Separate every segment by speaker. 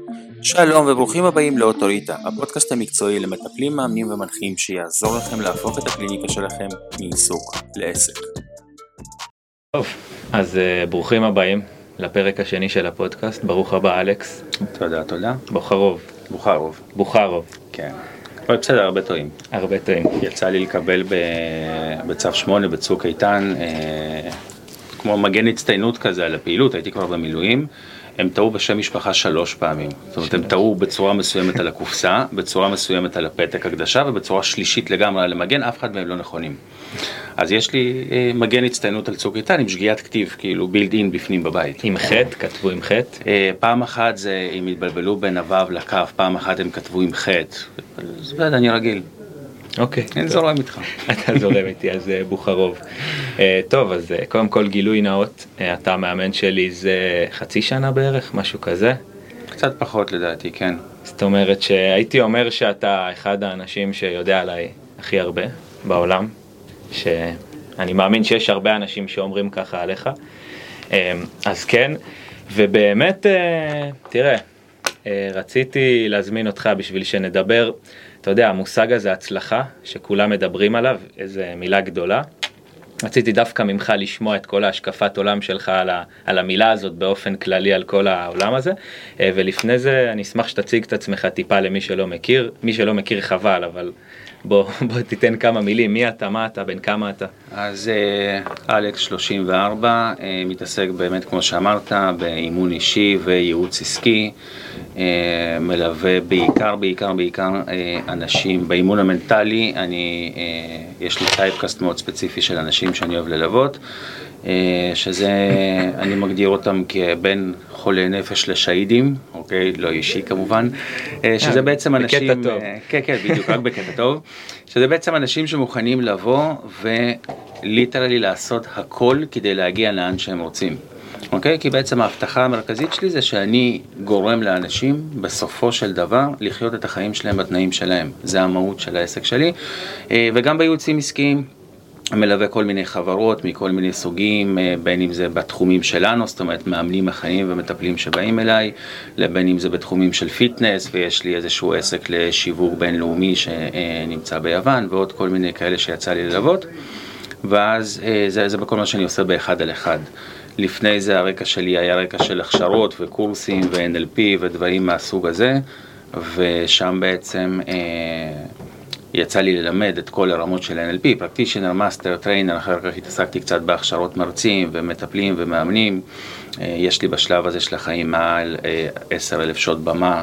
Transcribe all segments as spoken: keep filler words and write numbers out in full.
Speaker 1: שלום וברוכים הבאים לאוטוריטה, הפודקאסט המקצועי למטפלים, מאמנים ומנחים שיעזור לכם להפוך את הקליניקה שלכם מעיסוק לעסק.
Speaker 2: טוב, אז uh, ברוכים הבאים לפרק השני של הפודקאסט. ברוך הבא אלכס.
Speaker 3: תודה, תודה.
Speaker 2: בוחרוב.
Speaker 3: בוחרוב.
Speaker 2: בוחרוב.
Speaker 3: כן. אבל בסדר, הרבה טועים.
Speaker 2: הרבה טועים.
Speaker 3: יצא לי לקבל בצו שמונה, בצוק איתן, אה, כמו מגן הצטיינות כזה על הפעילות, הייתי כבר במילואים. הם טעו בשם משפחה שלוש פעמים. זאת אומרת, הם טעו בצורה מסוימת על הקופסה, בצורה מסוימת על הפתק הקדשה, ובצורה שלישית לגמרי על המגן, אף אחד מהם לא נכונים. אז יש לי אה, מגן הצטיינות על צוק איתן עם שגיאת כתיב, כאילו בילד אין בפנים בבית.
Speaker 2: עם חטא? כתבו עם חטא?
Speaker 3: אה, פעם אחת זה, אם התבלבלו בין הוו לכף, פעם אחת הם כתבו עם חטא. זה בד, אני רגיל.
Speaker 2: אוקיי.
Speaker 3: אין זורם איתך.
Speaker 2: אתה זורם איתי, אז בוחרוב. טוב, אז קודם כל גילוי נאות, אתה המאמן שלי זה חצי שנה בערך, משהו כזה?
Speaker 3: קצת פחות לדעתי, כן.
Speaker 2: זאת אומרת שהייתי אומר שאתה אחד האנשים שיודע עליי הכי הרבה בעולם, שאני מאמין שיש הרבה אנשים שאומרים ככה עליך, אז כן, ובאמת, תראה, רציתי להזמין אותך בשביל שנדבר, אתה יודע, המושג הזה הצלחה, שכולם מדברים עליו, איזו מילה גדולה. רציתי דווקא ממך לשמוע את כל ההשקפת עולם שלך על, ה, על המילה הזאת באופן כללי על כל העולם הזה, ולפני זה אני אשמח שתציג את עצמך טיפה למי שלא מכיר, מי שלא מכיר חבל, אבל בוא, בוא תיתן כמה מילים, מי אתה, מה אתה, בין כמה אתה?
Speaker 3: אז אלכס שלושים וארבע, מתעסק באמת כמו שאמרת, באימון אישי וייעוץ עסקי, מלווה בעיקר, בעיקר, בעיקר אנשים באימון המנטלי. אני, יש לי טייפקאסט מאוד ספציפי של אנשים שאני אוהב ללוות, שזה, אני מגדיר אותם כבין חולי נפש לשהידים, אוקיי, לא אישי כמובן, שזה בעצם אנשים,
Speaker 2: בקטע טוב.
Speaker 3: כן, כן, בדיוק, רק בקטע טוב, שזה בעצם אנשים שמוכנים לבוא וליטרלי לעשות הכל כדי להגיע לאן שהם רוצים. אוקיי? כי בעצם ההבטחה המרכזית שלי זה שאני גורם לאנשים בסופו של דבר לחיות את החיים שלהם בתנאים שלהם. זה המהות של העסק שלי. וגם בייעוצים עסקיים מלווה כל מיני חברות מכל מיני סוגים, בין אם זה בתחומים שלנו, זאת אומרת מאמנים מחיים ומטפלים שבאים אליי, לבין אם זה בתחומים של פיטנס, ויש לי איזשהו עסק לשיווק בינלאומי שנמצא ביוון, ועוד כל מיני כאלה שיצא לי ללוות. ואז זה, זה בכל מה שאני עושה באחד על אחד. לפני זה הרקע שלי היה רקע של הכשרות וקורסים ו-אן אל פי ודברים מהסוג הזה, ושם בעצם אה, יצא לי ללמד את כל הרמות של אן אל פי, פרקטישנר, מאסטר, טריינר, אחר כך התעסקתי קצת בהכשרות מרצים ומטפלים ומאמנים. אה, יש לי בשלב הזה של החיים מעל אה, עשר אלף שעות במה,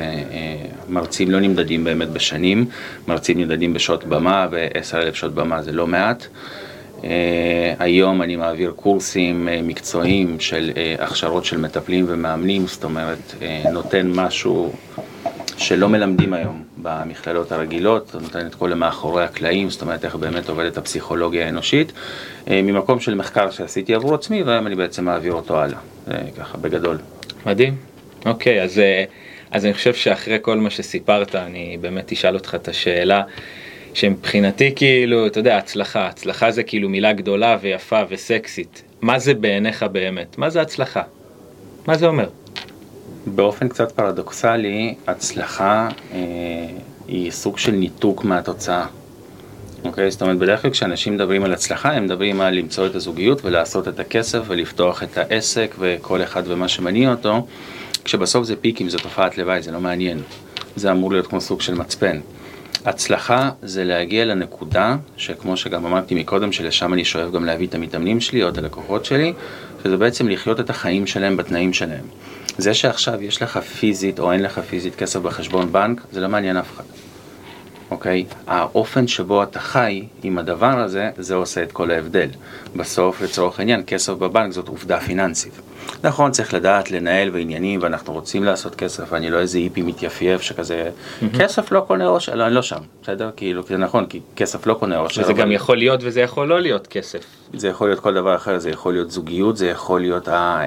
Speaker 3: שמרצים לא נמדדים באמת בשנים, מרצים נמדדים בשעות במה, ו-עשר אלף שעות במה זה לא מעט. Uh, היום אני מעביר קורסים uh, מקצועיים של uh, הכשרות של מטפלים ומאמנים, זאת אומרת, uh, נותן משהו שלא מלמדים היום במכללות הרגילות, נותן את כל המאחורי הקלעים, זאת אומרת, איך באמת עובדת הפסיכולוגיה האנושית, uh, ממקום של מחקר שעשיתי עבור עצמי, והיום אני בעצם מעביר אותו הלאה, uh, ככה בגדול.
Speaker 2: מדהים. אוקיי, אז, אז אני חושב שאחרי כל מה שסיפרת, אני באמת אשאל אותך את השאלה, שמבחינתי כאילו, אתה יודע, הצלחה, הצלחה זה כאילו מילה גדולה ויפה וסקסית. מה זה בעיניך באמת? מה זה הצלחה? מה זה אומר?
Speaker 3: באופן קצת פרדוקסלי, הצלחה אה, היא סוג של ניתוק מהתוצאה. אוקיי? זאת אומרת, בדרך כלל כשאנשים מדברים על הצלחה, הם מדברים על למצוא את הזוגיות ולעשות את הכסף ולפתוח את העסק וכל אחד ומה שמניע אותו, כשבסוף זה פיקים, זה תופעת לוואי, זה לא מעניין. זה אמור להיות כמו סוג של מצפן. הצלחה זה להגיע לנקודה, שכמו שגם אמרתי מקודם, שלשם אני שואף גם להביא את המתאמנים שלי או את הלקוחות שלי, שזה בעצם לחיות את החיים שלהם בתנאים שלהם. זה שעכשיו יש לך פיזית או אין לך פיזית כסף בחשבון בנק, זה לא מעניין אף אחד. אוקיי? האופן שבו אתה חי עם הדבר הזה, זה עושה את כל ההבדל. בסוף, לצורך העניין, כסף בבנק זאת עובדה פיננסית. נכון, צריך לדעת לנהל ועניינים, ואנחנו רוצים לעשות כסף, ואני לא איזה היפי מתייפייף שכזה, כסף לא קונה אושר, לא, אני לא שם, בסדר? כאילו, זה נכון, כי כסף לא קונה אושר.
Speaker 2: וזה גם יכול להיות וזה יכול לא להיות כסף.
Speaker 3: זה יכול להיות כל דבר אחר, זה יכול להיות זוגיות, זה יכול להיות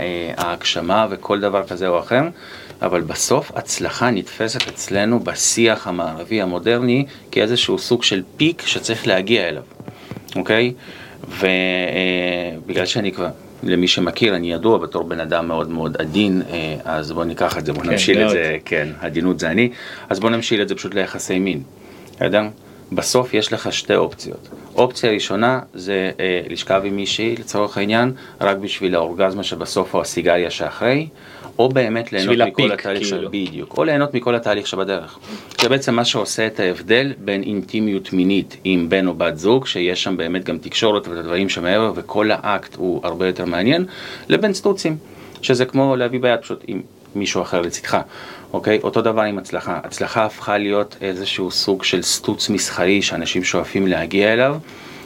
Speaker 3: ההגשמה וכל דבר כזה או אחר, אבל בסוף הצלחה נתפסת אצלנו בשיח המערבי המודרני כאיזשהו סוג של פיק שצריך להגיע אליו, אוקיי? ובגלל שאני כבר למי שמכיר, אני ידוע בתור בן אדם מאוד מאוד עדין, אז בוא ניקח את זה, בוא נמשיל את זה, כן, עדינות זה אני, אז בוא נמשיל את זה פשוט ליחסי מין. אדם, בסוף יש לך שתי אופציות. אופציה ראשונה זה אה, לשכב עם מישהי, לצורך העניין, רק בשביל האורגזמה שבסוף או הסיגריה שאחרי, או באמת ליהנות מכל התהליך של בדיוק, או ליהנות מכל התהליך שבדרך. זה בעצם מה שעושה את ההבדל בין אינטימיות מינית עם בן או בת זוג, שיש שם באמת גם תקשורת ודברים שמעבר, וכל האקט הוא הרבה יותר מעניין, לבין סטוצים, שזה כמו להביא ביד פשוט עם מישהו אחר לצדך. אוקיי? אותו דבר עם הצלחה. הצלחה הפכה להיות איזשהו סוג של סטוץ מסחרי שאנשים שואפים להגיע אליו,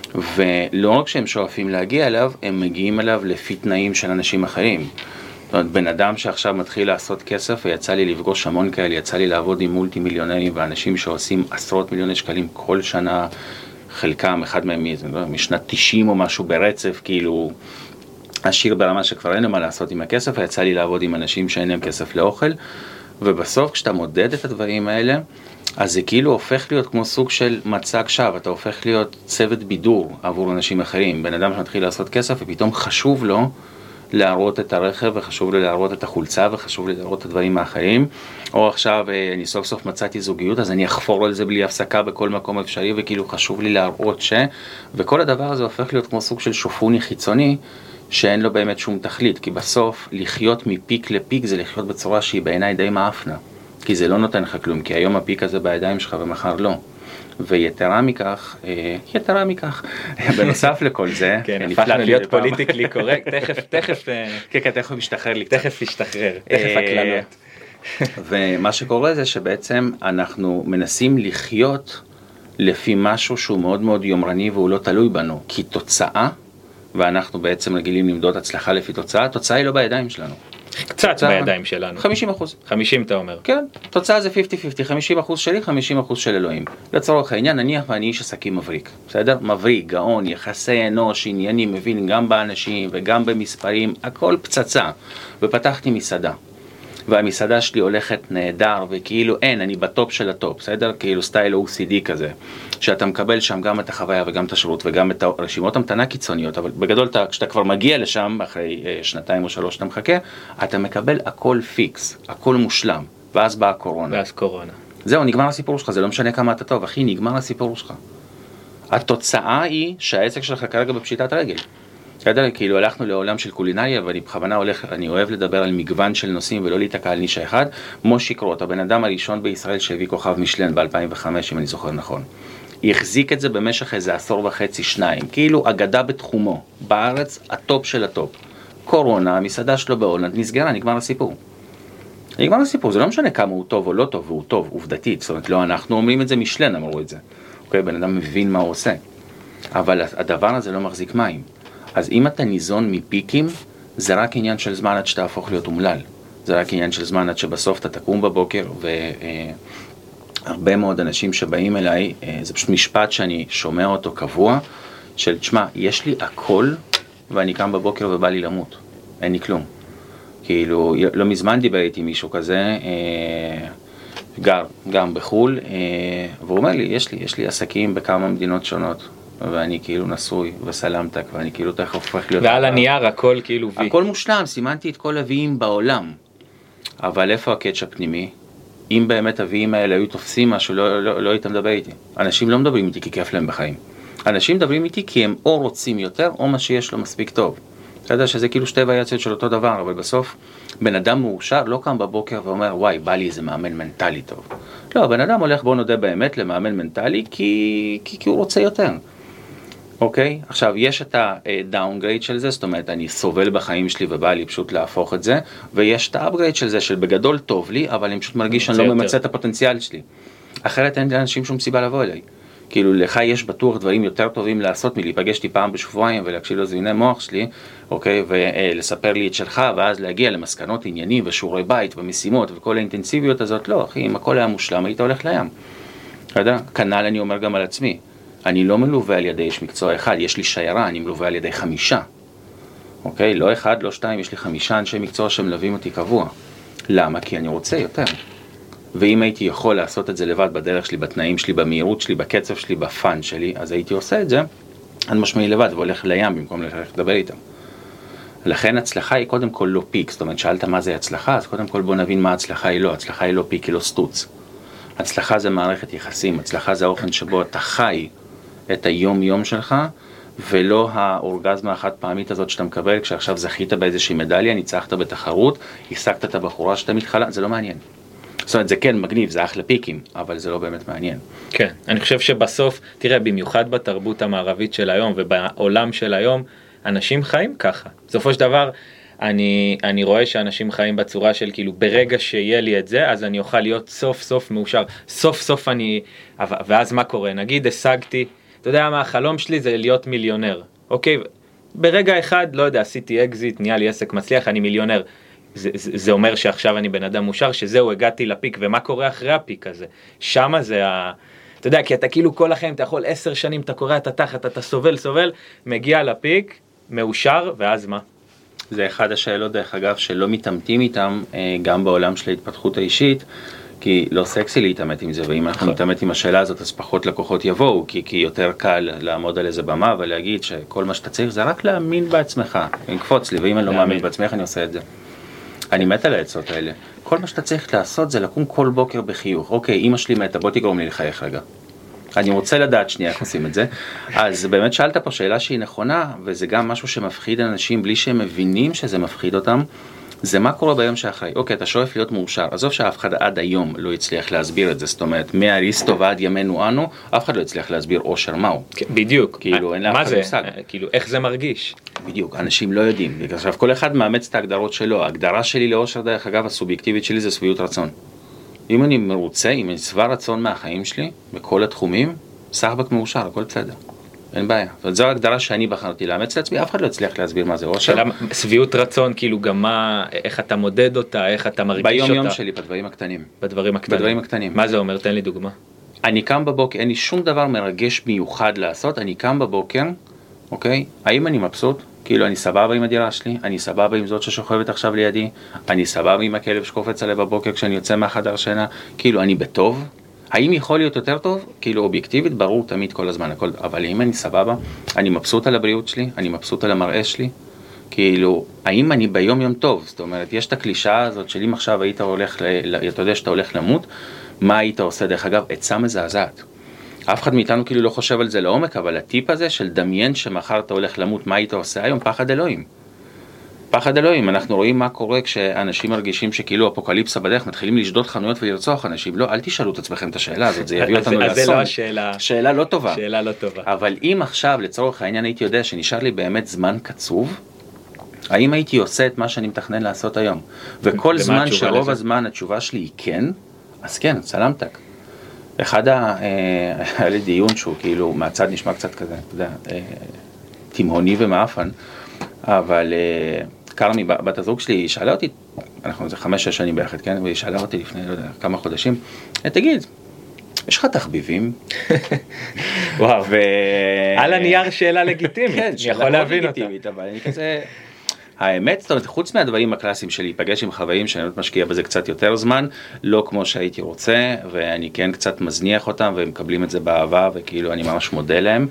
Speaker 3: ולא רק שהם שואפים להגיע אליו, הם מגיעים אליו לפי תנאים של אנשים אחרים. זאת אומרת, בן אדם שעכשיו מתחיל לעשות כסף, ויצא לי לפגוש המון כאלה, יצא לי לעבוד עם מולטי מיליונרים, ואנשים שעושים עשרות מיליוני שקלים כל שנה, חלקם, אחד מהם משנת תשעים או משהו ברצף, כאילו עשיר ברמה שכבר אין מה לעשות עם הכסף, ויצא לי לעבוד עם אנשים שאין להם כסף לאוכל, ובסוף כשאתה מודד את הדברים האלה, אז זה כאילו הופך להיות כמו סוג של מצג שווא, אתה הופך להיות צוות בידור עבור אנשים אחרים, בן אדם שמתחיל לעשות כסף ופתאום חשוב לו להראות את הרכב, וחשוב לו להראות את החולצה, וחשוב לו להראות את הדברים האחרים, או עכשיו אני סוף סוף מצאתי זוגיות, אז אני אחפור על זה בלי הפסקה בכל מקום אפשרי, וכאילו חשוב לי להראות ש... וכל הדבר הזה הופך להיות כמו סוג של שופוני חיצוני, שאין לו באמת שום תכלית, כי בסוף לחיות מפיק לפיק זה לחיות בצורה שהיא בעיניי די מאפנה, כי זה לא נותן לך כלום, כי היום הפיק הזה בידיים שלך ומחר לא. ויתרה מכך, יתרה מכך, בנוסף לכל זה,
Speaker 2: כן, הפכנו להיות פוליטיקלי קורקט, תכף, תכף,
Speaker 3: כן, כן, תכף משתחרר לי קצת.
Speaker 2: תכף משתחרר, תכף הקללות.
Speaker 3: ומה שקורה זה שבעצם אנחנו מנסים לחיות לפי משהו שהוא מאוד מאוד יומרני והוא לא תלוי בנו, כי תוצאה, ואנחנו בעצם רגילים למדוד הצלחה לפי תוצאה, התוצאה היא לא בידיים שלנו.
Speaker 2: קצת בידיים שלנו.
Speaker 3: חמישים אחוז.
Speaker 2: חמישים אתה אומר.
Speaker 3: כן, תוצאה זה חמישים חמישים, חמישים אחוז שלי, חמישים אחוז של אלוהים. לצורך העניין, נניח ואני איש עסקים מבריק, בסדר? מבריק, גאון, יחסי אנוש, ענייני, מבין גם באנשים וגם במספרים, הכל פצצה. ופתחתי מסעדה. והמסעדה שלי הולכת נהדר, וכאילו אין, אני בטופ של הטופ, בסדר? כאילו סטייל או סי די כזה, שאתה מקבל שם גם את החוויה וגם את השירות וגם את הרשימות המתנה קיצוניות, אבל בגדול, אתה, כשאתה כבר מגיע לשם, אחרי אה, שנתיים או שלוש אתה מחכה, אתה מקבל הכל פיקס, הכל מושלם, ואז באה הקורונה.
Speaker 2: ואז קורונה.
Speaker 3: זהו, נגמר הסיפור שלך, זה לא משנה כמה אתה טוב, אחי, נגמר הסיפור שלך. התוצאה היא שהעסק שלך כרגע בפשיטת רגל. בסדר? כאילו הלכנו לעולם של קולינריה, ואני בכוונה הולך, אני אוהב לדבר על מגוון של נושאים ולא להתעקע על נישה אחד. מושי קרוט, הבן אדם הראשון בישראל שהביא כוכב משלן ב-אלפיים וחמש, אם אני זוכר נכון. החזיק את זה במשך איזה עשור וחצי, שניים, כאילו אגדה בתחומו, בארץ הטופ של הטופ. קורונה, המסעדה שלו בהולנד, נסגרה, נגמר הסיפור. נגמר הסיפור, זה לא משנה כמה הוא טוב או לא טוב, והוא טוב, עובדתית, זאת אומרת, לא אנחנו אומרים את זה, משלן אמרו את זה. אוקיי, בן אדם מבין מה הוא עושה. אבל הדבר הזה לא מחזיק מים. אז אם אתה ניזון מפיקים, זה רק עניין של זמן עד שאתה הפוך להיות אומלל. זה רק עניין של זמן עד שבסוף אתה תקום בבוקר, והרבה מאוד אנשים שבאים אליי, זה פשוט משפט שאני שומע אותו קבוע, של תשמע, יש לי הכל, ואני קם בבוקר ובא לי למות. אין לי כלום. כאילו, לא מזמן דיבר איתי מישהו כזה, גר, גם בחול, והוא אומר לי, יש לי, יש לי עסקים בכמה מדינות שונות. ואני כאילו נשוי וסלמתק, ואני כאילו תכף הופך להיות...
Speaker 2: ועל הנייר הכל כאילו וי.
Speaker 3: הכל מושלם, סימנתי את כל הוויים בעולם. אבל איפה הקטש הפנימי? אם באמת הוויים האלה היו תופסים משהו, לא, לא, לא היית מדבר איתי. אנשים לא מדברים איתי כי כיף להם בחיים. אנשים מדברים איתי כי הם או רוצים יותר, או מה שיש לו מספיק טוב. אתה יודע שזה כאילו שתי וריאציות של אותו דבר, אבל בסוף בן אדם מאושר לא קם בבוקר ואומר, וואי, בא לי איזה מאמן מנטלי טוב. לא, בן אדם הולך, בוא נודה באמת, למאמן מנטלי, כי, כי, כי הוא רוצה יותר. אוקיי? עכשיו, יש את ה-downgrade של זה, זאת אומרת, אני סובל בחיים שלי ובא לי פשוט להפוך את זה, ויש את ה-upgrade של זה, של בגדול טוב לי, אבל אני פשוט מרגיש שאני לא ממצא את הפוטנציאל שלי. אחרת אין לאנשים שום סיבה לבוא אליי. כאילו, לך יש בטוח דברים יותר טובים לעשות מלהיפגש לי פעם בשבועיים ולהקשיב לזיוני מוח שלי, אוקיי? ולספר לי את שלך, ואז להגיע למסקנות עניינים ושיעורי בית ומשימות וכל האינטנסיביות הזאת. לא, אחי, אם הכל היה מושלם, היית הולך לים. אתה יודע? כנ"ל אני אומר גם על עצמי. אני לא מלווה על ידי איש מקצוע אחד, יש לי שיירה, אני מלווה על ידי חמישה. אוקיי? לא אחד, לא שתיים, יש לי חמישה אנשי מקצוע שמלווים אותי קבוע. למה? כי אני רוצה יותר. ואם הייתי יכול לעשות את זה לבד בדרך שלי, בתנאים שלי, במהירות שלי, בקצב שלי, בפן שלי, אז הייתי עושה את זה, אני משמעי לבד והולך לים במקום ללכת לדבר איתם. לכן הצלחה היא קודם כל לא פיק, זאת אומרת, שאלת מה זה הצלחה, אז קודם כל בוא נבין מה הצלחה היא לא, הצלחה היא לא פיק, היא לא סטוץ. הצלחה זה מערכת יחסים, הצלחה זה האופן שבו אתה חי את היום יום שלך, ולא האורגזמה החד פעמית הזאת שאתה מקבל, כשעכשיו זכית באיזושהי מדליה, ניצחת בתחרות, השגת את הבחורה שאתה מתחלה, זה לא מעניין. זאת אומרת, זה כן מגניב, זה אחלה פיקים, אבל זה לא באמת מעניין.
Speaker 2: כן, אני חושב שבסוף, תראה, במיוחד בתרבות המערבית של היום ובעולם של היום, אנשים חיים ככה. בסופו של דבר, אני, אני רואה שאנשים חיים בצורה של כאילו, ברגע שיהיה לי את זה, אז אני אוכל להיות סוף סוף מאושר. סוף סוף אני, ואז מה קורה? נגיד, השגתי, אתה יודע מה, החלום שלי זה להיות מיליונר. אוקיי? ברגע אחד, לא יודע, עשיתי אקזיט, נהיה לי עסק מצליח, אני מיליונר. זה, זה, זה אומר שעכשיו אני בן אדם מאושר, שזהו, הגעתי לפיק, ומה קורה אחרי הפיק הזה? שמה זה ה... אתה יודע, כי אתה כאילו כל החיים, אתה יכול עשר שנים, אתה קורא את התחת, אתה סובל, סובל, מגיע לפיק, מאושר, ואז מה?
Speaker 3: זה אחד השאלות, דרך אגב, שלא מתעמתים איתם, גם בעולם של ההתפתחות האישית, כי לא סקסי להתעמת עם זה, ואם אנחנו נתעמת עם השאלה הזאת, אז פחות לקוחות יבואו, כי, כי יותר קל לעמוד על איזה במה ולהגיד שכל מה שאתה צריך זה רק להאמין בעצמך, לקפוץ לי, ואם אני לא מאמין בעצמך, אני עושה את זה. אני מת על העצות האלה. כל מה שאתה צריך לעשות זה לקום כל בוקר בחיוך. אוקיי, אמא שלי מתה, בוא תגרום לי לחייך רגע. אני רוצה לדעת שנייה איך עושים את זה. אז באמת שאלת פה שאלה שהיא נכונה, וזה גם משהו שמפחיד אנשים בלי שהם מבינים שזה מפחיד אותם. זה מה קורה ביום שאחרי. אוקיי, אתה שואף להיות מאושר. עזוב שאף אחד עד היום לא הצליח להסביר את זה. זאת אומרת, מהאריסטו ועד ימינו אנו, אף אחד לא הצליח להסביר אושר מהו.
Speaker 2: בדיוק.
Speaker 3: כאילו, אין לאף אחד מושג.
Speaker 2: כאילו, איך זה מרגיש?
Speaker 3: בדיוק, אנשים לא יודעים. עכשיו, כל אחד מאמץ את ההגדרות שלו. ההגדרה שלי לאושר, דרך אגב, הסובייקטיבית שלי זה שביעות רצון. אם אני מרוצה, אם אני שבע רצון מהחיים שלי, בכל התחומים, סחבק מאושר, הכל בסדר. אין בעיה. וזו ההגדרה שאני בחרתי לאמץ לעצמי, אף אחד לא הצליח להסביר מה זה אושר.
Speaker 2: שאלה, שביעות רצון, כאילו גם מה, איך אתה מודד אותה, איך אתה מרגיש אותה.
Speaker 3: ביום יום שלי, בדברים הקטנים.
Speaker 2: בדברים הקטנים.
Speaker 3: בדברים הקטנים.
Speaker 2: מה זה אומר? תן לי דוגמה.
Speaker 3: אני קם בבוקר, אין לי שום דבר מרגש מיוחד לעשות, אני קם בבוקר, אוקיי? האם אני מבסוט? כאילו אני סבבה עם הדירה שלי, אני סבבה עם זאת ששוכבת עכשיו לידי, אני סבבה עם הכלב שקופץ עליי בבוקר כשאני יוצא מהחדר שינה, כאילו אני בטוב. האם יכול להיות יותר טוב? כאילו אובייקטיבית, ברור תמיד כל הזמן, הכל, אבל אם אני סבבה, אני מבסוט על הבריאות שלי, אני מבסוט על המראה שלי, כאילו, האם אני ביום יום טוב? זאת אומרת, יש את הקלישאה הזאת של אם עכשיו היית הולך, אתה יודע שאתה הולך למות, מה היית עושה? דרך אגב, עצה מזעזעת. אף אחד מאיתנו כאילו לא חושב על זה לעומק, אבל הטיפ הזה של דמיין שמחר אתה הולך למות, מה היית עושה היום? פחד אלוהים. פחד אלוהים, אנחנו רואים מה קורה כשאנשים מרגישים שכאילו אפוקליפסה בדרך, מתחילים לשדוד חנויות ולרצוח אנשים. לא, אל תשאלו את עצמכם את השאלה הזאת, זה יביא אותנו לאסון.
Speaker 2: אז זה לא השאלה.
Speaker 3: שאלה לא טובה.
Speaker 2: שאלה לא טובה.
Speaker 3: אבל אם עכשיו, לצורך העניין, הייתי יודע שנשאר לי באמת זמן קצוב, האם הייתי עושה את מה שאני מתכנן לעשות היום? וכל זמן שרוב הזמן התשובה שלי היא כן, אז כן, סלמתק. אחד ה... היה לי דיון שהוא כאילו מהצד נשמע קצת כזה, אתה יודע, תימהוני ומאפן, אבל קרמי, בת הזוג שלי, היא שאלה אותי, אנחנו זה חמש, שש שנים ביחד, כן? והיא שאלה אותי לפני, לא יודע, כמה חודשים, תגיד, יש לך תחביבים?
Speaker 2: וואו, על הנייר שאלה לגיטימית,
Speaker 3: כן,
Speaker 2: שאלה מאוד
Speaker 3: לגיטימית, אבל אני כזה... האמת, זאת אומרת, חוץ מהדברים הקלאסיים שלי, להיפגש עם חוואים שאני לא משקיע בזה קצת יותר זמן, לא כמו שהייתי רוצה, ואני כן קצת מזניח אותם, והם מקבלים את זה באהבה, וכאילו אני ממש מודה להם.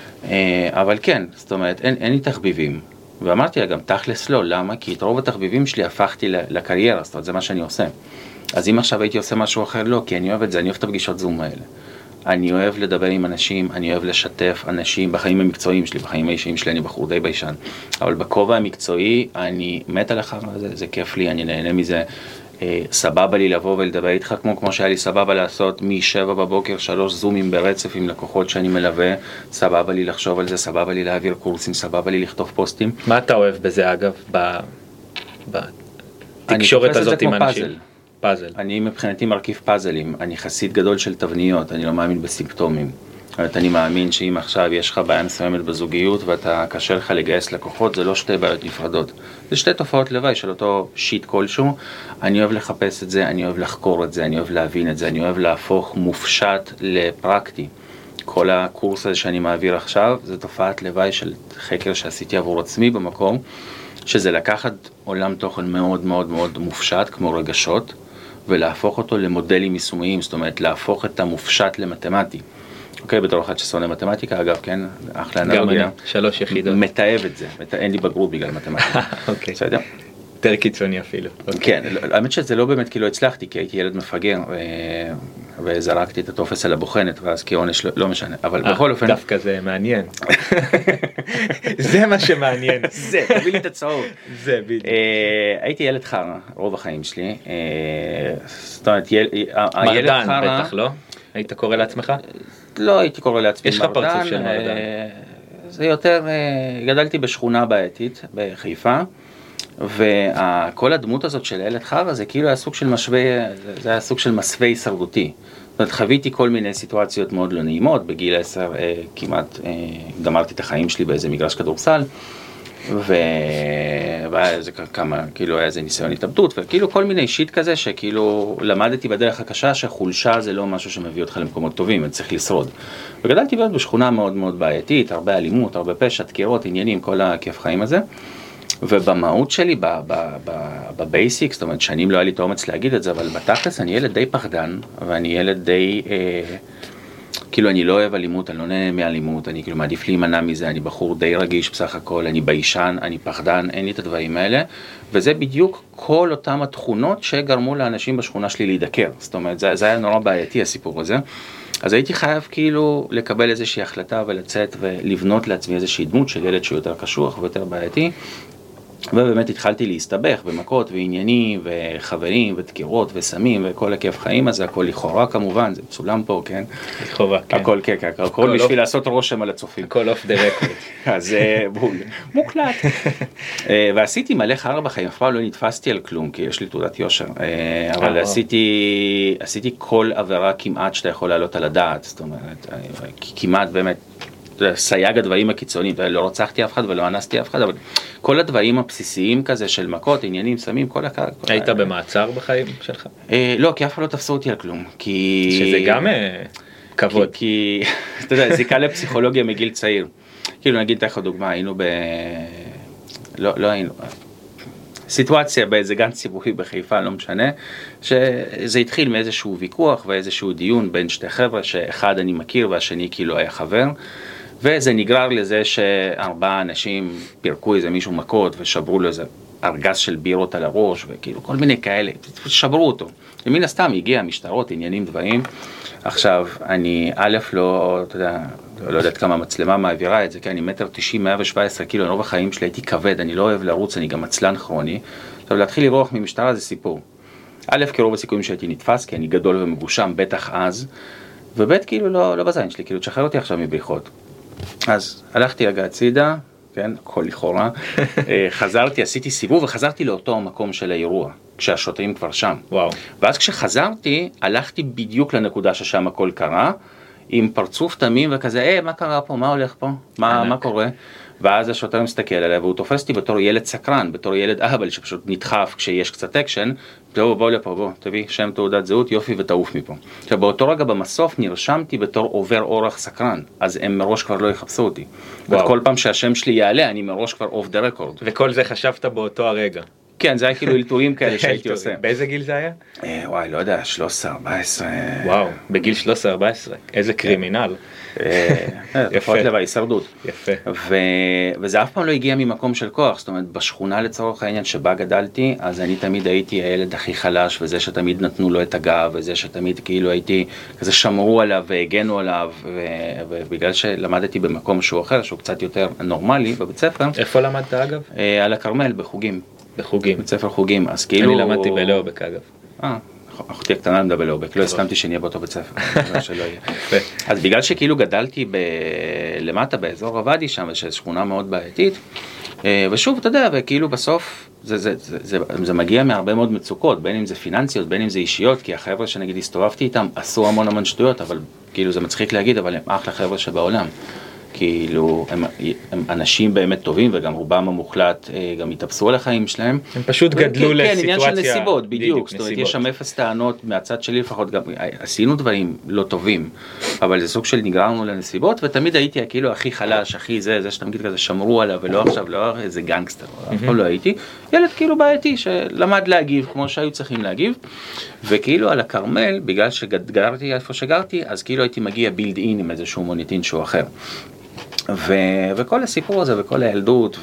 Speaker 3: אבל כן, זאת אומרת, אין, אין לי תחביבים. ואמרתי לה גם, תכלס לא, למה? כי את רוב התחביבים שלי הפכתי לקריירה, זאת אומרת, זה מה שאני עושה. אז אם עכשיו הייתי עושה משהו אחר, לא, כי אני אוהב את זה, אני אוהב את הפגישות זום האלה. אני אוהב לדבר עם אנשים, אני אוהב לשתף אנשים בחיים המקצועיים שלי, בחיים האישיים שלי, אני בחור די ביישן. אבל בכובע המקצועי, אני מת עליך, זה, זה כיף לי, אני נהנה מזה. אה, סבבה לי לבוא ולדבר איתך, כמו, כמו שהיה לי סבבה לעשות משבע בבוקר, שלוש זומים ברצף עם לקוחות שאני מלווה, סבבה לי לחשוב על זה, סבבה לי להעביר קורסים, סבבה לי לכתוב פוסטים.
Speaker 2: מה אתה אוהב בזה אגב, בתקשורת הזאת עם אנשים?
Speaker 3: פאזל. פאזל. אני מבחינתי מרכיב פאזלים, אני חסיד גדול של תבניות, אני לא מאמין בסימפטומים. אני מאמין שאם עכשיו יש לך בעיה מסוימת בזוגיות ואתה קשה לך לגייס לקוחות, זה לא שתי בעיות נפרדות. זה שתי תופעות לוואי של אותו שיט כלשהו. אני אוהב לחפש את זה, אני אוהב לחקור את זה, אני אוהב להבין את זה, אני אוהב להפוך מופשט לפרקטי. כל הקורס הזה שאני מעביר עכשיו, זה תופעת לוואי של חקר שעשיתי עבור עצמי במקום, שזה לקחת עולם תוכן מאוד מאוד מאוד מופשט, כמו רגשות, ולהפוך אותו למודלים יישומיים, זאת אומרת, להפוך את המופשט למתמטי. אוקיי, בתור אחד ששונא מתמטיקה, אגב, כן, אחלה אנלוגיה.
Speaker 2: גם אני, שלוש יחידות.
Speaker 3: מתאהב את זה, אין לי בגרות בגלל מתמטיקה.
Speaker 2: אוקיי.
Speaker 3: בסדר?
Speaker 2: יותר קיצוני אפילו.
Speaker 3: כן, האמת שזה לא באמת כי לא הצלחתי, כי הייתי ילד מפגר, וזרקתי את הטופס על הבוחנת, ואז כעונש לא משנה, אבל בכל אופן...
Speaker 2: דווקא זה מעניין. זה מה שמעניין.
Speaker 3: זה, תביא לי את הצהוב.
Speaker 2: זה בדיוק.
Speaker 3: הייתי ילד חרא, רוב החיים שלי. זאת אומרת, הילד חרא...
Speaker 2: מרדן בטח, לא? היית קורא לעצמך?
Speaker 3: לא הייתי קורא לעצמי
Speaker 2: מרדן. יש לך פרצוף של מרדן.
Speaker 3: זה יותר, גדלתי בשכונה בעייתית, בחיפה. וכל הדמות הזאת של ילד חרא זה כאילו היה סוג של משווה, זה היה סוג של מסווה הישרדותי. זאת אומרת, חוויתי כל מיני סיטואציות מאוד לא נעימות, בגיל עשר אה, כמעט אה, גמרתי את החיים שלי באיזה מגרש כדורסל, והיה איזה כמה, כאילו היה איזה ניסיון התאבדות, וכאילו כל מיני שיט כזה שכאילו למדתי בדרך הקשה שחולשה זה לא משהו שמביא אותך למקומות טובים, אני צריך לשרוד. וגדלתי באמת בשכונה מאוד מאוד בעייתית, הרבה אלימות, הרבה פשע, דקירות, עניינים, כל הכיף חיים הזה. ובמהות שלי, בבייסיק, זאת אומרת, שנים לא היה לי את האומץ להגיד את זה, אבל בתכלס אני ילד די פחדן, ואני ילד די, אה, כאילו אני לא אוהב אלימות, אני לא נהנה מאלימות, אני כאילו מעדיף להימנע מזה, אני בחור די רגיש בסך הכל, אני ביישן, אני פחדן, אין לי את הדברים האלה, וזה בדיוק כל אותם התכונות שגרמו לאנשים בשכונה שלי להידקר, זאת אומרת, זה, זה היה נורא בעייתי הסיפור הזה. אז הייתי חייב כאילו לקבל איזושהי החלטה ולצאת ולבנות לעצמי איזושהי דמות של ילד שהוא יותר קשוח ויותר בעייתי, ובאמת התחלתי להסתבך במכות ועניינים וחברים ודקירות וסמים וכל הכיף חיים הזה, הכל לכאורה כמובן, זה מצולם פה, כן?
Speaker 2: לכאורה, כן.
Speaker 3: הכל כן, כן, הכל בשביל לעשות רושם על הצופים.
Speaker 2: הכל אוף דה רקורד.
Speaker 3: אז בול, מוקלט. ועשיתי מלא חרא בחיים, אף פעם לא נתפסתי על כלום, כי יש לי תעודת יושר, אבל עשיתי, עשיתי כל עבירה כמעט שאתה יכול לעלות על הדעת, זאת אומרת, כמעט באמת, סייג הדברים הקיצוניים, לא רוצחתי אף אחד ולא אנסתי אף אחד, אבל כל הדברים הבסיסיים כזה של מכות, עניינים, סמים, כל הקר...
Speaker 2: היית במעצר בחיים שלך?
Speaker 3: לא, כי אף אחד לא תפסו אותי על כלום, כי...
Speaker 2: שזה גם כבוד.
Speaker 3: כי, אתה יודע, זיקה לפסיכולוגיה מגיל צעיר. כאילו, נגיד לך דוגמה, היינו ב... לא, לא היינו... סיטואציה באיזה גן ציבורי בחיפה, לא משנה, שזה התחיל מאיזשהו ויכוח ואיזשהו דיון בין שתי חבר'ה, שאחד אני מכיר והשני כאילו היה חבר, וזה נגרר לזה שארבעה אנשים פירקו איזה מישהו מכות ושברו לו איזה ארגז של בירות על הראש, וכאילו כל מיני כאלה, שברו אותו. ומן הסתם הגיע משטרות, עניינים, דברים. עכשיו, אני א' לא, אתה יודע, לא יודעת כמה מצלמה מעבירה את זה, כי אני מטר תשעים, מאה ושבע עשרה קילו, רוב החיים שלי הייתי כבד, אני לא אוהב לרוץ, אני גם עצלן כרוני. עכשיו, להתחיל לברוח ממשטרה זה סיפור. א', כי רוב הסיכויים שהייתי נתפס, כי אני גדול ומגושם, בטח אז, וב', כאילו לא, לא בזין שלי, כאילו תשחרר אותי עכשיו מבריחות. אז הלכתי רגע הצידה, כן, הכל לכאורה, חזרתי, עשיתי סיבוב וחזרתי לאותו המקום של האירוע, כשהשוטרים כבר שם.
Speaker 2: וואו.
Speaker 3: ואז כשחזרתי, הלכתי בדיוק לנקודה ששם הכל קרה, עם פרצוף תמים וכזה, אה, מה קרה פה? מה הולך פה? מה, מה קורה? ואז השוטר מסתכל עליי, והוא תופס אותי בתור ילד סקרן, בתור ילד אהבל שפשוט נדחף כשיש קצת אקשן, בוא, בוא לפה, בוא, תביא שם תעודת זהות, יופי ותעוף מפה. עכשיו, באותו רגע במסוף נרשמתי בתור עובר אורח סקרן, אז הם מראש כבר לא יחפשו אותי. וכל פעם שהשם שלי יעלה, אני מראש כבר אוף דה רקורד.
Speaker 2: וכל זה חשבת באותו הרגע?
Speaker 3: כן, זה היה כאילו אלתורים כאלה שהייתי עושה.
Speaker 2: באיזה גיל זה היה?
Speaker 3: וואי, לא יודע, שלוש עשרה, ארבע עשרה.
Speaker 2: וואו, בגיל שלוש עשרה ארבע עשרה, איזה קרימינל.
Speaker 3: תופעות לב, ההישרדות.
Speaker 2: יפה.
Speaker 3: וזה אף פעם לא הגיע ממקום של כוח, זאת אומרת, בשכונה לצורך העניין שבה גדלתי, אז אני תמיד הייתי הילד הכי חלש, וזה שתמיד נתנו לו את הגב, וזה שתמיד כאילו הייתי, כזה שמרו עליו והגנו עליו, ובגלל שלמדתי במקום שהוא אחר, שהוא קצת יותר נורמלי בבית ספר.
Speaker 2: איפה למדת אגב?
Speaker 3: על הכרמל, בחוגים.
Speaker 2: בחוגים.
Speaker 3: בית ספר חוגים, אז כאילו...
Speaker 2: אני למדתי בלאובק אגב.
Speaker 3: אה, אחותי הקטנה למדה בלאובק, לא הסכמתי שנהיה באותו בית ספר. אז בגלל שכאילו גדלתי למטה באזור הוואדי שם, שזו שכונה מאוד בעייתית, ושוב, אתה יודע, וכאילו בסוף זה מגיע מהרבה מאוד מצוקות, בין אם זה פיננסיות, בין אם זה אישיות, כי החבר'ה שנגיד הסתובבתי איתם עשו המון המון שטויות, אבל כאילו זה מצחיק להגיד, אבל הם אחלה חבר'ה שבעולם. כאילו, הם, הם אנשים באמת טובים, וגם רובם המוחלט גם התאפסו על החיים שלהם.
Speaker 2: הם פשוט גדלו לסיטואציה.
Speaker 3: כן, עניין של נסיבות, בדיוק. זאת אומרת, יש שם אפס טענות מהצד שלי, לפחות גם עשינו דברים לא טובים, אבל זה סוג של נגררנו לנסיבות, ותמיד הייתי כאילו הכי חלש, הכי זה, זה שתמיד כזה שמרו עליו, ולא עכשיו, לא איזה גנגסטר, אף פעם לא הייתי. ילד כאילו בעייתי, שלמד להגיב, כמו שהיו צריכים להגיב, וכאילו על הכרמל, בגלל שגרתי איפה שגרתי, אז כאילו הייתי מגיע בילד אין עם איזשהו מוניטין שהוא אחר. ו... וכל הסיפור הזה וכל הילדות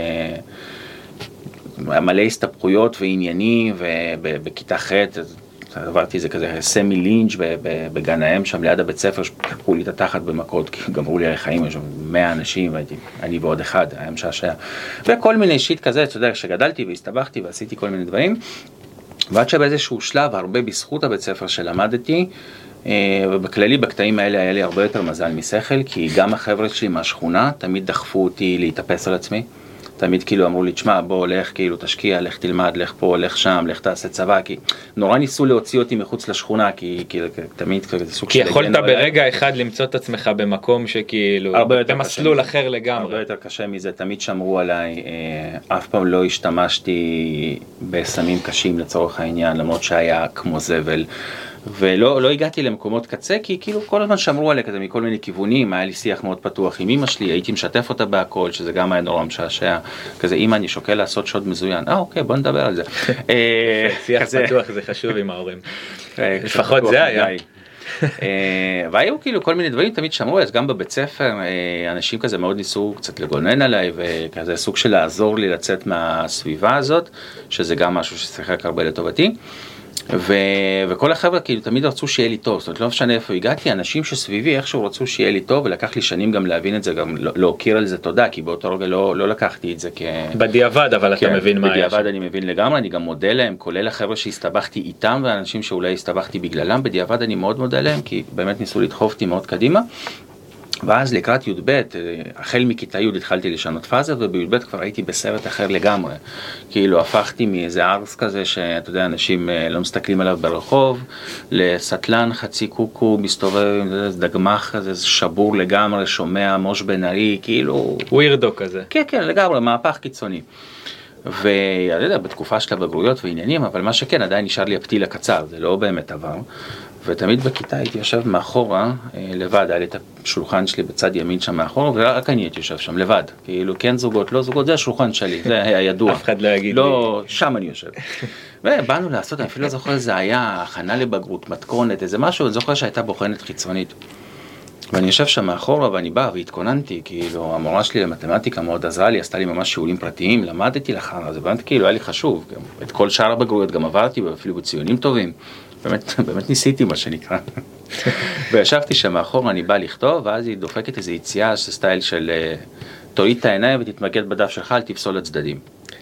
Speaker 3: ומלא הסתבכויות ועניינים, ובכיתה ח' עברתי איזה כזה סמי לינץ' בגן האם שם ליד הבית ספר, שפקעו לי את התחת במכות, כי גמרו לי החיים, יש שם מאה אנשים, והייתי, אני ועוד אחד, היה משעשע. וכל מיני שיט כזה, אתה יודע, שגדלתי והסתבכתי ועשיתי כל מיני דברים, ועד שבאיזשהו שלב, הרבה בזכות הבית ספר שלמדתי, ובכללי בקטעים האלה היה לי הרבה יותר מזל משכל, כי גם החבר'ה שלי מהשכונה תמיד דחפו אותי להתאפס על עצמי. תמיד כאילו אמרו לי, תשמע, בוא, לך, כאילו, תשקיע, לך תלמד, לך פה, לך שם, לך תעשה צבא, כי נורא ניסו להוציא אותי מחוץ לשכונה, כי, כי תמיד כזה סוג של...
Speaker 2: כי יכולת ברגע אחד למצוא את עצמך במקום שכאילו, במסלול אחר לגמרי.
Speaker 3: הרבה יותר קשה מזה, תמיד שמרו עליי, אף פעם לא השתמשתי בסמים קשים לצורך העניין, למרות שהיה כמו זבל. ולא לא הגעתי למקומות קצה, כי כאילו כל הזמן שמרו עליה כזה מכל מיני כיוונים, היה לי שיח מאוד פתוח עם אמא שלי, הייתי משתף אותה בהכל, שזה גם היה נורא משעשע, כזה אמא אני שוקל לעשות שוד מזוין, אה אוקיי בוא נדבר על זה.
Speaker 2: שיח פתוח זה חשוב עם ההורים, לפחות זה היה.
Speaker 3: והיו כאילו כל מיני דברים תמיד שמרו, אז גם בבית ספר אנשים כזה מאוד ניסו קצת לגונן עליי, וכזה סוג של לעזור לי לצאת מהסביבה הזאת, שזה גם משהו ששיחק הרבה לטובתי. ו... וכל החבר'ה כאילו תמיד רצו שיהיה לי טוב, זאת אומרת לא משנה איפה הגעתי, אנשים שסביבי איכשהו רצו שיהיה לי טוב, ולקח לי שנים גם להבין את זה, גם לא, להוקיר על זה תודה, כי באותו רגע לא, לא לקחתי את זה כ...
Speaker 2: בדיעבד, אבל כן, אתה מבין מה היה שם.
Speaker 3: בדיעבד אני מבין לגמרי, אני גם מודה להם, כולל החבר'ה שהסתבכתי איתם, ואנשים שאולי הסתבכתי בגללם, בדיעבד אני מאוד מודה להם, כי באמת ניסו לדחוף אותי מאוד קדימה. ואז לקראת י' ב', החל מכיתה י' התחלתי לשנות פאזה, ובי' ב' כבר הייתי בסרט אחר לגמרי. כאילו הפכתי מאיזה ארס כזה, שאתה יודע, אנשים לא מסתכלים עליו ברחוב, לסטלן, חצי קוקו, מסתובב עם דגמח כזה, שבור לגמרי, שומע מוש בנאי, כאילו...
Speaker 2: ווירדו כזה.
Speaker 3: כן, כן, לגמרי, מהפך קיצוני. ואני יודע, בתקופה של הבגרויות ועניינים, אבל מה שכן, עדיין נשאר לי הפתיל הקצר, זה לא באמת עבר. ותמיד בכיתה הייתי יושב מאחורה, לבד, היה לי את השולחן שלי בצד ימין שם מאחורה, ורק אני הייתי יושב שם לבד. כאילו, כן זוגות, לא זוגות, זה השולחן שלי, זה היה ידוע.
Speaker 2: אף אחד לא יגיד
Speaker 3: לא, שם אני יושב. ובאנו לעשות, אני אפילו לא זוכר, זה היה הכנה לבגרות, מתכונת, איזה משהו, אני זוכר שהייתה בוחנת חיצונית. ואני יושב שם מאחורה ואני בא והתכוננתי, כאילו המורה שלי למתמטיקה מאוד עזרה לי, עשתה לי ממש שיעולים פרטיים, למדתי לאחר, אז הבנתי כאילו היה לי חשוב, גם את כל שאר הבגרויות גם עברתי, ואפילו בציונים טובים, באמת, באמת ניסיתי מה שנקרא. וישבתי שם מאחורה, אני בא לכתוב, ואז היא דופקת איזו יציאה, סטייל של תוריד את העיניים ותתמקד בדף שלך, אל תפסול לצדדים.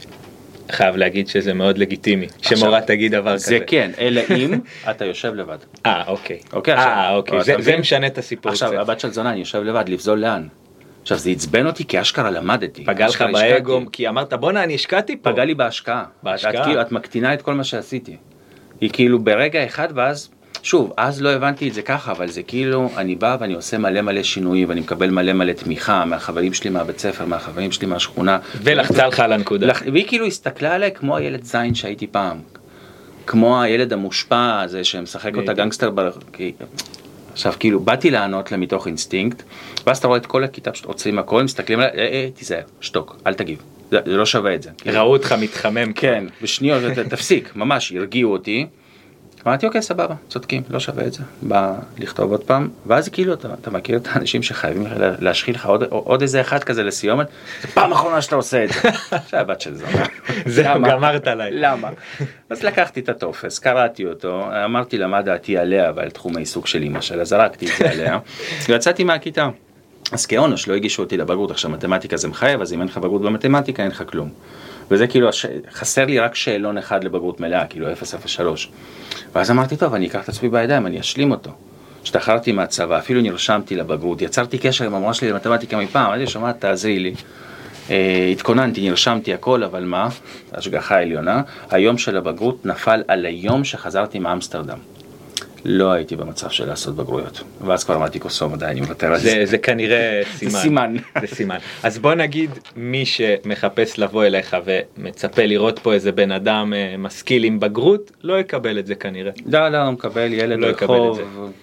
Speaker 2: חייב להגיד שזה מאוד לגיטימי, שמורה תגיד דבר כזה.
Speaker 3: זה כן, אלא אם אתה יושב לבד.
Speaker 2: אה, אוקיי.
Speaker 3: אוקיי,
Speaker 2: אה, אוקיי, זה משנה את הסיפור.
Speaker 3: עכשיו, הבת של זונה, אני יושב לבד, לבזול לאן. עכשיו, זה עצבן אותי כי אשכרה למדתי.
Speaker 2: פגע לך באגו, כי אמרת, בוא'נה, אני השקעתי פה.
Speaker 3: פגע לי בהשקעה.
Speaker 2: בהשקעה.
Speaker 3: את מקטינה את כל מה שעשיתי. היא כאילו ברגע אחד, ואז, שוב, אז לא הבנתי את זה ככה, אבל זה כאילו, אני בא ואני עושה מלא מלא שינויים, ואני מקבל מלא מלא תמיכה מהחברים שלי מהבית ספר, מהחברים שלי מהשכונה.
Speaker 2: ולחצה לך על הנקודה.
Speaker 3: והיא כאילו הסתכלה עליי כמו הילד זין שהייתי פעם. כמו הילד המושפע הזה שמשחק אותה גנגסטר ברחוב. עכשיו, כאילו, באתי לענות לה מתוך אינסטינקט, ואז אתה רואה את כל הכיתה פשוט עוצרים הכל, מסתכלים עליי, אה, אה, תיזהר, שתוק, אל תגיב. זה, זה לא שווה את זה.
Speaker 2: ראו אותך מתחמם.
Speaker 3: כן, בשניות, תפסיק, ממש, הרגיעו אותי. אמרתי, אוקיי, סבבה, צודקים, לא שווה את זה. בא לכתוב עוד פעם, ואז כאילו, אתה, אתה מכיר את האנשים שחייבים להשחיל לך עוד, עוד איזה אחד כזה לסיומת, זה פעם אחרונה שאתה עושה את זה. שהבת של זונה.
Speaker 2: זהו, גמרת עליי.
Speaker 3: למה? אז לקחתי את הטופס, קראתי אותו, אמרתי לה מה דעתי עליה ועל תחום העיסוק של אמא שלה, זרקתי את זה עליה, ויצאתי מהכיתה. אז כעונש לא הגישו אותי לבגרות, עכשיו מתמטיקה זה מחייב, אז אם אין לך בגרות במתמטיקה אין לך כלום. וזה כאילו, חסר לי רק שאלון אחד לבגרות מלאה, כאילו אפס אפס שלוש. ואז אמרתי, טוב, אני אקח את עצמי בידיים, אני אשלים אותו. השתחררתי מהצבא, אפילו נרשמתי לבגרות, יצרתי קשר עם המורה שלי למתמטיקה מפעם, אני שומעת, תעזרי לי. התכוננתי, נרשמתי הכל, אבל מה? השגחה העליונה. היום של הבגרות נפל על היום שחזרתי מאמסטרדם. לא הייתי במצב של לעשות בגרויות. ואז כבר אמרתי קוסום, עדיין אני מוותר על
Speaker 2: זה,
Speaker 3: זה.
Speaker 2: זה כנראה סימן.
Speaker 3: זה סימן.
Speaker 2: זה סימן. אז בוא נגיד, מי שמחפש לבוא אליך ומצפה לראות פה איזה בן אדם משכיל עם בגרות, לא יקבל את זה כנראה.
Speaker 3: לא, לא, הוא מקבל ילד
Speaker 2: לא
Speaker 3: רחוב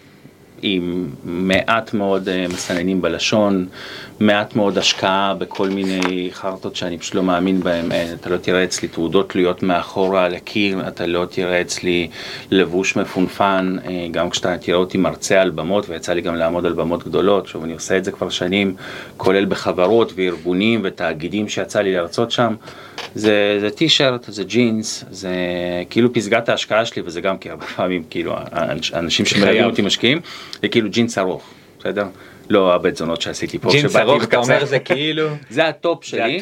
Speaker 3: עם מעט מאוד מסננים בלשון, מעט מאוד השקעה בכל מיני חרטות שאני פשוט לא מאמין בהם. אתה לא תראה אצלי תעודות תלויות מאחורה על הקיר, אתה לא תראה אצלי לבוש מפונפן, גם כשאתה תראה אותי מרצה על במות, ויצא לי גם לעמוד על במות גדולות, שוב אני עושה את זה כבר שנים, כולל בחברות וארגונים ותאגידים שיצא לי להרצות שם. זה, זה טי-שירט, זה ג'ינס, זה כאילו פסגת ההשקעה שלי, וזה גם כי הרבה פעמים כאילו האנשים שמלווים אותי משקיעים, זה כאילו ג'ינס ארוך, בסדר? לא הבית זונות שעשיתי פה.
Speaker 2: ג'ינס ארוך, אתה אומר זה כאילו?
Speaker 3: זה הטופ שלי.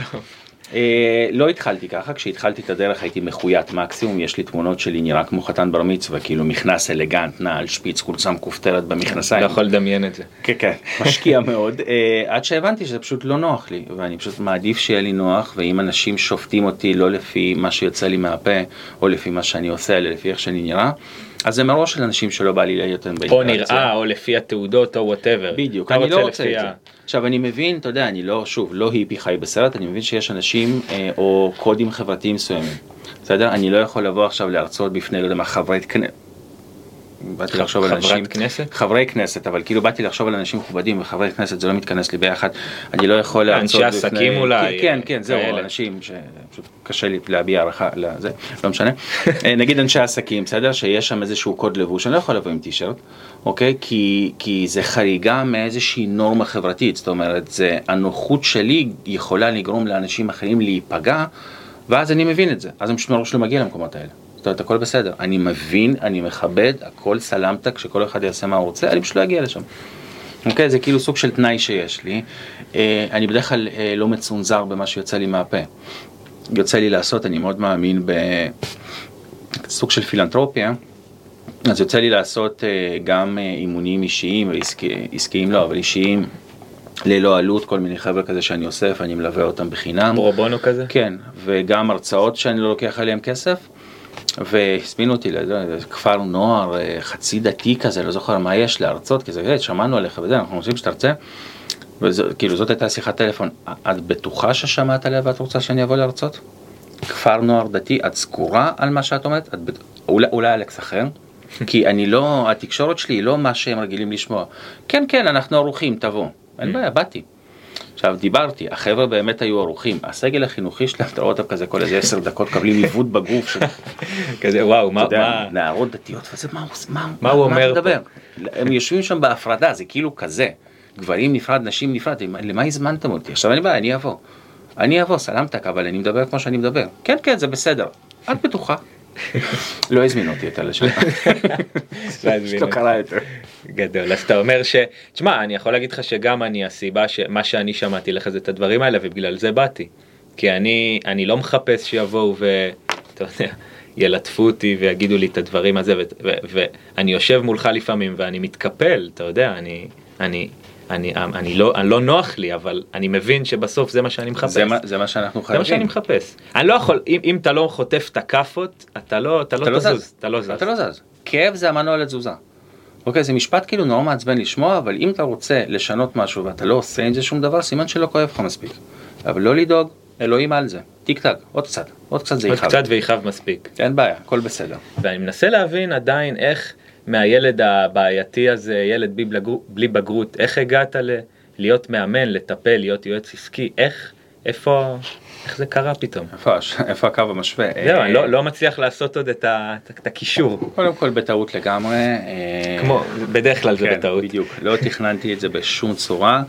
Speaker 3: לא התחלתי ככה, כשהתחלתי את הדרך הייתי מחויית מקסימום, יש לי תמונות שלי נראה כמו חתן בר מצווה, כאילו מכנס אלגנט, נעל, שפיץ, קולצם כופתרת במכנסיים.
Speaker 2: לא יכול לדמיין את זה.
Speaker 3: כן, כן, משקיע מאוד, עד שהבנתי שזה פשוט לא נוח לי, ואני פשוט מעדיף שיהיה לי נוח, ואם אנשים שופטים אותי לא לפי מה שיוצא לי מהפה, או לפי מה שאני עושה, אלא לפי איך שאני נראה, אז זה מראש של אנשים שלא בא לי להיות באינטראקציה.
Speaker 2: או נראה, או לפי התעודות, או whatever.
Speaker 3: בדיוק, אני לא רוצה את זה. עכשיו אני מבין, אתה יודע, אני לא, שוב, לא היפי חי בסרט, אני מבין שיש אנשים אה, או קודים חברתיים מסוימים. בסדר? אני לא יכול לבוא עכשיו להרצות בפני, לא יודע מה, חברת כנסת. באתי לחשוב על אנשים...
Speaker 2: חברת כנסת?
Speaker 3: חברי כנסת, אבל כאילו באתי לחשוב על אנשים מכובדים, וחברי כנסת זה לא מתכנס לי ביחד. אני לא יכול להרצות
Speaker 2: בפני... אנשי עסקים אולי.
Speaker 3: כן, כן, זהו, אנשים שפשוט קשה לי להביע הערכה לזה, לא משנה. נגיד אנשי עסקים, בסדר? שיש שם איזשהו קוד לבוש, אני לא יכול לבוא עם טישרט, אוקיי? כי, כי זה חריגה מאיזושהי נורמה חברתית, זאת אומרת, זה, הנוחות שלי יכולה לגרום לאנשים אחרים להיפגע, ואז אני מבין את זה. אז אני פשוט מראש לא מגיע למקומות האלה. זאת אומרת, הכל בסדר. אני מבין, אני מכבד, הכל סלמת, כשכל אחד יעשה מה הוא רוצה, אני פשוט לא אגיע לשם. אוקיי? זה כאילו סוג של תנאי שיש לי. אני בדרך כלל לא מצונזר במה שיוצא לי מהפה. יוצא לי לעשות, אני מאוד מאמין בסוג של פילנטרופיה, אז יוצא לי לעשות גם אימונים אישיים, עסקיים לא, אבל אישיים, ללא עלות, כל מיני חבר'ה כזה שאני אוסף, אני מלווה אותם בחינם.
Speaker 2: פרו-בונו כזה?
Speaker 3: כן, וגם הרצאות שאני לא לוקח עליהם כסף, והסמינו אותי לכפר נוער, חצי דתי כזה, לא זוכר מה יש להרצות, כי זה, שמענו עליך וזה, אנחנו רוצים שתרצה, וכאילו זאת הייתה שיחת טלפון, את בטוחה ששמעת עליה ואת רוצה שאני אבוא להרצות? כפר נוער דתי, את סגורה על מה שאת אומרת? את, אולי, אולי אלכס אחר? כי אני לא, התקשורת שלי היא לא מה שהם רגילים לשמוע. כן, כן, אנחנו ערוכים, תבוא. אין בעיה, באתי. עכשיו, דיברתי, החבר'ה באמת היו ערוכים. הסגל החינוכי שלהם, אתה רואה אותם כזה כל איזה עשר דקות, קבלים עיוות בגוף.
Speaker 2: כזה, וואו, מה...
Speaker 3: נערות דתיות, וזה,
Speaker 2: מה הוא אומר פה?
Speaker 3: הם יושבים שם בהפרדה, זה כאילו כזה. גברים נפרד, נשים נפרד, למה הזמנתם אותי? עכשיו אני בא, אני אבוא. אני אבוא, סלמתק, אבל אני מדבר כמו שאני מדבר. כן, כן, זה בסדר. את בטוחה. לא הזמין אותי יותר לשם. לא קרה יותר.
Speaker 2: גדול. אז אתה אומר ש... תשמע, אני יכול להגיד לך שגם אני הסיבה שמה שאני שמעתי לך זה את הדברים האלה, ובגלל זה באתי. כי אני, אני לא מחפש שיבואו ו... אתה יודע, ילטפו אותי ויגידו לי את הדברים הזה, ואני יושב מולך לפעמים ואני מתקפל, אתה יודע, אני... אני אני, אני לא, אני לא נוח לי, אבל אני מבין שבסוף זה מה שאני מחפש.
Speaker 3: זה מה, זה מה שאנחנו חייבים.
Speaker 2: זה מה שאני מחפש. אני לא יכול, אם, אם אתה לא חוטף את הכפות, אתה לא, אתה לא תזוז. אתה לא זז.
Speaker 3: אתה לא זז. כאב זה המנוע לתזוזה. אוקיי, זה משפט כאילו נורא מעצבן לשמוע, אבל אם אתה רוצה לשנות משהו ואתה לא עושה עם זה שום דבר, סימן שלא כואב לך מספיק. אבל לא לדאוג, אלוהים על זה. טיק טק, עוד קצת. עוד קצת זה יחב.
Speaker 2: עוד קצת ויחב מספיק.
Speaker 3: אין בעיה, הכל בסדר.
Speaker 2: ואני מנסה להבין עדיין איך מהילד הבעייתי הזה, ילד בלי, בלגר... בלי בגרות, איך הגעת ל... להיות מאמן, לטפל, להיות יועץ עסקי, איך, איפה, איך זה קרה פתאום?
Speaker 3: איפה, איפה הקו המשווה?
Speaker 2: זהו, אני לא, לא מצליח לעשות עוד את, ה... את הקישור.
Speaker 3: קודם כל בטעות לגמרי.
Speaker 2: כמו, בדרך כלל זה
Speaker 3: כן,
Speaker 2: בטעות.
Speaker 3: בדיוק, לא תכננתי את זה בשום צורה.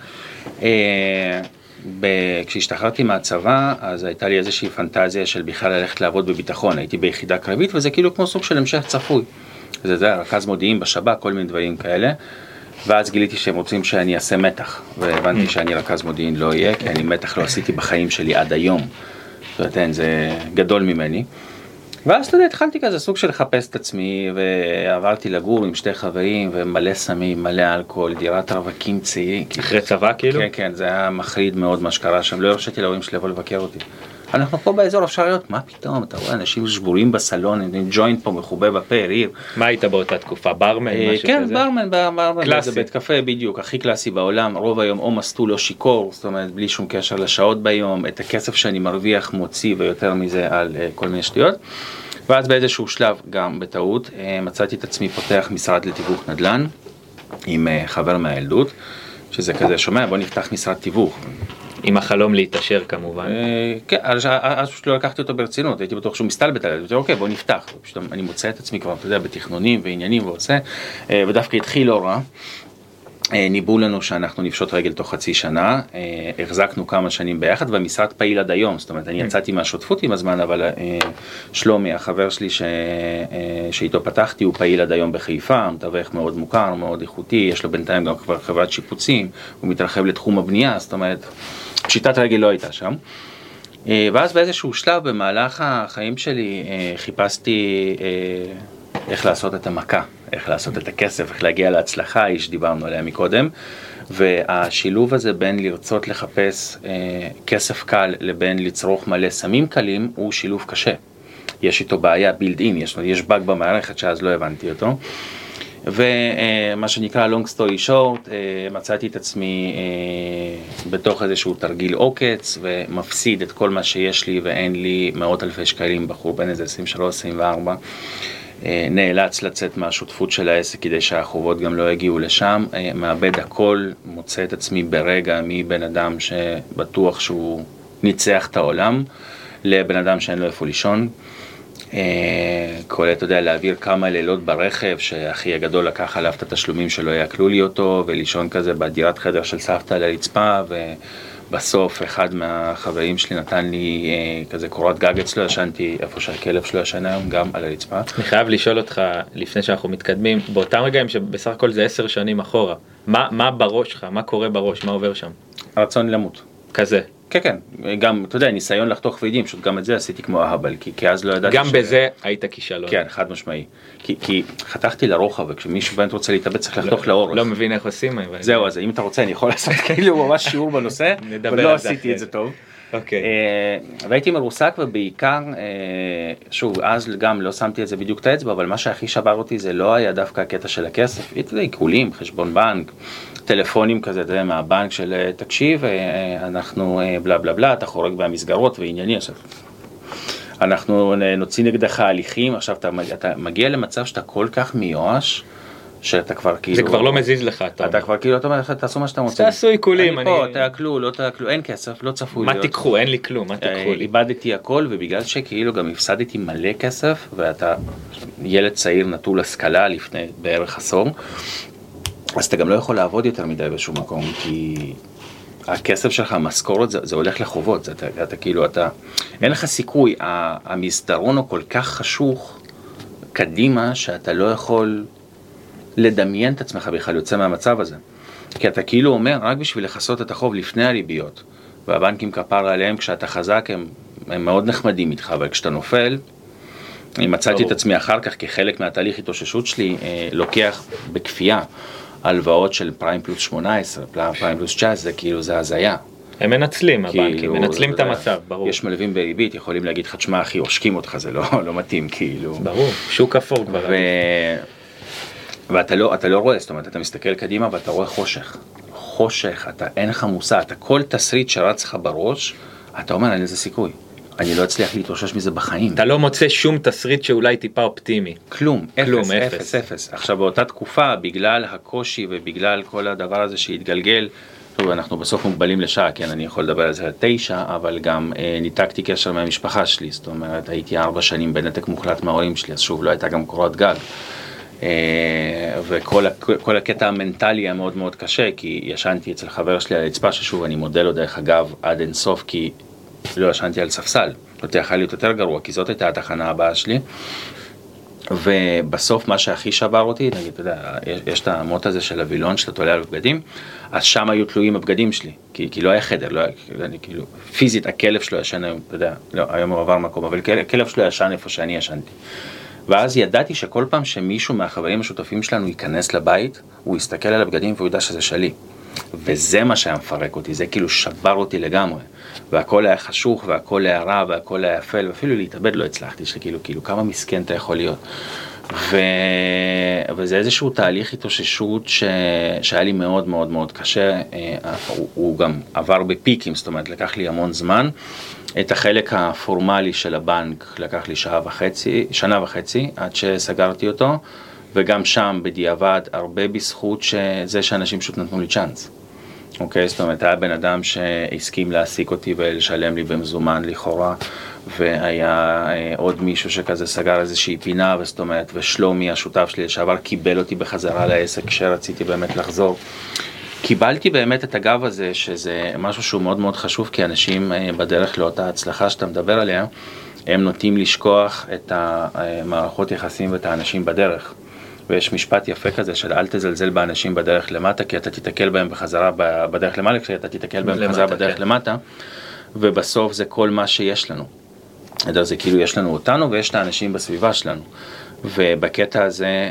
Speaker 3: כשהשתחררתי מהצבא, אז הייתה לי איזושהי פנטזיה של בכלל ללכת לעבוד בביטחון, הייתי ביחידה קרבית, וזה כאילו כמו סוג של המשך צפוי. זה זה, רכז מודיעין בשב"כ, כל מיני דברים כאלה, ואז גיליתי שהם רוצים שאני אעשה מתח, והבנתי שאני רכז מודיעין לא יהיה, כי אני מתח לא עשיתי בחיים שלי עד היום, זאת אומרת, זה גדול ממני, ואז אתה יודע, התחלתי כזה סוג של לחפש את עצמי, ועברתי לגור עם שתי חברים, ומלא סמים, מלא אלכוהול, דירת רווקים צעירים.
Speaker 2: אחרי צבא כאילו?
Speaker 3: כן, כן, זה היה מחריד מאוד מה שקרה שם, לא הרשיתי להורים שלי לבוא לבקר אותי. אנחנו פה באזור אפשר להיות, מה פתאום, אתה רואה, אנשים שבורים בסלון, ג'וינט פה מחובה בפה, ריר.
Speaker 2: מה היית באותה תקופה? ברמן, משהו כזה?
Speaker 3: כן, ברמן, ברמן,
Speaker 2: קלאסי.
Speaker 3: זה בית קפה, בדיוק, הכי קלאסי בעולם, רוב היום או מסטול או שיקור, זאת אומרת, בלי שום קשר לשעות ביום, את הכסף שאני מרוויח מוציא ויותר מזה על כל מיני שטויות. ואז באיזשהו שלב, גם בטעות, מצאתי את עצמי פותח משרד לתיווך נדל"ן, עם חבר מהילדות, שזה כזה, שומע, בוא נפתח משרד תיווך.
Speaker 2: עם החלום להתעשר כמובן.
Speaker 3: כן, אז פשוט לא לקחתי אותו ברצינות, הייתי בטוח שהוא מסתלבט עליי, ואומר, אוקיי, בוא נפתח. פשוט אני מוצא את עצמי כבר, אתה יודע, בתכנונים ועניינים ועושה, ודווקא התחיל לא רע. ניבאו לנו שאנחנו נפשוט רגל תוך חצי שנה, החזקנו כמה שנים ביחד, והמשרד פעיל עד היום, זאת אומרת, אני יצאתי מהשותפות עם הזמן, אבל שלומי, החבר שלי ש... שאיתו פתחתי, הוא פעיל עד היום בחיפה, מתווך מאוד מוכר, מאוד איכותי, יש לו בינתיים גם כבר חברת שיפוצים, הוא מתרחב לתחום הבנייה, זאת אומרת, פשיטת רגל לא הייתה שם. ואז באיזשהו שלב במהלך החיים שלי חיפשתי איך לעשות את המכה, איך לעשות את הכסף, איך להגיע להצלחה, איש דיברנו עליה מקודם, והשילוב הזה בין לרצות לחפש אה, כסף קל לבין לצרוך מלא סמים קלים, הוא שילוב קשה. יש איתו בעיה בילד אין, יש, יש באג במערכת שאז לא הבנתי אותו. ומה שנקרא long story short, מצאתי את עצמי בתוך איזשהו תרגיל עוקץ ומפסיד את כל מה שיש לי ואין לי מאות אלפי שקלים, בחור בין איזה עשרים ושלוש עשרים וארבע, נאלץ לצאת מהשותפות של העסק כדי שהחובות גם לא יגיעו לשם, מאבד הכל, מוצא את עצמי ברגע מבן אדם שבטוח שהוא ניצח את העולם לבן אדם שאין לו איפה לישון. כולל, אתה יודע, להעביר כמה לילות ברכב שהכי הגדול לקח עליו את התשלומים שלא יעקלו לי אותו, ולישון כזה בדירת חדר של סבתא על הרצפה, ובסוף אחד מהחברים שלי נתן לי כזה קורת גג אצלו, ישנתי איפה שהכלב שלו ישן היום, גם על הרצפה.
Speaker 2: אני חייב לשאול אותך, לפני שאנחנו מתקדמים, באותם רגעים שבסך הכל זה עשר שנים אחורה, מה, מה בראש שלך, מה קורה בראש, מה עובר שם?
Speaker 3: הרצון למות.
Speaker 2: כזה.
Speaker 3: כן, כן, גם, אתה יודע, ניסיון לחתוך ורידים, פשוט גם את זה עשיתי כמו אהבל, כי, כי אז לא ידעתי
Speaker 2: גם ש... בזה היית כישלון.
Speaker 3: כן, חד משמעי. כי, כי חתכתי לרוחב, וכשמישהו באמת רוצה להתאבד, צריך לחתוך לאורך.
Speaker 2: לא מבין איך עושים. אבל...
Speaker 3: זהו, אז אם אתה רוצה, אני יכול לעשות כאילו ממש שיעור בנושא, אבל לא עשיתי את זה טוב.
Speaker 2: אוקיי.
Speaker 3: והייתי מרוסק, ובעיקר, שוב, אז גם לא שמתי את זה בדיוק את האצבע, אבל מה שהכי שבר אותי זה לא היה דווקא הקטע של הכסף, הייתי עיקולים, חשבון בנק, טלפונים כזה, אתה יודע, מהבנק של תקשיב, אנחנו בלה בלה בלה, אתה חורג במסגרות וענייני, עכשיו, אנחנו נוציא נגדך הליכים, עכשיו אתה, אתה מגיע למצב שאתה כל כך מיואש, שאתה כבר כאילו...
Speaker 2: זה כבר לא מזיז לך, אתה...
Speaker 3: אתה כבר כאילו, אתה אומר, תעשו מה שאתה רוצה.
Speaker 2: תעשו עיקולים,
Speaker 3: אני פה, תעקלו, לא תעקלו, אין כסף, לא צפוי להיות.
Speaker 2: מה תיקחו? אין לי כלום, מה תיקחו לי?
Speaker 3: איבדתי הכל, ובגלל שכאילו גם הפסדתי מלא כסף, ואתה ילד צעיר נטול השכלה לפני בערך עשור, אז אתה גם לא יכול לעבוד יותר מדי בשום מקום, כי הכסף שלך, המשכורת, זה, זה הולך לחובות, זה, אתה, אתה כאילו, אתה, אין לך סיכוי, המסדרון הוא כל כך חשוך קדימה, שאתה לא יכול לדמיין את עצמך בכלל יוצא מהמצב הזה. כי אתה כאילו אומר, רק בשביל לחסות את החוב לפני הריביות, והבנקים כפר עליהם, כשאתה חזק, הם, הם מאוד נחמדים איתך, אבל כשאתה נופל, אני מצאתי את עצמי אחר כך, כחלק מהתהליך התאוששות שלי, אה, לוקח בכפייה, הלוואות של פריים פלוס שמונה עשרה, פריים פלוס תשע עשרה, כאילו זה הזיה.
Speaker 2: הם מנצלים, הבנקים, מנצלים את המצב, ברור.
Speaker 3: יש מלווים בריבית, יכולים להגיד לך, תשמע אחי, עושקים אותך, זה לא, לא מתאים, כאילו.
Speaker 2: ברור, שוק אפור כבר.
Speaker 3: ו... ואתה לא, אתה לא רואה, זאת אומרת, אתה מסתכל קדימה ואתה רואה חושך. חושך, אתה, אין לך מושג, אתה כל תסריט שרץ לך בראש, אתה אומר, אין לזה סיכוי. אני לא אצליח להתאושש מזה בחיים.
Speaker 2: אתה לא מוצא שום תסריט שאולי טיפה אופטימי.
Speaker 3: כלום,
Speaker 2: כלום,
Speaker 3: אפס, אפס, אפס, אפס. עכשיו, באותה תקופה, בגלל הקושי ובגלל כל הדבר הזה שהתגלגל, טוב, אנחנו בסוף מוגבלים לשעה, כן, אני יכול לדבר על זה על תשע, אבל גם אה, ניתקתי קשר מהמשפחה שלי, זאת אומרת, הייתי ארבע שנים בנתק מוחלט מההורים שלי, אז שוב, לא הייתה גם קורת גג. וכל כל הקטע המנטלי היה מאוד מאוד קשה, כי ישנתי אצל חבר שלי על הרצפה, ששוב אני מודה לו דרך אגב עד אינסוף, כי לא ישנתי על ספסל, לא תהיה להיות יותר גרוע, כי זאת הייתה התחנה הבאה שלי. ובסוף מה שהכי שבר אותי, נגיד, אתה יודע, יש, יש את המוט הזה של הווילון שאתה תולה על הבגדים, אז שם היו תלויים הבגדים שלי, כי, כי לא היה חדר, לא היה, אני, כאילו, פיזית הכלב שלו ישן היום, אתה יודע, לא, היום הוא עבר מקום, אבל הכלב שלו ישן איפה שאני ישנתי. ואז ידעתי שכל פעם שמישהו מהחברים השותפים שלנו ייכנס לבית, הוא יסתכל על הבגדים והוא ידע שזה שלי. וזה מה שהיה מפרק אותי, זה כאילו שבר אותי לגמרי. והכל היה חשוך, והכל היה רע, והכל היה אפל, ואפילו להתאבד לא הצלחתי, שכאילו, כאילו, כמה מסכן אתה יכול להיות. ו... וזה איזשהו תהליך התאוששות ש... שהיה לי מאוד מאוד מאוד קשה, הוא, הוא גם עבר בפיקים, זאת אומרת, לקח לי המון זמן. את החלק הפורמלי של הבנק לקח לי שעה וחצי, שנה וחצי, עד שסגרתי אותו, וגם שם בדיעבד הרבה בזכות שזה שאנשים פשוט נתנו לי צ'אנס. אוקיי, זאת אומרת, היה בן אדם שהסכים להעסיק אותי ולשלם לי במזומן לכאורה, והיה עוד מישהו שכזה סגר איזושהי פינה, וזאת אומרת, ושלומי, השותף שלי לשעבר, קיבל אותי בחזרה לעסק כשרציתי באמת לחזור. קיבלתי באמת את הגב הזה, שזה משהו שהוא מאוד מאוד חשוב, כי אנשים בדרך לאותה הצלחה שאתה מדבר עליה, הם נוטים לשכוח את המערכות יחסים ואת האנשים בדרך. ויש משפט יפה כזה של אל תזלזל באנשים בדרך למטה, כי אתה תתקל בהם בחזרה בדרך למעלה, כשאתה תתקל בהם בחזרה בדרך למטה, ובסוף זה כל מה שיש לנו. זה כאילו יש לנו אותנו ויש את האנשים בסביבה שלנו. ובקטע הזה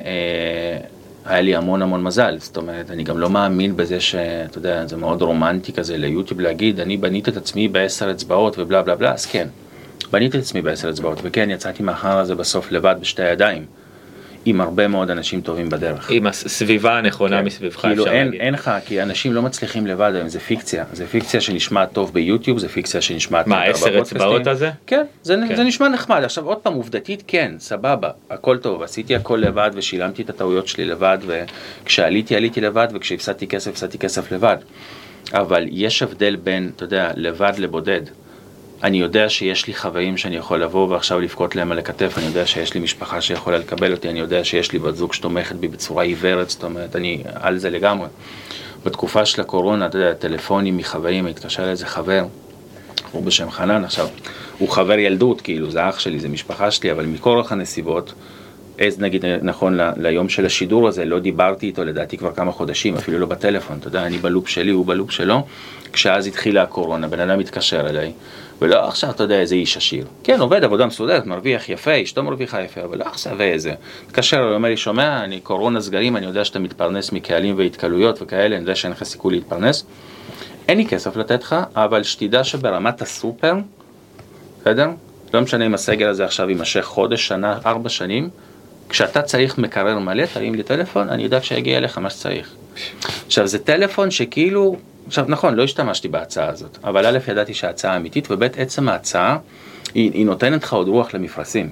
Speaker 3: היה לי המון המון מזל, זאת אומרת, אני גם לא מאמין בזה שאתה יודע, זה מאוד רומנטי כזה ליוטיוב להגיד, אני בניתי את עצמי בעשר אצבעות ובלה בלה בלה, אז כן, בניתי את עצמי בעשר אצבעות, וכן, יצאתי מאחר הזה בסוף לבד בשתי הידיים. עם הרבה מאוד אנשים טובים בדרך.
Speaker 2: עם הסביבה הנכונה
Speaker 3: כן.
Speaker 2: מסביבך,
Speaker 3: כאילו
Speaker 2: אפשר
Speaker 3: אין,
Speaker 2: להגיד.
Speaker 3: אין לך, כי אנשים לא מצליחים לבד, זה פיקציה. זה פיקציה שנשמעת טוב ביוטיוב, זה פיקציה שנשמעת טוב
Speaker 2: מה, עשר אצבעות הזה?
Speaker 3: כן, זה,
Speaker 2: כן.
Speaker 3: זה נשמע נחמד. עכשיו עוד פעם, עובדתית כן, סבבה, הכל טוב. עשיתי הכל לבד ושילמתי את הטעויות שלי לבד, וכשעליתי, עליתי לבד, וכשהפסדתי כסף, הפסדתי כסף לבד. אבל יש הבדל בין, אתה יודע, לבד לבודד. אני יודע שיש לי חוואים שאני יכול לבוא ועכשיו לפקוט להם על הכתף, אני יודע שיש לי משפחה שיכולה לקבל אותי, אני יודע שיש לי בת זוג שתומכת בי בצורה עיוורת, זאת אומרת, אני על זה לגמרי. בתקופה של הקורונה, אתה יודע, טלפונים מחוואים, התקשר לאיזה חבר, הוא בשם חנן עכשיו, הוא חבר ילדות, כאילו, זה אח שלי, זה משפחה שלי, אבל מכורח הנסיבות, אז נגיד נכון ליום של השידור הזה, לא דיברתי איתו לדעתי כבר כמה חודשים, אפילו לא בטלפון, אתה יודע, אני בלופ שלי, הוא בלופ שלו, כשאז התחילה הקורונה, בן אדם מתקשר אליי, ולא עכשיו, אתה יודע, איזה איש עשיר. כן, עובד עבודה מסודרת, מרוויח יפה, אשתו מרוויחה יפה, אבל לא עכשיו איזה. מתקשר, הוא אומר לי, שומע, אני קורונה סגרים, אני יודע שאתה מתפרנס מקהלים והתקלויות וכאלה, אני יודע שאין לך סיכוי להתפרנס. אין לי כסף לתת לך, אבל שתדע שברמת הסופר, בסדר? לא משנה אם הסגל הזה עכשיו יימשך חודש, שנה, ארבע שנים, כשאתה צריך מקרר מלא, תרים לי טלפון, אני יודע שיגיע אליך מה שצריך. עכשיו, זה טלפון שכאילו, עכשיו, נכון, לא השתמשתי בהצעה הזאת, אבל א', ידעתי שההצעה אמיתית, וב', עצם ההצעה, היא, היא נותנת לך עוד רוח למפרשים.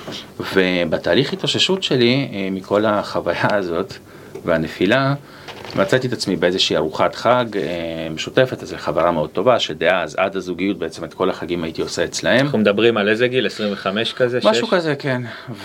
Speaker 3: ובתהליך התאוששות שלי, מכל החוויה הזאת והנפילה, מצאתי את עצמי באיזושהי ארוחת חג משותפת, איזו חברה מאוד טובה, שדאז עד הזוגיות בעצם את כל החגים הייתי עושה אצלהם.
Speaker 2: אנחנו מדברים על איזה גיל? עשרים וחמש כזה?
Speaker 3: משהו כזה, כן.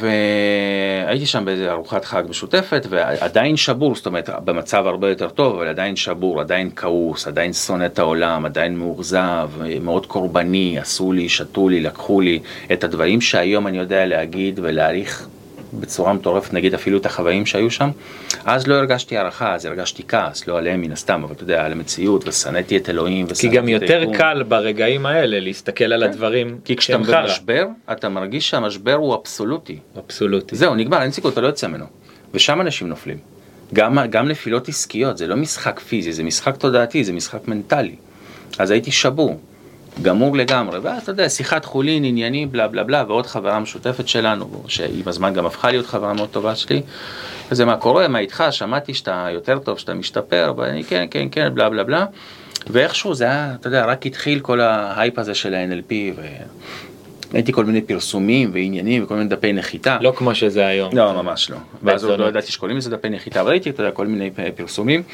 Speaker 3: והייתי שם באיזו ארוחת חג משותפת, ועדיין שבור, זאת אומרת, במצב הרבה יותר טוב, אבל עדיין שבור, עדיין כעוס, עדיין שונא את העולם, עדיין מאוכזב, מאוד קורבני, עשו לי, שתו לי, לקחו לי את הדברים שהיום אני יודע להגיד ולהעריך בצורה מטורפת, נגיד אפילו את החוואים שהיו שם, אז לא הרגשתי הערכה, אז הרגשתי כעס, לא עליהם מן הסתם, אבל אתה יודע, על המציאות, ושנאתי את אלוהים,
Speaker 2: כי גם יותר קל ברגעים האלה להסתכל על הדברים.
Speaker 3: כי כשאתה במשבר, אתה מרגיש שהמשבר הוא אבסולוטי.
Speaker 2: אבסולוטי.
Speaker 3: זהו, נגמר, אין סיכוי, אתה לא יוצא ממנו. ושם אנשים נופלים. גם, גם נפילות עסקיות, זה לא משחק פיזי, זה משחק תודעתי, זה משחק מנטלי. אז הייתי שבור. גמור לגמרי, ואז אתה יודע, שיחת חולין, עניינים, בלה בלה בלה, ועוד חברה משותפת שלנו, שעם הזמן גם הפכה להיות חברה מאוד טובה שלי, וזה מה קורה, מה איתך, שמעתי שאתה יותר טוב, שאתה משתפר, ואני כן, כן, כן, בלה בלה בלה, ואיכשהו זה היה, אתה יודע, רק התחיל כל ההייפ הזה של ה-אן אל פי, והייתי כל מיני פרסומים ועניינים, וכל מיני דפי נחיתה.
Speaker 2: לא כמו שזה היום.
Speaker 3: לא, ממש לא. ואז עוד לא ידעתי שקוראים לזה דפי נחיתה, אבל הייתי, אתה יודע, כל מיני פרסומים.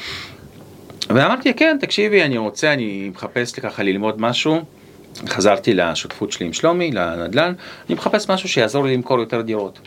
Speaker 3: ואמרתי, כן, תקשיבי, אני רוצה, אני מחפש ככה ללמוד משהו, חזרתי לשותפות שלי עם שלומי, לנדל"ן, אני מחפש משהו שיעזור לי למכור יותר דירות.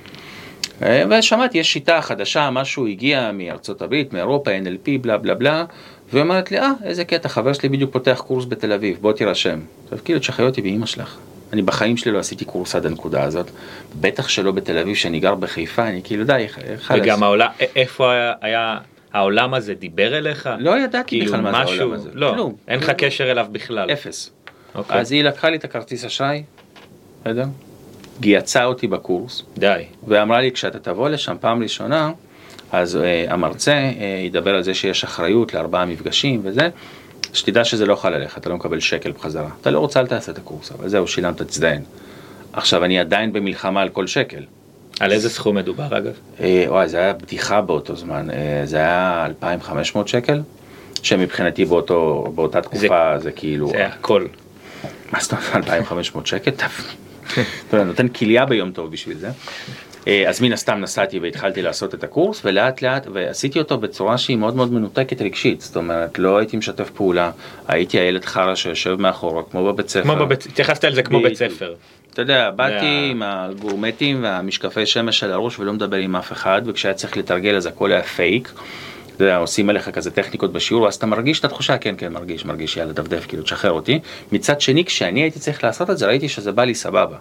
Speaker 3: ושמעתי, יש שיטה חדשה, משהו הגיע מארצות הברית, מאירופה, אן אל פי, בלה בלה בלה, ואומרת לי, אה, איזה קטע, חבר שלי בדיוק פותח קורס בתל אביב, בוא תירשם. עכשיו, כאילו, תשחררי אותי באמא שלך. אני בחיים שלי לא עשיתי קורס עד הנקודה הזאת, בטח שלא בתל אביב, שאני גר בחיפה, אני כאילו די, חלס.
Speaker 2: וגם העולם, איפה היה... העולם הזה דיבר אליך?
Speaker 3: לא ידעתי
Speaker 2: כאילו
Speaker 3: בכלל מה זה
Speaker 2: משהו,
Speaker 3: העולם הזה.
Speaker 2: לא,
Speaker 3: כלום.
Speaker 2: אין לך קשר אליו בכלל.
Speaker 3: אפס.
Speaker 2: אוקיי.
Speaker 3: אז היא לקחה לי את הכרטיס אשראי, בסדר? גייצה אותי בקורס,
Speaker 2: די.
Speaker 3: ואמרה לי, כשאתה תבוא לשם פעם ראשונה, אז המרצה ידבר על זה שיש אחריות לארבעה מפגשים וזה, שתדע שזה לא חל עליך, אתה לא מקבל שקל בחזרה. אתה לא רוצה, אל תעשה את הקורס, אבל זהו, שילמת, תצדיין. עכשיו, אני עדיין במלחמה על כל שקל.
Speaker 2: על איזה סכום מדובר, אגב?
Speaker 3: וואי, זה היה בדיחה באותו זמן. זה היה אלפיים וחמש מאות שקל, שמבחינתי באותו, באותה תקופה זה, זה כאילו...
Speaker 2: זה היה הכל.
Speaker 3: מה זאת אומרת, אלפיים וחמש מאות שקל? אתה נותן כליה ביום טוב בשביל זה. אז מן הסתם נסעתי והתחלתי לעשות את הקורס, ולאט לאט, ועשיתי אותו בצורה שהיא מאוד מאוד מנותקת רגשית, זאת אומרת, לא הייתי משתף פעולה, הייתי הילד חרה שיושב מאחורה, כמו בבית ספר.
Speaker 2: כמו בבית, התייחסת על זה כמו בית ספר.
Speaker 3: אתה יודע, באתי עם הגורמטים והמשקפי שמש על הראש ולא מדבר עם אף אחד, וכשהיה צריך לתרגל אז הכל היה פייק, אתה יודע, עושים עליך כזה טכניקות בשיעור, אז אתה מרגיש את התחושה, כן, כן, מרגיש, מרגיש, יאללה, דפדף, כאילו, תשחרר אותי. מצד שני, כשאני הייתי צריך לעשות את זה, ראיתי שזה בא לי סבבה.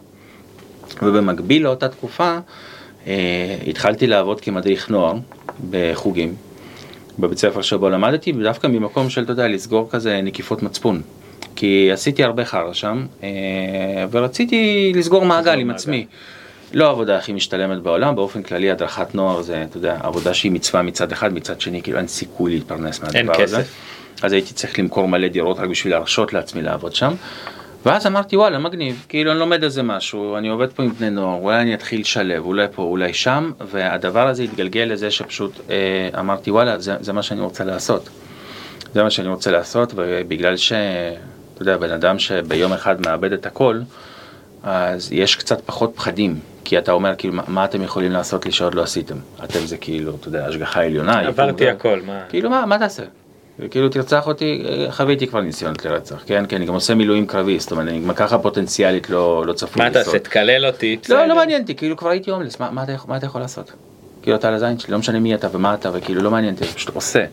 Speaker 3: ובמקביל לאותה תקופה, אה, התחלתי לעבוד כמדריך נוער בחוגים, בבית ספר שבו למדתי, ודווקא ממקום של, אתה יודע, לסגור כזה נקיפות מצפון. כי עשיתי הרבה חרא שם, אה, ורציתי לסגור מעגל עם עצמי. לא העבודה הכי משתלמת בעולם, באופן כללי הדרכת נוער זה, אתה יודע, עבודה שהיא מצווה מצד אחד, מצד שני, כאילו אין סיכוי להתפרנס מהדבר הזה. אין כסף. אז הייתי צריך למכור מלא דירות רק בשביל להרשות לעצמי לעבוד שם. ואז אמרתי, וואלה, מגניב, כאילו אני לומד איזה משהו, אני עובד פה עם בני נוער, אולי אני אתחיל לשלב, אולי פה, אולי שם, והדבר הזה התגלגל לזה שפשוט אה, אמרתי, וואלה, זה, זה מה שאני רוצה לעשות. זה מה שאני רוצה לעשות, ובגלל ש, אתה יודע, בן אדם שביום אחד מאבד את הכל, אז יש קצת פחות פחדים, כי אתה אומר, כאילו, מה, מה אתם יכולים לעשות לי שעוד לא עשיתם? אתם זה כאילו, אתה יודע, השגחה עליונה.
Speaker 2: עברתי הכל, מה?
Speaker 3: כאילו, מה, מה תעשה? כאילו, תרצח אותי, חוויתי כבר ניסיונות לרצח, כן? כי אני גם עושה מילואים קרבי, זאת אומרת, אני ככה פוטנציאלית לא, לא צפוי.
Speaker 2: מה תעשה? תקלל אותי?
Speaker 3: לא, לא מעניין אותי, כאילו, כבר הייתי הומלס, מה, מה, אתה, מה אתה יכול לעשות? כאילו, אתה על הזין שלי, לא משנה מי אתה ומה אתה, וכאילו, לא מעניין אותי, פשוט עושה.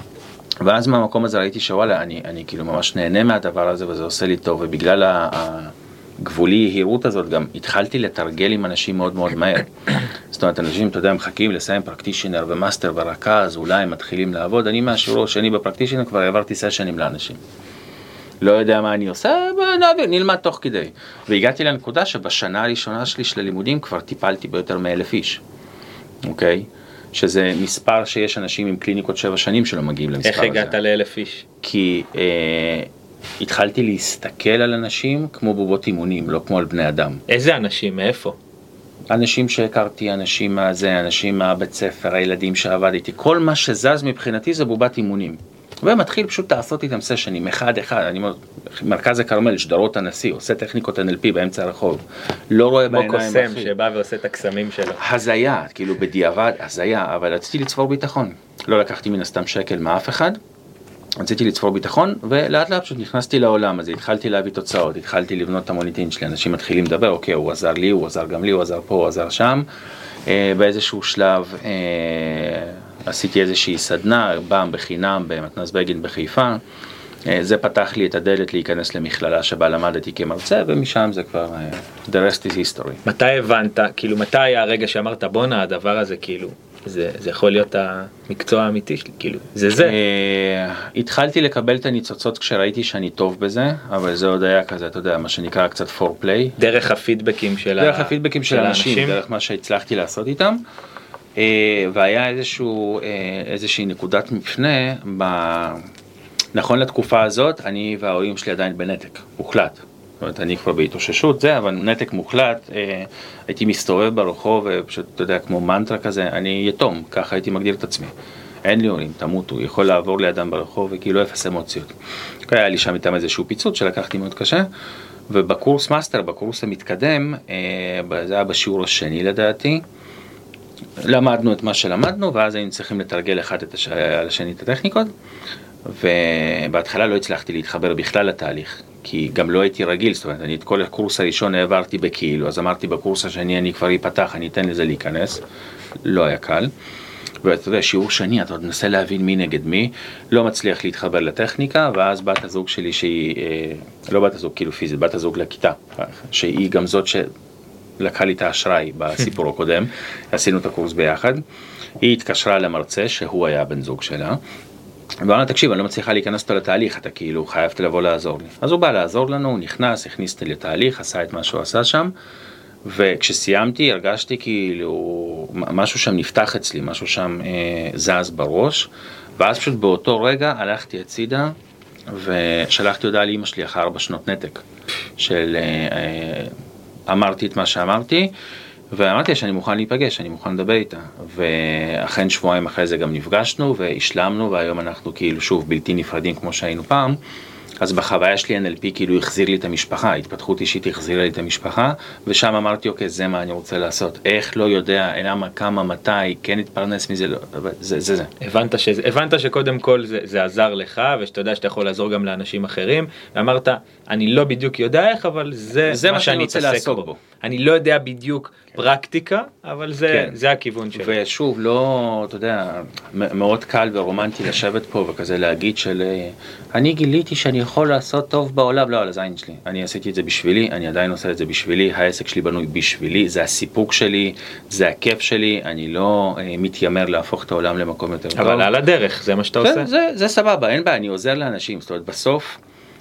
Speaker 3: ואז מהמקום הזה ראיתי שוואלה, אני, אני כאילו ממש נהנה מהדבר הזה, וזה עושה לי טוב, ובגלל ה... גבולי יהירות הזאת, גם התחלתי לתרגל עם אנשים מאוד מאוד מהר. זאת אומרת, אנשים, אתה יודע, מחכים לסיים פרקטישנר ומאסטר ורכז, אולי הם מתחילים לעבוד. אני מהשיעור שאני בפרקטישנר כבר עברתי סשנים לאנשים. לא יודע מה אני עושה, נעביר, נלמד תוך כדי. והגעתי לנקודה שבשנה הראשונה שלי של הלימודים כבר טיפלתי ביותר מאלף איש. אוקיי? שזה מספר שיש אנשים עם קליניקות שבע שנים שלא מגיעים למספר הזה.
Speaker 2: איך הגעת לאלף איש?
Speaker 3: כי... אה, התחלתי להסתכל על אנשים כמו בובות אימונים, לא כמו על בני אדם.
Speaker 2: איזה אנשים? מאיפה?
Speaker 3: אנשים שהכרתי, אנשים מהזה, אנשים מהבית ספר, הילדים שעבדתי, כל מה שזז מבחינתי זה בובת אימונים. ומתחיל פשוט לעשות איתם סשנים, אחד אחד, אני אומר, מרכז הכרמל, שדרות הנשיא, עושה טכניקות אן אל פי באמצע הרחוב, לא רואה בעיניים אחי.
Speaker 2: כמו קוסם שבא ועושה את הקסמים שלו.
Speaker 3: הזיה, כאילו בדיעבד, הזיה, אבל רציתי לצבור ביטחון. לא לקחתי מן הסתם שקל מאף אחד, רציתי לצפור ביטחון, ולאט לאט פשוט נכנסתי לעולם הזה, התחלתי להביא תוצאות, התחלתי לבנות את המוניטין שלי, אנשים מתחילים לדבר, אוקיי, הוא עזר לי, הוא עזר גם לי, הוא עזר פה, הוא עזר שם, אה, באיזשהו שלב אה, עשיתי איזושהי סדנה, פעם בחינם במתנ"ס בגין בחיפה, אה, זה פתח לי את הדלת להיכנס למכללה שבה למדתי כמרצה, ומשם זה כבר, אה, the rest is history.
Speaker 2: מתי הבנת, כאילו מתי היה הרגע שאמרת, בונה, הדבר הזה כאילו, זה, זה יכול להיות המקצוע האמיתי שלי, כאילו, זה זה.
Speaker 3: התחלתי לקבל את הניצוצות כשראיתי שאני טוב בזה, אבל זה עוד היה כזה, אתה יודע, מה שנקרא קצת פורפליי.
Speaker 2: דרך הפידבקים של האנשים.
Speaker 3: דרך הפידבקים של האנשים, דרך מה שהצלחתי לעשות איתם. והיה איזשהו, איזושהי נקודת מפנה, נכון לתקופה הזאת, אני וההורים שלי עדיין בנתק, מוחלט. זאת אומרת, אני כבר בהתאוששות, זה, אבל נתק מוחלט, אה, הייתי מסתובב ברחוב, ופשוט, אתה יודע, כמו מנטרה כזה, אני יתום, ככה הייתי מגדיר את עצמי. אין לי הורים, תמותו, יכול לעבור לידם ברחוב, וכאילו אפס אמוציות. היה לי שם איתם איזשהו פיצוץ שלקחתי מאוד קשה, ובקורס מאסטר, בקורס המתקדם, אה, זה היה בשיעור השני לדעתי, למדנו את מה שלמדנו, ואז היינו צריכים לתרגל אחד את הש... על השני את הטכניקות, ובהתחלה לא הצלחתי להתחבר בכלל לתהליך, כי גם לא הייתי רגיל, זאת אומרת, אני את כל הקורס הראשון העברתי בכאילו, אז אמרתי בקורס השני אני כבר ייפתח, אני אתן לזה להיכנס, לא היה קל, ואתה יודע, שיעור שני, אתה עוד מנסה להבין מי נגד מי, לא מצליח להתחבר לטכניקה, ואז בת הזוג שלי שהיא, לא בת הזוג כאילו פיזית, בת הזוג לכיתה, שהיא גם זאת שלקחה לי את האשראי בסיפור הקודם, עשינו את הקורס ביחד, היא התקשרה למרצה שהוא היה בן זוג שלה, ואמרנו, תקשיב, אני לא מצליחה להיכנס אותו לתהליך, אתה כאילו חייבת לבוא לעזור לי. אז הוא בא לעזור לנו, הוא נכנס, הכניס אותי לתהליך, עשה את מה שהוא עשה שם, וכשסיימתי הרגשתי כאילו משהו שם נפתח אצלי, משהו שם אה, זז בראש, ואז פשוט באותו רגע הלכתי הצידה, ושלחתי הודעה לאמא שלי אחרי ארבע שנות נתק, של אה, אה, אמרתי את מה שאמרתי, ואמרתי שאני מוכן להיפגש, אני מוכן לדבר איתה, ואכן שבועיים אחרי זה גם נפגשנו והשלמנו, והיום אנחנו כאילו שוב בלתי נפרדים כמו שהיינו פעם. אז בחוויה שלי אן אל פי כאילו החזיר לי את המשפחה, התפתחות אישית החזירה לי את המשפחה, ושם אמרתי, אוקיי, זה מה אני רוצה לעשות. איך לא יודע, למה, כמה, מתי, כן התפרנס מזה, לא, זה, זה, זה.
Speaker 2: הבנת, שזה, הבנת שקודם כל זה, זה עזר לך, ושאתה יודע שאתה יכול לעזור גם לאנשים אחרים, ואמרת, אני לא בדיוק יודע איך, אבל זה,
Speaker 3: זה
Speaker 2: מה שאני אתעסק בו. בו. אני לא יודע בדיוק פרקטיקה, אבל זה, כן. זה הכיוון שלי.
Speaker 3: ושוב, לא, אתה יודע, מאוד קל ורומנטי לשבת פה וכזה להגיד של, אני גיליתי שאני יכול לעשות טוב בעולם, לא, על הזין שלי. אני עשיתי את זה בשבילי, אני עדיין עושה את זה בשבילי, העסק שלי בנוי בשבילי, זה הסיפוק שלי, זה הכיף שלי, אני לא אה, מתיימר להפוך את העולם למקום יותר טוב.
Speaker 2: אבל על הדרך, זה מה שאתה עושה.
Speaker 3: זה, זה, זה סבבה, אין בעיה, אני עוזר לאנשים, זאת אומרת, בסוף,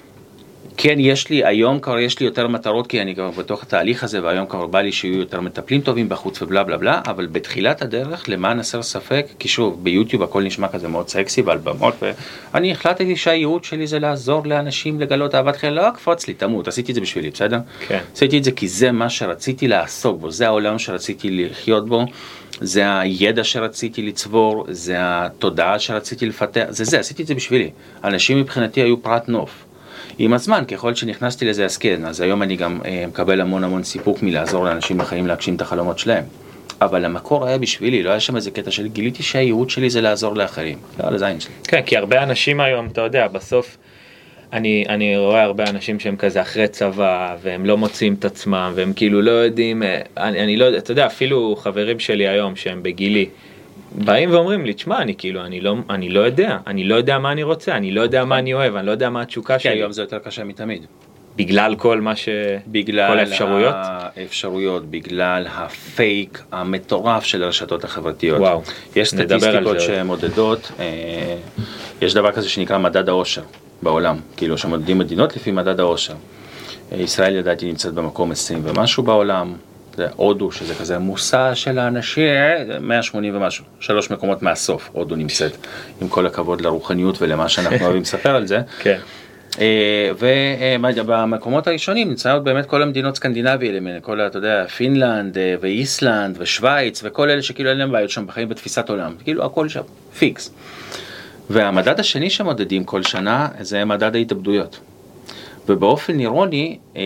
Speaker 3: כן, יש לי, היום כבר יש לי יותר מטרות, כי אני כבר בתוך התהליך הזה, והיום כבר בא לי שיהיו יותר מטפלים טובים בחוץ ובלה בלה בלה, אבל בתחילת הדרך, למען הסר ספק, כי שוב, ביוטיוב הכל נשמע כזה מאוד סקסי ועל במות, ואני החלטתי שהייעוד שלי זה לעזור לאנשים לגלות אהבת חיים, לא אקפוץ לי, תמות, עשיתי את זה בשבילי, בסדר?
Speaker 2: כן.
Speaker 3: עשיתי את זה כי זה מה שרציתי לעסוק בו, זה העולם שרציתי לחיות בו, זה הידע שרציתי לצבור, זה התודעה שרציתי לפתח, זה זה, עשיתי את זה בשבילי. אנשים מבחינתי היו פרט נוף. עם הזמן, ככל שנכנסתי לזה עסקן, אז היום אני גם אה, מקבל המון המון סיפוק מלעזור לאנשים בחיים להגשים את החלומות שלהם. אבל המקור היה בשבילי, לא היה שם איזה קטע של גיליתי שהייעוד שלי זה לעזור לאחרים. לא על הזין שלי.
Speaker 2: כן, כי הרבה אנשים היום, אתה יודע, בסוף, אני, אני רואה הרבה אנשים שהם כזה אחרי צבא, והם לא מוצאים את עצמם, והם כאילו לא יודעים, אני, אני לא יודע, אתה יודע, אפילו חברים שלי היום שהם בגילי, באים ואומרים לי, תשמע, אני כאילו, אני לא, אני לא יודע, אני לא יודע מה אני רוצה, אני לא יודע מה אני אוהב, אני לא יודע מה התשוקה שלי.
Speaker 3: כן, היום זה יותר קשה מתמיד.
Speaker 2: בגלל כל מה ש...
Speaker 3: בגלל
Speaker 2: כל האפשרויות?
Speaker 3: האפשרויות, בגלל הפייק המטורף של הרשתות החברתיות.
Speaker 2: וואו,
Speaker 3: יש סטטיסטיקות שמודדות, אה, יש דבר כזה שנקרא מדד האושר בעולם, כאילו שמודדים מדינות לפי מדד האושר. ישראל ידעתי נמצאת במקום עשרים ומשהו בעולם, זה הודו, שזה כזה מושא של האנשים, מאה ושמונים ומשהו, שלוש מקומות מהסוף, הודו נמצאת, עם כל הכבוד לרוחניות ולמה שאנחנו אוהבים לספר על זה.
Speaker 2: כן.
Speaker 3: ובמקומות הראשונים נמצאות באמת כל המדינות סקנדינביה, כל, אתה יודע, פינלנד ואיסלנד ושוויץ, וכל אלה שכאילו אין להם בעיות שם בחיים בתפיסת עולם, כאילו הכל שם, פיקס. והמדד השני שמודדים כל שנה, זה מדד ההתאבדויות. ובאופן אירוני, אה,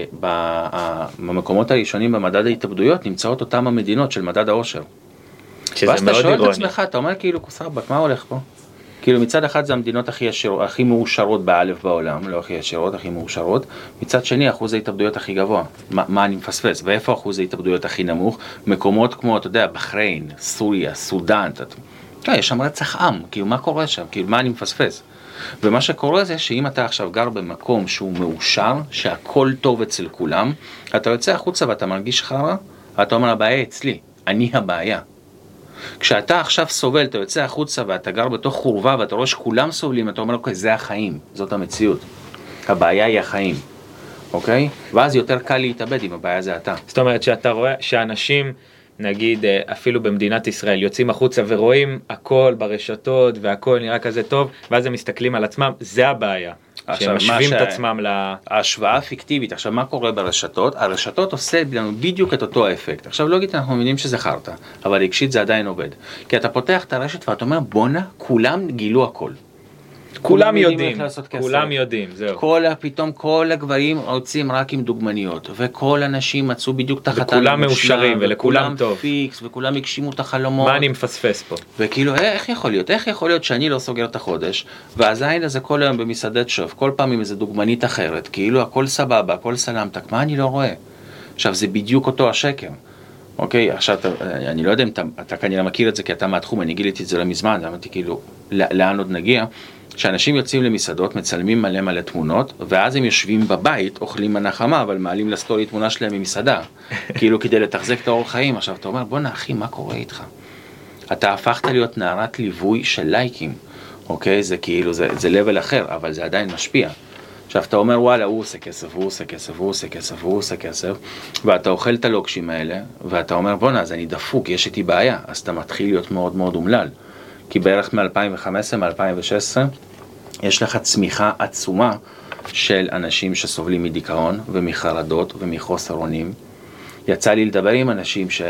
Speaker 3: במקומות הראשונים במדד ההתאבדויות נמצאות אותם המדינות של מדד האושר.
Speaker 2: שזה מאוד אירוני.
Speaker 3: ואז אתה שואל את עצמך, אתה אומר כאילו, כוסרבק, מה הולך פה? כאילו מצד אחד זה המדינות הכי, ישיר, הכי מאושרות באלף בעולם, לא הכי ישירות, הכי מאושרות. מצד שני, אחוז ההתאבדויות הכי גבוה. מה, מה אני מפספס? ואיפה אחוז ההתאבדויות הכי נמוך? מקומות כמו, אתה יודע, בחריין, סוריה, סודן, אתה... יש שם רצח עם, כאילו מה קורה שם? כאילו מה אני מפספס? ומה שקורה זה שאם אתה עכשיו גר במקום שהוא מאושר, שהכל טוב אצל כולם, אתה יוצא החוצה ואתה מרגיש חרא, אתה אומר הבעיה אצלי, אני הבעיה. כשאתה עכשיו סובל, אתה יוצא החוצה ואתה גר בתוך חורבה ואתה רואה שכולם סובלים, אתה אומר אוקיי, זה החיים, זאת המציאות. הבעיה היא החיים, אוקיי? ואז יותר קל להתאבד אם הבעיה זה אתה.
Speaker 2: זאת אומרת שאתה רואה שאנשים... נגיד אפילו במדינת ישראל יוצאים החוצה ורואים הכל ברשתות והכל נראה כזה טוב, ואז הם מסתכלים על עצמם, זה הבעיה, שהם משווים את עצמם ל...
Speaker 3: ההשוואה הפיקטיבית. עכשיו מה קורה ברשתות? הרשתות עושה לנו בדיוק את אותו האפקט. עכשיו לוגית אנחנו מבינים שזה חרטה, אבל רגשית זה עדיין עובד, כי אתה פותח את הרשת ואתה אומר בונה, כולם גילו הכל,
Speaker 2: כולם יודעים, כולם יודעים, זהו.
Speaker 3: כל, פתאום כל הגברים רוצים רק עם דוגמניות, וכל הנשים מצאו בדיוק תחת
Speaker 2: וכולם מאושרים, ולכולם טוב.
Speaker 3: פיקס, וכולם הגשימו את החלומות.
Speaker 2: מה אני מפספס פה?
Speaker 3: וכאילו, איך יכול להיות? איך יכול להיות שאני לא סוגר את החודש, והזין הזה כל היום במסעדת שוף, כל פעם עם איזה דוגמנית אחרת, כאילו הכל סבבה, הכל סלמתק, מה אני לא רואה? עכשיו, זה בדיוק אותו השקר. אוקיי, עכשיו, אני לא יודע אם אתה, אתה כנראה מכיר את זה, כי אתה מהתחום, אני גיליתי את זה לא מזמן, אמרתי כאילו, לאן עוד נגיע? שאנשים יוצאים למסעדות, מצלמים מלא מלא תמונות, ואז הם יושבים בבית, אוכלים מנה חמה, אבל מעלים לסטורי תמונה שלהם ממסעדה, כאילו כדי לתחזק את האורח חיים. עכשיו אתה אומר, בוא נאחי, מה קורה איתך? אתה הפכת להיות נערת ליווי של לייקים, אוקיי? זה כאילו, זה, זה level אחר, אבל זה עדיין משפיע. עכשיו, אתה אומר, וואלה, הוא עושה כסף, הוא עושה כסף, הוא עושה כסף, הוא עושה כסף, ואתה אוכל את הלוקשים האלה, ואתה אומר, בוא נה, אז אני דפוק, יש איתי בעיה, אז אתה מתחיל להיות מאוד מאוד אומלל. כי בערך מ-אלפיים וחמש עשרה, מ-אלפיים ושש עשרה, יש לך צמיחה עצומה של אנשים שסובלים מדיכאון, ומחרדות, ומחוסר אונים. יצא לי לדבר עם אנשים ש...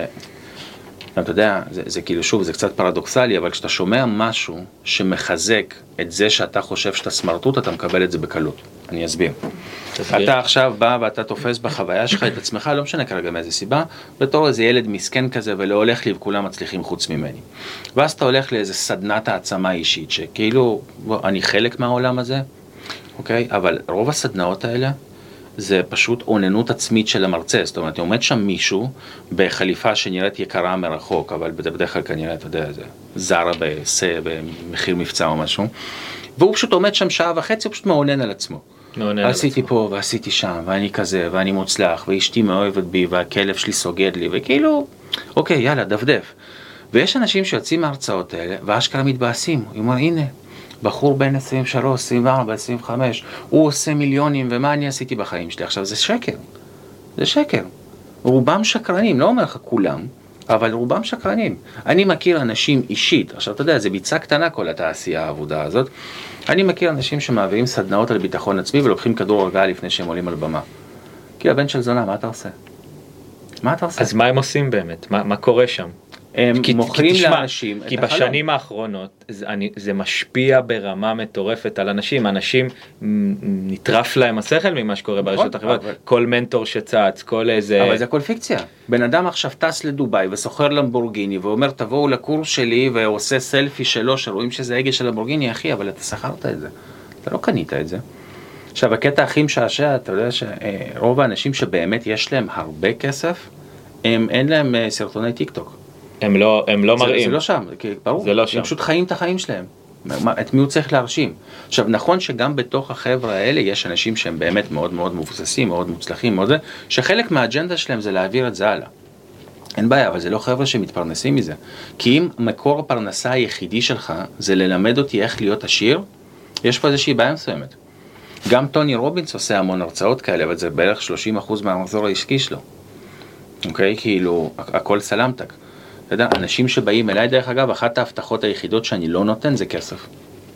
Speaker 3: אתה יודע, זה, זה כאילו שוב, זה קצת פרדוקסלי, אבל כשאתה שומע משהו שמחזק את זה שאתה חושב שאתה סמרטוט, אתה מקבל את זה בקלות. אני אסביר. תסביר. אתה עכשיו בא ואתה תופס בחוויה שלך את עצמך, לא משנה כרגע מאיזה סיבה, בתור איזה ילד מסכן כזה, ולא הולך לי וכולם מצליחים חוץ ממני. ואז אתה הולך לאיזה סדנת העצמה אישית, שכאילו, בוא, אני חלק מהעולם הזה, אוקיי? אבל רוב הסדנאות האלה, זה פשוט עוננות עצמית של המרצה, זאת אומרת, עומד שם מישהו בחליפה שנראית יקרה מרחוק, אבל בדרך כלל כנראה, אתה יודע, זה זרה בסה, במחיר מבצע או משהו, והוא פשוט עומד שם שעה וחצי, הוא פשוט מעונן על עצמו. עשיתי פה ועשיתי שם, ואני כזה, ואני מוצלח, ואשתי מאוהבת בי, והכלב שלי סוגד לי, וכאילו, אוקיי, יאללה, דפדף. ויש אנשים שיוצאים מההרצאות האלה, ואשכרה מתבאסים, הוא אומר, הנה, בחור בין עשרים ושלוש, עשרים וארבע, עשרים וחמש, הוא עושה מיליונים, ומה אני עשיתי בחיים שלי? עכשיו, זה שקר. זה שקר. רובם שקרנים, לא אומר לך כולם, אבל רובם שקרנים. אני מכיר אנשים אישית, עכשיו אתה יודע, זה ביצה קטנה כל התעשייה העבודה הזאת, אני מכיר אנשים שמעבירים סדנאות על ביטחון עצמי, ולוקחים כדור הרגעה לפני שהם עולים על במה. כי הבן של זונה, מה אתה עושה? מה אתה עושה?
Speaker 2: אז מה הם עושים באמת? מה, מה קורה שם?
Speaker 3: הם
Speaker 2: כי,
Speaker 3: מוכרים
Speaker 2: כי תשמע,
Speaker 3: לאנשים
Speaker 2: כי
Speaker 3: את החלום.
Speaker 2: בשנים האחרונות זה, אני, זה משפיע ברמה מטורפת על אנשים, אנשים נטרף להם השכל ממה שקורה ברשת החברות, אבל... כל מנטור שצץ, כל איזה...
Speaker 3: אבל זה הכל פיקציה. בן אדם עכשיו טס לדוביי וסוחר למבורגיני ואומר תבואו לקורס שלי ועושה סלפי שלו שרואים שזה הגה של למבורגיני, אחי, אבל אתה שכרת את זה, אתה לא קנית את זה. עכשיו הקטע הכי משעשע, אתה יודע שרוב האנשים שבאמת יש להם הרבה כסף, הם, אין להם סרטוני טיק טוק.
Speaker 2: הם לא, הם לא
Speaker 3: זה,
Speaker 2: מראים.
Speaker 3: זה לא שם, כי ברור.
Speaker 2: זה לא שם.
Speaker 3: הם פשוט חיים את החיים שלהם. את מי הוא צריך להרשים. עכשיו, נכון שגם בתוך החבר'ה האלה יש אנשים שהם באמת מאוד מאוד מבוססים, מאוד מוצלחים, מאוד זה, שחלק מהאג'נדה שלהם זה להעביר את זה הלאה. אין בעיה, אבל זה לא חבר'ה שמתפרנסים מזה. כי אם מקור הפרנסה היחידי שלך זה ללמד אותי איך להיות עשיר, יש פה איזושהי בעיה מסוימת. גם טוני רובינס עושה המון הרצאות כאלה, אבל זה בערך שלושים אחוז מהמחזור העסקי שלו. אוקיי? כאילו, הכל סלמתק. אתה יודע, אנשים שבאים אליי, דרך אגב, אחת ההבטחות היחידות שאני לא נותן זה כסף.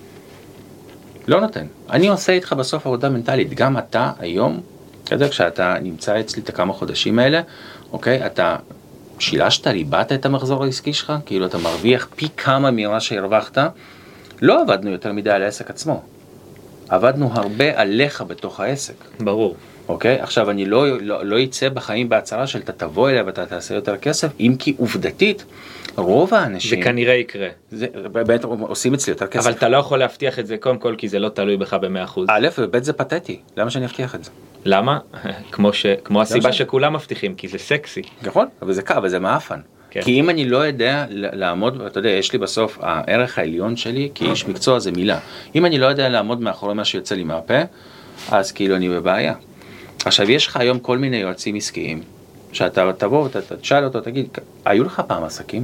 Speaker 3: לא נותן. אני עושה איתך בסוף עבודה מנטלית. גם אתה היום, אתה יודע, כשאתה נמצא אצלי את הכמה חודשים האלה, אוקיי, אתה שילשת, ליבאת את המחזור העסקי שלך, כאילו אתה מרוויח פי כמה ממה שהרווחת, לא עבדנו יותר מדי על העסק עצמו. עבדנו הרבה עליך בתוך העסק.
Speaker 2: ברור.
Speaker 3: אוקיי? עכשיו אני לא, לא, לא יצא בחיים בהצהרה של אתה תבוא אליה ואתה תעשה יותר כסף, אם כי עובדתית, רוב האנשים...
Speaker 2: זה כנראה יקרה.
Speaker 3: זה, באמת עושים אצלי יותר כסף.
Speaker 2: אבל אתה לא יכול להבטיח את זה קודם כל, כי זה לא תלוי בך ב-מאה אחוז.
Speaker 3: א' וב' זה פתטי. למה שאני אבטיח את זה?
Speaker 2: למה? כמו, ש... כמו הסיבה שכולם מבטיחים, כי זה סקסי.
Speaker 3: נכון, אבל זה קל, אבל זה מאפן. כן. כי אם אני לא יודע לעמוד, אתה יודע, יש לי בסוף, הערך העליון שלי, כי איש מקצוע זה מילה. אם אני לא יודע לעמוד מאחורי מה שיוצא לי מהפה, אז כאילו אני בבעיה. עכשיו, יש לך היום כל מיני יועצים עסקיים, שאתה תבוא, אתה תשאל אותו, תגיד, היו לך פעם עסקים?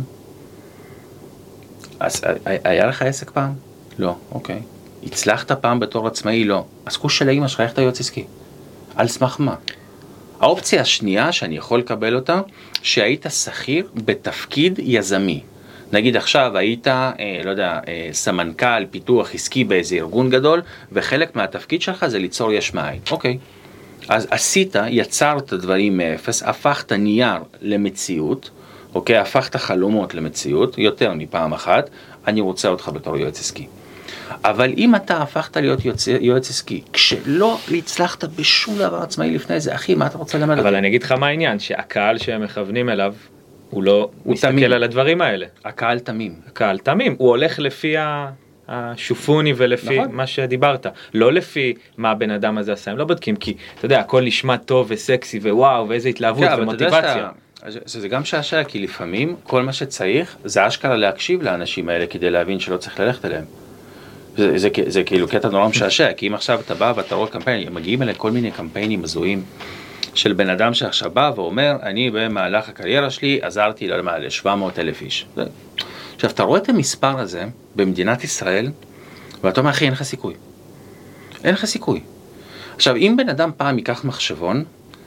Speaker 3: אז, היה לך עסק פעם? לא, אוקיי. הצלחת פעם בתור עצמאי? לא. אז כוש של האמא שלך, איך אתה יועץ עסקי? על סמך מה? האופציה השנייה שאני יכול לקבל אותה, שהיית שכיר בתפקיד יזמי. נגיד עכשיו היית, אה, לא יודע, אה, סמנכ"ל פיתוח עסקי באיזה ארגון גדול, וחלק מהתפקיד שלך זה ליצור יש מאין. אוקיי. אז עשית, יצרת דברים מאפס, הפכת נייר למציאות, אוקיי? הפכת חלומות למציאות, יותר מפעם אחת, אני רוצה אותך בתור יועץ עסקי. אבל אם אתה הפכת להיות יועץ, יועץ עסקי, כשלא הצלחת בשום דבר עצמאי לפני זה, אחי, מה אתה רוצה למד?
Speaker 2: אבל אני אגיד לך מה העניין, שהקהל שהם מכוונים אליו, הוא לא הוא מסתכל תמים. על הדברים האלה.
Speaker 3: הקהל תמים.
Speaker 2: הקהל תמים, הוא הולך לפי ה... השופוני ולפי נכון. מה שדיברת, לא לפי מה הבן אדם הזה עשה, הם לא בודקים, כי אתה יודע, הכל נשמע טוב וסקסי ווואו, ואיזה התלהבות
Speaker 3: כן,
Speaker 2: ומוטיבציה.
Speaker 3: שאתה, זה גם שעשע, כי לפעמים כל מה שצריך, זה אשכרה להקשיב לאנשים האלה, כדי להבין שלא צריך ללכת אליהם. זה, זה, זה, זה כאילו קטע נורא משעשע, כי אם עכשיו אתה בא ואתה רואה קמפיין, מגיעים אליי כל מיני קמפיינים מזוהים, של בן אדם שעכשיו בא ואומר, אני במהלך הקריירה שלי עזרתי ל-שבע מאות אלף איש. עכשיו, אתה רואה את המספר הזה במדינת ישראל, ואתה אומר, אחי, אין לך סיכוי. אין לך סיכוי. עכשיו, אם בן אדם פעם ייקח מחשבון,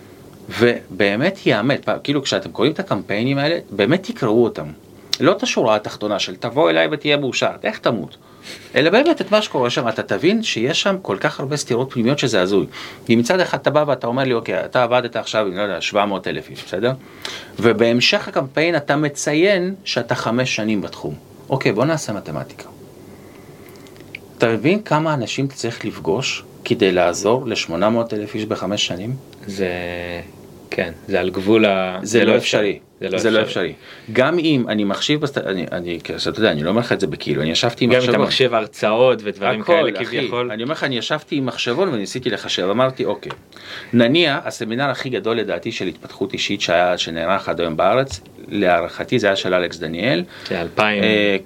Speaker 3: ובאמת יאמת, כאילו כשאתם קוראים את הקמפיינים האלה, באמת תקראו אותם. לא את השורה התחתונה של תבוא אליי ותהיה מאושר, איך תמות? אלא באמת את מה שקורה שם, אתה תבין שיש שם כל כך הרבה סתירות פנימיות שזה הזוי. כי מצד אחד אתה בא ואתה אומר לי, אוקיי, אתה עבדת עכשיו, אני לא יודע, שבע מאות אלף איש, בסדר? ובהמשך הקמפיין אתה מציין שאתה חמש שנים בתחום. אוקיי, בוא נעשה מתמטיקה. אתה מבין כמה אנשים אתה צריך לפגוש כדי לעזור ל-שמונה מאות אלף איש בחמש שנים?
Speaker 2: זה, כן, זה על גבול ה...
Speaker 3: זה לא אפשרי.
Speaker 2: זה לא
Speaker 3: זה
Speaker 2: אפשרי.
Speaker 3: לא אפשרי. גם אם אני מחשיב, אני, אני, אתה יודע, אני לא אומר לך את זה בכאילו, אני ישבתי עם מחשבון.
Speaker 2: גם אם אתה מחשב הרצאות ודברים
Speaker 3: הכל,
Speaker 2: כאלה
Speaker 3: אחי,
Speaker 2: כביכול.
Speaker 3: אני אומר לך, אני ישבתי עם מחשבון וניסיתי לחשב, אמרתי, אוקיי, נניח, הסמינר הכי גדול לדעתי של התפתחות אישית שהיה, שנערך עד היום בארץ, להערכתי זה היה של אלכס דניאל.
Speaker 2: זה אלפיים.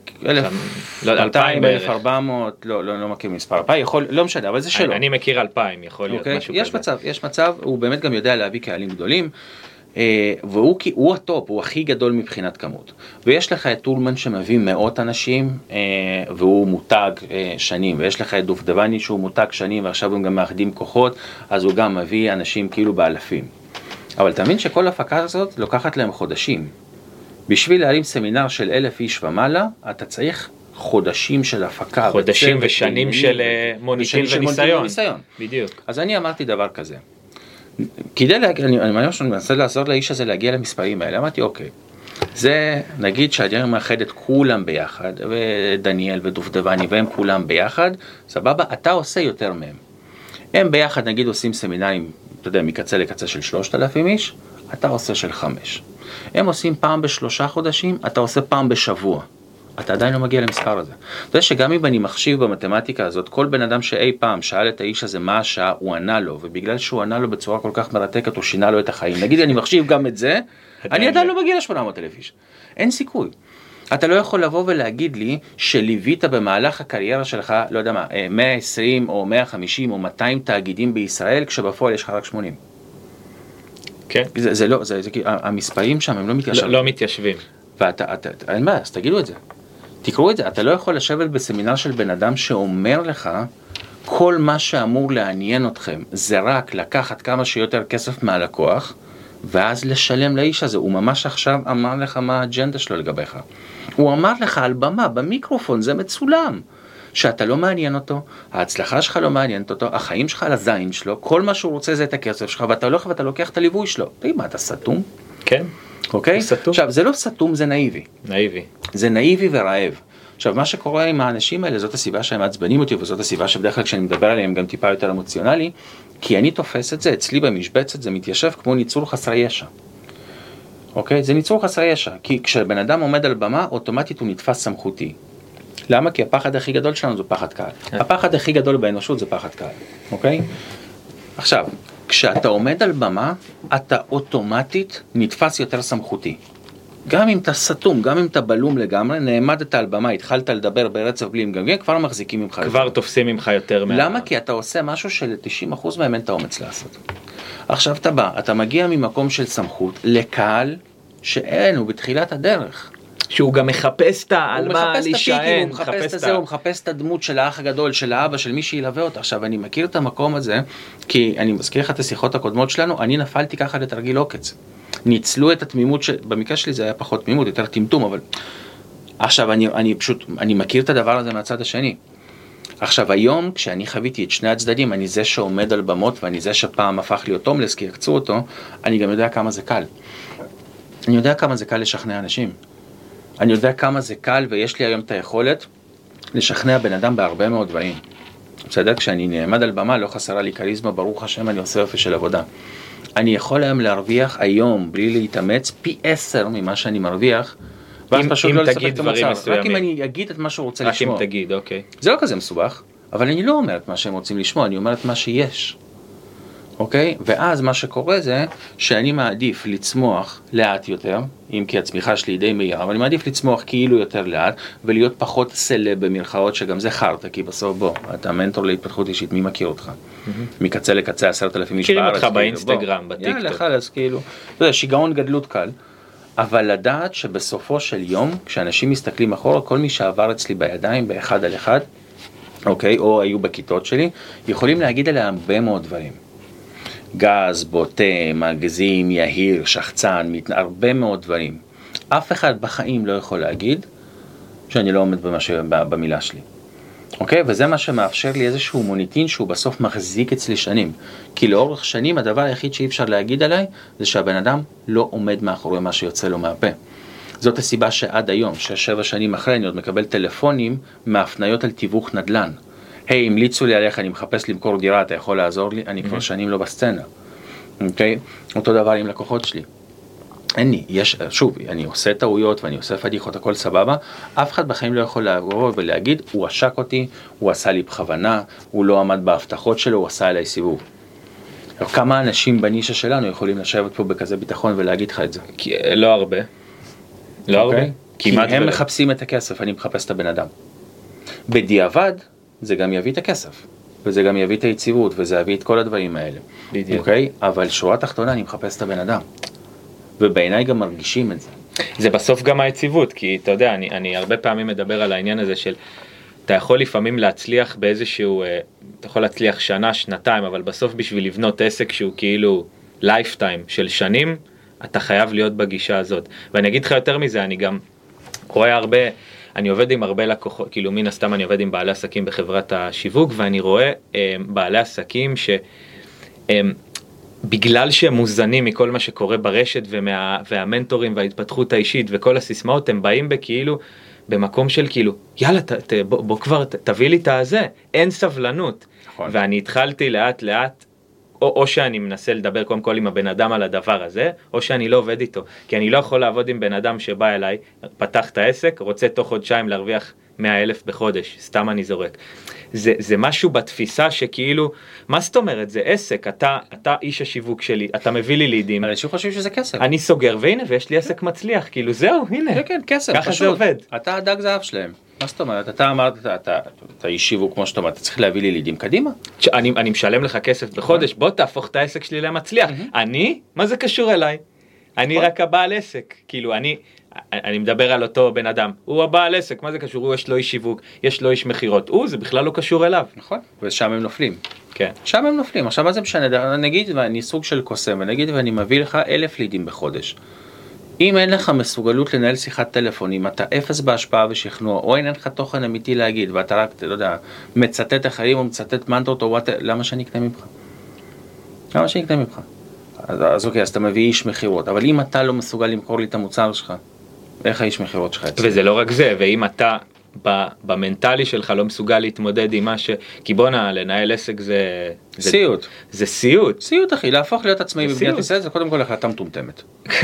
Speaker 3: אלפיים, אלף וארבע מאות, לא, לא, לא מכיר מספר, אלפיים, יכול, לא משנה, אבל זה שלו.
Speaker 2: אני מכיר אלפיים, יכול להיות
Speaker 3: אוקיי?
Speaker 2: משהו
Speaker 3: יש
Speaker 2: כזה.
Speaker 3: מצב, יש מצב, הוא באמת גם יודע להביא קהלים גדולים, והוא הוא הטופ, הוא הכי גדול מבחינת כמות. ויש לך את טולמן שמביא מאות אנשים, והוא מותג שנים, ויש לך את דובדבני שהוא מותג שנים, ועכשיו הם גם מאחדים כוחות, אז הוא גם מביא אנשים כאילו באלפים. אבל תאמין שכל הפקה הזאת לוקחת להם חודשים. בשביל להרים סמינר של אלף איש ומעלה, אתה צריך חודשים של הפקה.
Speaker 2: חודשים ושנים של מוניטין וניסיון. בדיוק.
Speaker 3: אז אני אמרתי דבר כזה. כדי להגיע, אני, אני מנסה לעזור לאיש הזה להגיע למספרים האלה, אמרתי אוקיי, זה נגיד שהדרך מאחד את כולם ביחד, ודניאל ודובדבני והם כולם ביחד, סבבה, אתה עושה יותר מהם. הם ביחד נגיד עושים סמינרים, אתה יודע, מקצה לקצה של שלושת אלפים איש, אתה עושה של חמש. הם עושים פעם בשלושה חודשים, אתה עושה פעם בשבוע. אתה עדיין לא מגיע למספר הזה. אתה יודע שגם אם אני מחשיב במתמטיקה הזאת, כל בן אדם שאי פעם שאל את האיש הזה מה השעה, הוא ענה לו, ובגלל שהוא ענה לו בצורה כל כך מרתקת, הוא שינה לו את החיים. נגיד, אני מחשיב גם את זה, אני עדיין לא מגיע ל-שמונה מאות אלף איש. אין סיכוי. אתה לא יכול לבוא ולהגיד לי שליווית במהלך הקריירה שלך, לא יודע מה, מאה ועשרים או מאה וחמישים או מאתיים תאגידים בישראל, כשבפועל יש לך רק שמונים.
Speaker 2: כן.
Speaker 3: זה, זה לא, זה, זה, המספרים שם הם לא מתיישבים.
Speaker 2: לא, לא מתיישבים.
Speaker 3: ואתה, אתה, אין מה, אז תגידו את זה. תקראו את זה, אתה לא יכול לשבת בסמינר של בן אדם שאומר לך, כל מה שאמור לעניין אתכם, זה רק לקחת כמה שיותר כסף מהלקוח, ואז לשלם לאיש הזה. הוא ממש עכשיו אמר לך מה האג'נדה שלו לגביך. הוא אמר לך על במה, במיקרופון, זה מצולם. שאתה לא מעניין אותו, ההצלחה שלך לא מעניינת אותו, החיים שלך על הזין שלו, כל מה שהוא רוצה זה את הכסף שלך, ואתה הולך ואתה לוקח את הליווי שלו. תגיד, מה, אתה סתום?
Speaker 2: כן.
Speaker 3: אוקיי?
Speaker 2: סתום.
Speaker 3: עכשיו, זה לא סתום, זה נאיבי.
Speaker 2: נאיבי.
Speaker 3: זה נאיבי ורעב. עכשיו, מה שקורה עם האנשים האלה, זאת הסיבה שהם מעצבנים אותי, וזאת הסיבה שבדרך כלל כשאני מדבר עליהם גם טיפה יותר אמוציונלי, כי אני תופס את זה, אצלי במשבצת זה מתיישב כמו ניצול חסרי ישע. אוקיי? זה ניצול חסרי ישע, כי כשבן אדם עומד על במה, אוטומטית הוא נתפס סמכותי. למה? כי הפחד הכי גדול שלנו זה פחד קהל. הפחד הכי גדול באנושות זה פחד קהל. אוקיי? עכשיו, כשאתה עומד על במה, אתה אוטומטית נתפס יותר סמכותי. גם אם אתה סתום, גם אם אתה בלום לגמרי, נעמדת על במה, התחלת לדבר ברצף בלי מגמגם, כבר מחזיקים ממך יותר.
Speaker 2: כבר תופסים ממך יותר.
Speaker 3: למה? כי אתה עושה משהו של-תשעים אחוז מהם אין את האומץ לעשות. עכשיו אתה בא, אתה מגיע ממקום של סמכות לקהל שאין, הוא בתחילת הדרך.
Speaker 2: שהוא גם מחפש את על מה להישען.
Speaker 3: הוא מחפש את זה, הוא מחפש את הדמות של האח הגדול, של האבא, של מי שילווה אותה. עכשיו, אני מכיר את המקום הזה, כי אני מזכיר לך את השיחות הקודמות שלנו, אני נפלתי ככה לתרגיל עוקץ. ניצלו את התמימות, ש... במקרה שלי זה היה פחות תמימות, יותר טמטום, אבל... עכשיו, אני, אני פשוט, אני מכיר את הדבר הזה מהצד השני. עכשיו, היום, כשאני חוויתי את שני הצדדים, אני זה שעומד על במות, ואני זה שפעם הפך להיות הומלס, כי יקצו אותו, אני גם יודע כמה זה קל. אני יודע כמה זה קל לשכנע אנשים. אני יודע כמה זה קל, ויש לי היום את היכולת לשכנע בן אדם בהרבה מאוד דברים. בסדר? כשאני נעמד על במה, לא חסרה לי קריזמה, ברוך השם, אני עושה יופי של עבודה. אני יכול היום להרוויח היום, בלי להתאמץ, פי עשר ממה שאני מרוויח, ואז פשוט לא לספק את המצב. רק אם אני אגיד את מה שהוא רוצה לשמוע.
Speaker 2: רק אם תגיד, אוקיי.
Speaker 3: זה לא כזה מסובך, אבל אני לא אומר את מה שהם רוצים לשמוע, אני אומר את מה שיש. אוקיי? ואז מה שקורה זה שאני מעדיף לצמוח לאט יותר, אם כי הצמיחה שלי די מהירה, אבל אני מעדיף לצמוח כאילו יותר לאט, ולהיות פחות סלב במרכאות, שגם זה חרטה, כי בסוף בוא, אתה מנטור להתפתחות אישית, מי מכיר אותך? מקצה לקצה עשרת אלפים איש בארץ.
Speaker 2: מכירים אותך באינסטגרם, בטיקטוק.
Speaker 3: יאללה, חלס, כאילו. אתה יודע, שיגעון גדלות קל, אבל לדעת שבסופו של יום, כשאנשים מסתכלים אחורה, כל מי שעבר אצלי בידיים, באחד על אחד, אוקיי, או היו בכיתות שלי, יכולים להגיד עליה הרבה מאוד דברים. גז, בוטה, מגזים, יהיר, שחצן, הרבה מאוד דברים. אף אחד בחיים לא יכול להגיד שאני לא עומד במה ש... במילה שלי. אוקיי? וזה מה שמאפשר לי איזשהו מוניטין שהוא בסוף מחזיק אצלי שנים. כי לאורך שנים הדבר היחיד שאי אפשר להגיד עליי זה שהבן אדם לא עומד מאחורי מה שיוצא לו מהפה. זאת הסיבה שעד היום, שש שבע שנים אחרי, אני עוד מקבל טלפונים מהפניות על תיווך נדל"ן. היי, המליצו לי עליך, אני מחפש למכור דירה, אתה יכול לעזור לי? אני כבר שנים לא בסצנה. אוקיי? אותו דבר עם לקוחות שלי. אין לי, יש, שוב, אני עושה טעויות ואני עושה פדיחות, הכל סבבה, אף אחד בחיים לא יכול לעבור ולהגיד, הוא עשק אותי, הוא עשה לי בכוונה, הוא לא עמד בהבטחות שלו, הוא עשה עליי סיבוב. כמה אנשים בנישה שלנו יכולים לשבת פה בכזה ביטחון ולהגיד לך את זה?
Speaker 2: כי, לא הרבה. לא הרבה.
Speaker 3: כי הם מחפשים את הכסף, אני מחפש את הבן אדם. בדיעבד, זה גם יביא את הכסף, וזה גם יביא את היציבות, וזה יביא את כל הדברים האלה.
Speaker 2: בדיוק.
Speaker 3: אוקיי? אבל שורה תחתונה, אני מחפש את הבן אדם. ובעיניי גם מרגישים את זה.
Speaker 2: זה בסוף גם היציבות, כי אתה יודע, אני, אני הרבה פעמים מדבר על העניין הזה של, אתה יכול לפעמים להצליח באיזשהו, אתה יכול להצליח שנה, שנתיים, אבל בסוף בשביל לבנות עסק שהוא כאילו לייפטיים של שנים, אתה חייב להיות בגישה הזאת. ואני אגיד לך יותר מזה, אני גם רואה הרבה, אני עובד עם הרבה לקוחות, כאילו מן הסתם אני עובד עם בעלי עסקים בחברת השיווק, ואני רואה אה, בעלי עסקים ש... אה, בגלל שהם מוזנים מכל מה שקורה ברשת ומה, והמנטורים וההתפתחות האישית וכל הסיסמאות, הם באים בכאילו, במקום של כאילו, יאללה, ת, ת, בוא, בוא כבר ת, תביא לי את הזה, אין סבלנות. נכון. ואני התחלתי לאט לאט, או, או שאני מנסה לדבר קודם כל עם הבן אדם על הדבר הזה, או שאני לא עובד איתו. כי אני לא יכול לעבוד עם בן אדם שבא אליי, פתח את העסק, רוצה תוך חודשיים להרוויח מאה אלף בחודש, סתם אני זורק. זה, זה משהו בתפיסה שכאילו, מה זאת אומרת? זה עסק, אתה, אתה איש השיווק שלי, אתה מביא לי לידים.
Speaker 3: אנשים חושבים שזה כסף.
Speaker 2: אני סוגר, והנה, ויש לי עסק מצליח, כאילו זהו, הנה.
Speaker 3: כן, כן, כסף,
Speaker 2: ככה זה עובד.
Speaker 3: אתה הדג זהב שלהם. מה זאת אומרת? אתה אמרת, אתה, אתה, אתה איש שיווק כמו שאתה אומרת, אתה צריך להביא לי לידים, קדימה.
Speaker 2: אני, אני משלם לך כסף בחודש, בוא תהפוך את העסק שלי למצליח. אני? מה זה קשור אליי? אני רק הבעל עסק, כאילו אני, אני מדבר על אותו בן אדם, הוא הבעל עסק, מה זה קשור? הוא יש לו איש שיווק, יש לו איש מחירות, הוא זה בכלל לא קשור אליו.
Speaker 3: נכון, ושם הם נופלים.
Speaker 2: כן.
Speaker 3: שם הם נופלים, עכשיו מה זה משנה, נגיד ואני סוג של קוסם, ונגיד ואני מביא לך אלף לידים בחודש. אם אין לך מסוגלות לנהל שיחת טלפון, אם אתה אפס בהשפעה ושכנוע, או אין לך תוכן אמיתי להגיד, ואתה רק, אתה לא יודע, מצטט אחרים או מצטט מנטרות או וואט, למה שאני אקנה ממך? למה שאני אקנה ממך? אז, אז אוקיי, אז אתה מביא איש מחירות, אבל אם אתה לא מסוגל למכור לי את המוצר שלך, איך האיש מחירות שלך אצלי?
Speaker 2: וזה לא רק זה, ואם אתה במנטלי שלך לא מסוגל להתמודד עם מה ש... כי בוא נע, לנהל עסק זה...
Speaker 3: סיוט.
Speaker 2: זה סיוט.
Speaker 3: סיוט אחי, להפוך להיות עצמאי במדינת ישראל זה קודם כל החלטה מטומטמת.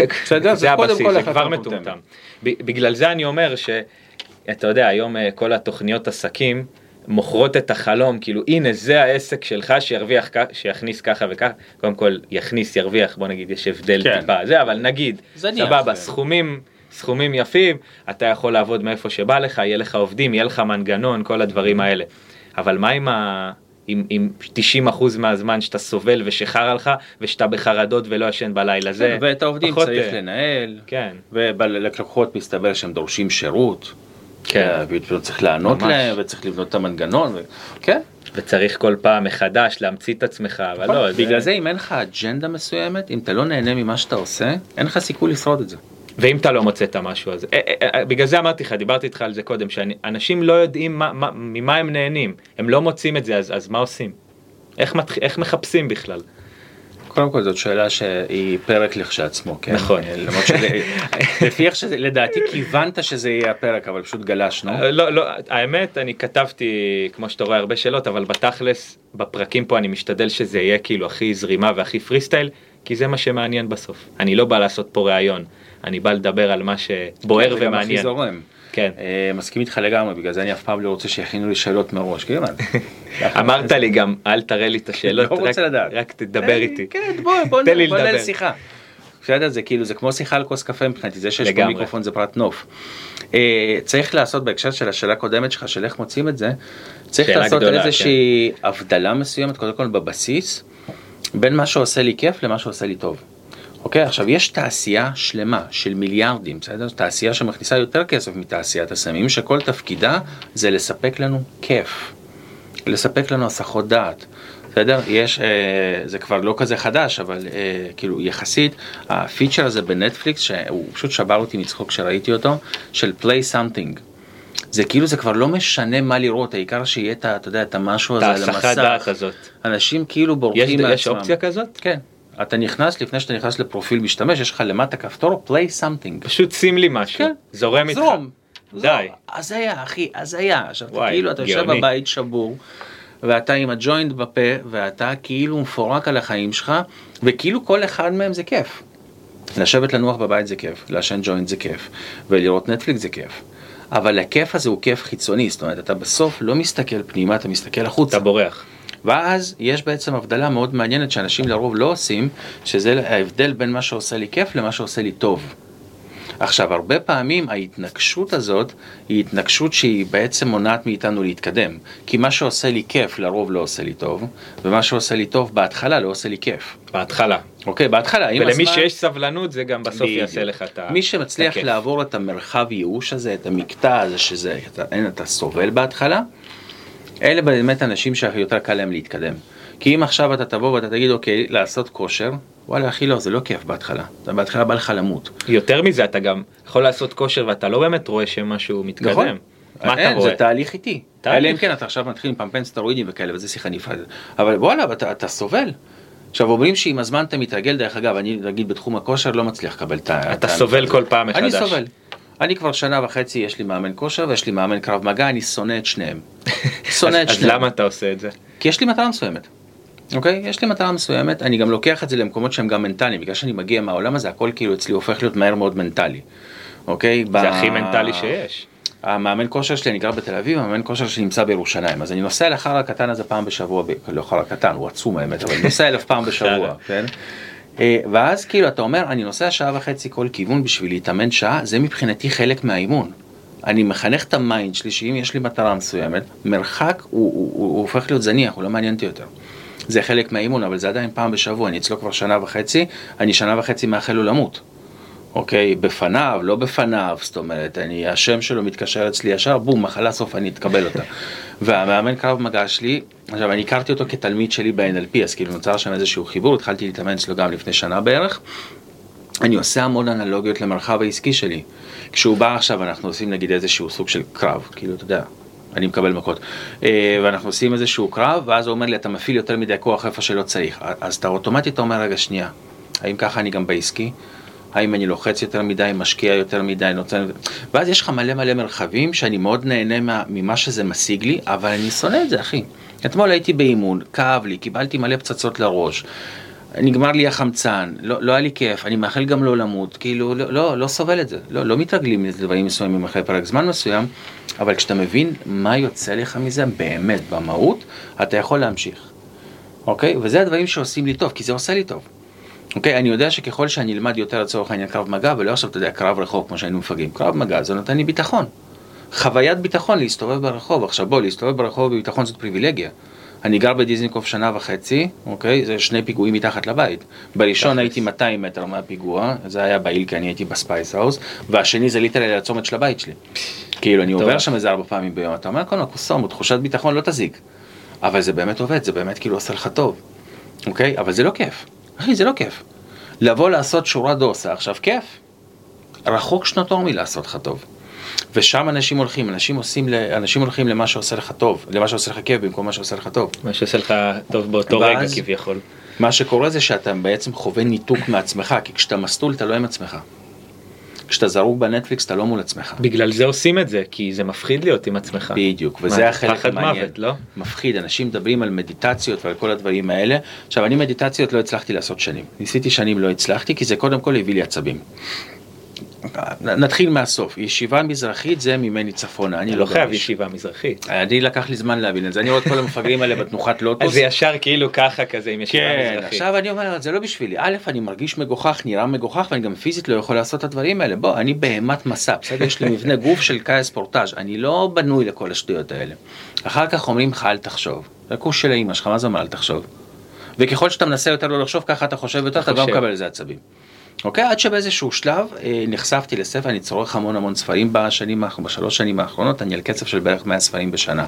Speaker 2: זה הבסיס, זה כבר מטומטם. בגלל זה אני אומר שאתה יודע, היום כל התוכניות עסקים מוכרות את החלום, כאילו הנה זה העסק שלך שירוויח, שיכניס ככה וככה, קודם כל יכניס, ירוויח, בוא נגיד יש הבדל טיפה, זה אבל נגיד, סבבה, סכומים, סכומים יפים, אתה יכול לעבוד מאיפה שבא לך, יהיה לך עובדים, יהיה לך מנגנון, כל הדברים האלה, אבל מה עם ה... עם, עם תשעים אחוז מהזמן שאתה סובל ושחר לך, ושאתה בחרדות ולא ישן בלילה, זה...
Speaker 3: ואת העובדים צריך לנהל,
Speaker 2: כן.
Speaker 3: ולקוחות מסתבר שהם דורשים שירות,
Speaker 2: כן.
Speaker 3: וצריך לענות להם, וצריך לבנות את המנגנון, כן.
Speaker 2: וצריך כל פעם מחדש להמציא את עצמך, אבל לא...
Speaker 3: בגלל זה אם אין לך אג'נדה מסוימת, אם אתה לא נהנה ממה שאתה עושה, אין לך סיכוי לשרוד את זה.
Speaker 2: ואם אתה לא מוצא את המשהו הזה, בגלל זה אמרתי לך, דיברתי איתך על זה קודם, שאנשים לא יודעים ממה הם נהנים, הם לא מוצאים את זה, אז מה עושים? איך מחפשים בכלל?
Speaker 3: קודם כל זאת שאלה שהיא פרק לכשעצמו, כן?
Speaker 2: נכון.
Speaker 3: למרות שלפי איך שזה, לדעתי כיוונת שזה יהיה הפרק, אבל פשוט גלשנו.
Speaker 2: לא, לא, האמת, אני כתבתי, כמו שאתה רואה, הרבה שאלות, אבל בתכלס, בפרקים פה אני משתדל שזה יהיה כאילו הכי זרימה והכי פרי סטייל, כי זה מה שמעניין בסוף. אני לא בא לעשות פה ראיון, אני בא לדבר על מה שבוער ומעניין.
Speaker 3: זה גם הכי זורם.
Speaker 2: כן.
Speaker 3: מסכים איתך לגמרי, בגלל זה אני אף פעם לא רוצה שיכינו לי שאלות מראש, כאילו מה?
Speaker 2: אמרת לי גם, אל תראה לי את השאלות,
Speaker 3: לא רוצה לדעת.
Speaker 2: רק תדבר איתי.
Speaker 3: כן, בוא נעלה שיחה. בסדר, זה כאילו, זה כמו שיחה על כוס קפה מבחינתי, זה שיש פה מיקרופון זה פרט נוף. צריך לעשות בהקשר של השאלה הקודמת שלך, של איך מוצאים את זה, צריך לעשות איזושהי הבדלה מסוימת, קודם כל בבסיס, בין מה שעושה לי כיף למה שעושה לי טוב. אוקיי, עכשיו יש תעשייה שלמה של מיליארדים, בסדר? תעשייה שמכניסה יותר כסף מתעשיית הסמים, שכל תפקידה זה לספק לנו כיף. לספק לנו הסחות דעת. בסדר? יש, זה כבר לא כזה חדש, אבל כאילו יחסית, הפיצ'ר הזה בנטפליקס, שהוא פשוט שבר אותי מצחוק כשראיתי אותו, של play something. זה כאילו, זה כבר לא משנה מה לראות, העיקר שיהיה את, אתה יודע, את המשהו הזה על המסך. את ההסחת דעת הזאת. אנשים כאילו בורחים מעצמם.
Speaker 2: יש אופציה כזאת?
Speaker 3: כן. אתה נכנס, לפני שאתה נכנס לפרופיל משתמש, יש לך למטה כפתור, play something.
Speaker 2: פשוט שים לי משהו.
Speaker 3: כן.
Speaker 2: זורם איתך.
Speaker 3: זרום.
Speaker 2: די.
Speaker 3: אז היה, אחי, אז היה. עכשיו,
Speaker 2: וואי,
Speaker 3: כאילו, אתה יושב
Speaker 2: גאוני.
Speaker 3: בבית שבור, ואתה עם הג'וינט בפה, ואתה כאילו מפורק על החיים שלך, וכאילו כל אחד מהם זה כיף. לשבת לנוח בבית זה כיף, לעשן ג'וינט זה כיף, ולראות נטפליקס זה כיף. אבל הכיף הזה הוא כיף חיצוני, זאת אומרת, אתה בסוף לא מסתכל פנימה, אתה מסתכל החוצה.
Speaker 2: אתה בורח.
Speaker 3: ואז יש בעצם הבדלה מאוד מעניינת שאנשים לרוב לא עושים, שזה ההבדל בין מה שעושה לי כיף למה שעושה לי טוב. עכשיו, הרבה פעמים ההתנגשות הזאת היא התנגשות שהיא בעצם מונעת מאיתנו להתקדם. כי מה שעושה לי כיף לרוב לא עושה לי טוב, ומה שעושה לי טוב בהתחלה לא עושה לי כיף.
Speaker 2: בהתחלה.
Speaker 3: אוקיי, בהתחלה.
Speaker 2: ולמי הזמן... שיש סבלנות זה גם בסוף בדיוק. יעשה לך את הכיף.
Speaker 3: מי שמצליח לעבור את המרחב ייאוש הזה, את המקטע הזה שזה, אתה, אין, אתה סובל בהתחלה, אלה באמת אנשים שיותר קל להם להתקדם. כי אם עכשיו אתה תבוא ואתה תגיד, אוקיי, לעשות כושר, וואלה, אחי, לא, זה לא כיף בהתחלה. אתה בהתחלה בא לך למות.
Speaker 2: יותר מזה, אתה גם יכול לעשות כושר, ואתה לא באמת רואה שמשהו מתקדם.
Speaker 3: נכון.
Speaker 2: מה
Speaker 3: אין,
Speaker 2: אתה רואה?
Speaker 3: זה תהליך איטי.
Speaker 2: תהליך.
Speaker 3: אלא אם כן, אתה עכשיו מתחיל עם פמפן סטרואידים וכאלה, וזה שיחה נפרדת. אבל וואלה, אתה, אתה סובל. עכשיו, אומרים שעם הזמן אתה מתרגל, דרך אגב, אני, נגיד, בתחום הכושר, לא מצליח לקבל את ה...
Speaker 2: אתה סובל כל פעם מחדש.
Speaker 3: אני סובל. אני כבר שנה וחצי, יש לי מאמן כושר, ויש לי מאמן קרב מגע, אני שונא את שניהם. שונא את שניהם.
Speaker 2: אז למה אתה עושה את זה?
Speaker 3: כי יש לי מטרה מסוימת. אוקיי? יש לי מטרה מסוימת, אני גם לוקח את זה למקומות שהם גם מנטליים, בגלל שאני מגיע מהעולם הזה, הכל כאילו אצלי הופך להיות מהר מאוד מנטלי. אוקיי?
Speaker 2: זה ב... הכי מנטלי שיש.
Speaker 3: המאמן כושר שלי, אני גר בתל אביב, המאמן כושר שלי נמצא בירושלים, אז אני נוסע לאחר הקטן הזה פעם בשבוע, לא אחר הקטן, הוא עצום האמת, אבל אני נוסע אליו פעם בשבוע, כן? ואז כאילו אתה אומר, אני נוסע שעה וחצי כל כיוון בשביל להתאמן שעה, זה מבחינתי חלק מהאימון. אני מחנך את המיינד שלי, שאם יש לי מטרה מסוימת, מרחק הוא, הוא, הוא, הוא הופך להיות זניח, הוא לא מעניין אותי יותר. זה חלק מהאימון, אבל זה עדיין פעם בשבוע, אני אצלו כבר שנה וחצי, אני שנה וחצי מאחל לו למות. אוקיי, בפניו, לא בפניו, זאת אומרת, אני, השם שלו מתקשר אצלי ישר, בום, מחלה סוף, אני אתקבל אותה. והמאמן קרב מגע שלי, עכשיו, אני הכרתי אותו כתלמיד שלי ב-אן אל פי, אז כאילו נוצר שם איזשהו חיבור, התחלתי להתאמן אצלו גם לפני שנה בערך, אני עושה המון אנלוגיות למרחב העסקי שלי. כשהוא בא עכשיו, אנחנו עושים נגיד איזשהו סוג של קרב, כאילו, אתה יודע, אני מקבל מכות, ואנחנו עושים איזשהו קרב, ואז הוא אומר לי, אתה מפעיל יותר מדי כוח איפה שלא צריך. אז אתה אוטומטית אומר, רגע, שנייה, האם ככה אני גם בעסקי? האם אני לוחץ יותר מדי, משקיע יותר מדי, נוצר... ואז יש לך מלא מלא מרחבים שאני מאוד נהנה ממה שזה משיג לי, אבל אני שונא את זה, אחי. אתמול הייתי באימון, כאב לי, קיבלתי מלא פצצות לראש, נגמר לי החמצן, לא, לא היה לי כיף, אני מאחל גם לא למות, כאילו, לא, לא, לא סובל את זה, לא, לא מתרגלים לדברים מסוימים אחרי פרק זמן מסוים, אבל כשאתה מבין מה יוצא לך מזה, באמת, במהות, אתה יכול להמשיך. אוקיי? וזה הדברים שעושים לי טוב, כי זה עושה לי טוב. אוקיי, אני יודע שככל שאני אלמד יותר לצורך העניין קרב מגע, ולא עכשיו, אתה יודע, קרב רחוב כמו שהיינו מפגעים, קרב מגע, זה נותן לי ביטחון. חוויית ביטחון להסתובב ברחוב. עכשיו בוא, להסתובב ברחוב בביטחון זאת פריבילגיה. אני גר בדיזנגוף שנה וחצי, אוקיי, זה שני פיגועים מתחת לבית. בראשון הייתי מאתיים מטר מהפיגוע, זה היה בעיל כי אני הייתי בספייס האוס, והשני זה ליטרלי לצומת של הבית שלי. כאילו, אני עובר שם איזה ארבע פעמים ביום, אתה אומר, כל הקוסום, תחושת ביטחון לא תזיק. אבל זה באמת עובד, זה באמת כאילו עושה לך טוב. אוקיי? אבל זה לא כיף. אחי, זה לא כיף. לבוא לעשות שורה דוסה, עכשיו כיף. רחוק שנות אור מלעשות לך טוב. ושם אנשים הולכים, אנשים עושים, אנשים הולכים למה שעושה לך טוב, למה שעושה לך כיף במקום מה שעושה לך טוב.
Speaker 2: מה שעושה לך טוב באותו רגע כביכול.
Speaker 3: מה שקורה זה שאתה בעצם חווה ניתוק מעצמך, כי כשאתה מסטול אתה לא עם עצמך. כשאתה זרוק בנטפליקס אתה לא מול עצמך.
Speaker 2: בגלל זה עושים את זה, כי זה מפחיד להיות עם עצמך.
Speaker 3: בדיוק, וזה החלק המעניין.
Speaker 2: מוות, לא?
Speaker 3: מפחיד, אנשים מדברים על מדיטציות ועל כל הדברים האלה. עכשיו, אני מדיטציות לא הצלחתי לעשות שנים. ניסיתי שנים, לא הצלחתי, כי זה קודם כל הביא לי עצבים. נתחיל מהסוף. ישיבה מזרחית זה ממני צפונה. אני
Speaker 2: לא חייב ישיבה מזרחית.
Speaker 3: אני לקח לי זמן להבין את זה. אני רואה את כל המפגרים האלה בתנוחת לוטוס.
Speaker 2: אז זה ישר כאילו ככה כזה עם ישיבה מזרחית.
Speaker 3: כן, עכשיו אני אומר, זה לא בשבילי. א', אני מרגיש מגוחך, נראה מגוחך, ואני גם פיזית לא יכול לעשות את הדברים האלה. בוא, אני בהמת מסע. בסדר, יש לי מבנה גוף של קאי ספורטאז'. אני לא בנוי לכל השטויות האלה. אחר כך אומרים לך, אל תחשוב. זה קוש של האמא שלך, מה זה אומר, אל תחשוב? וככל שאתה מנסה יותר לא לחשוב, ככה אתה חושב יותר, אתה גם מקבל איזה עצבים. אוקיי? עד שבאיזשהו שלב נחשפתי לספר, אני צורך המון המון ספרים בשנים, בשלוש שנים האחרונות, אני על קצב של בערך מאה ספרים בשנה.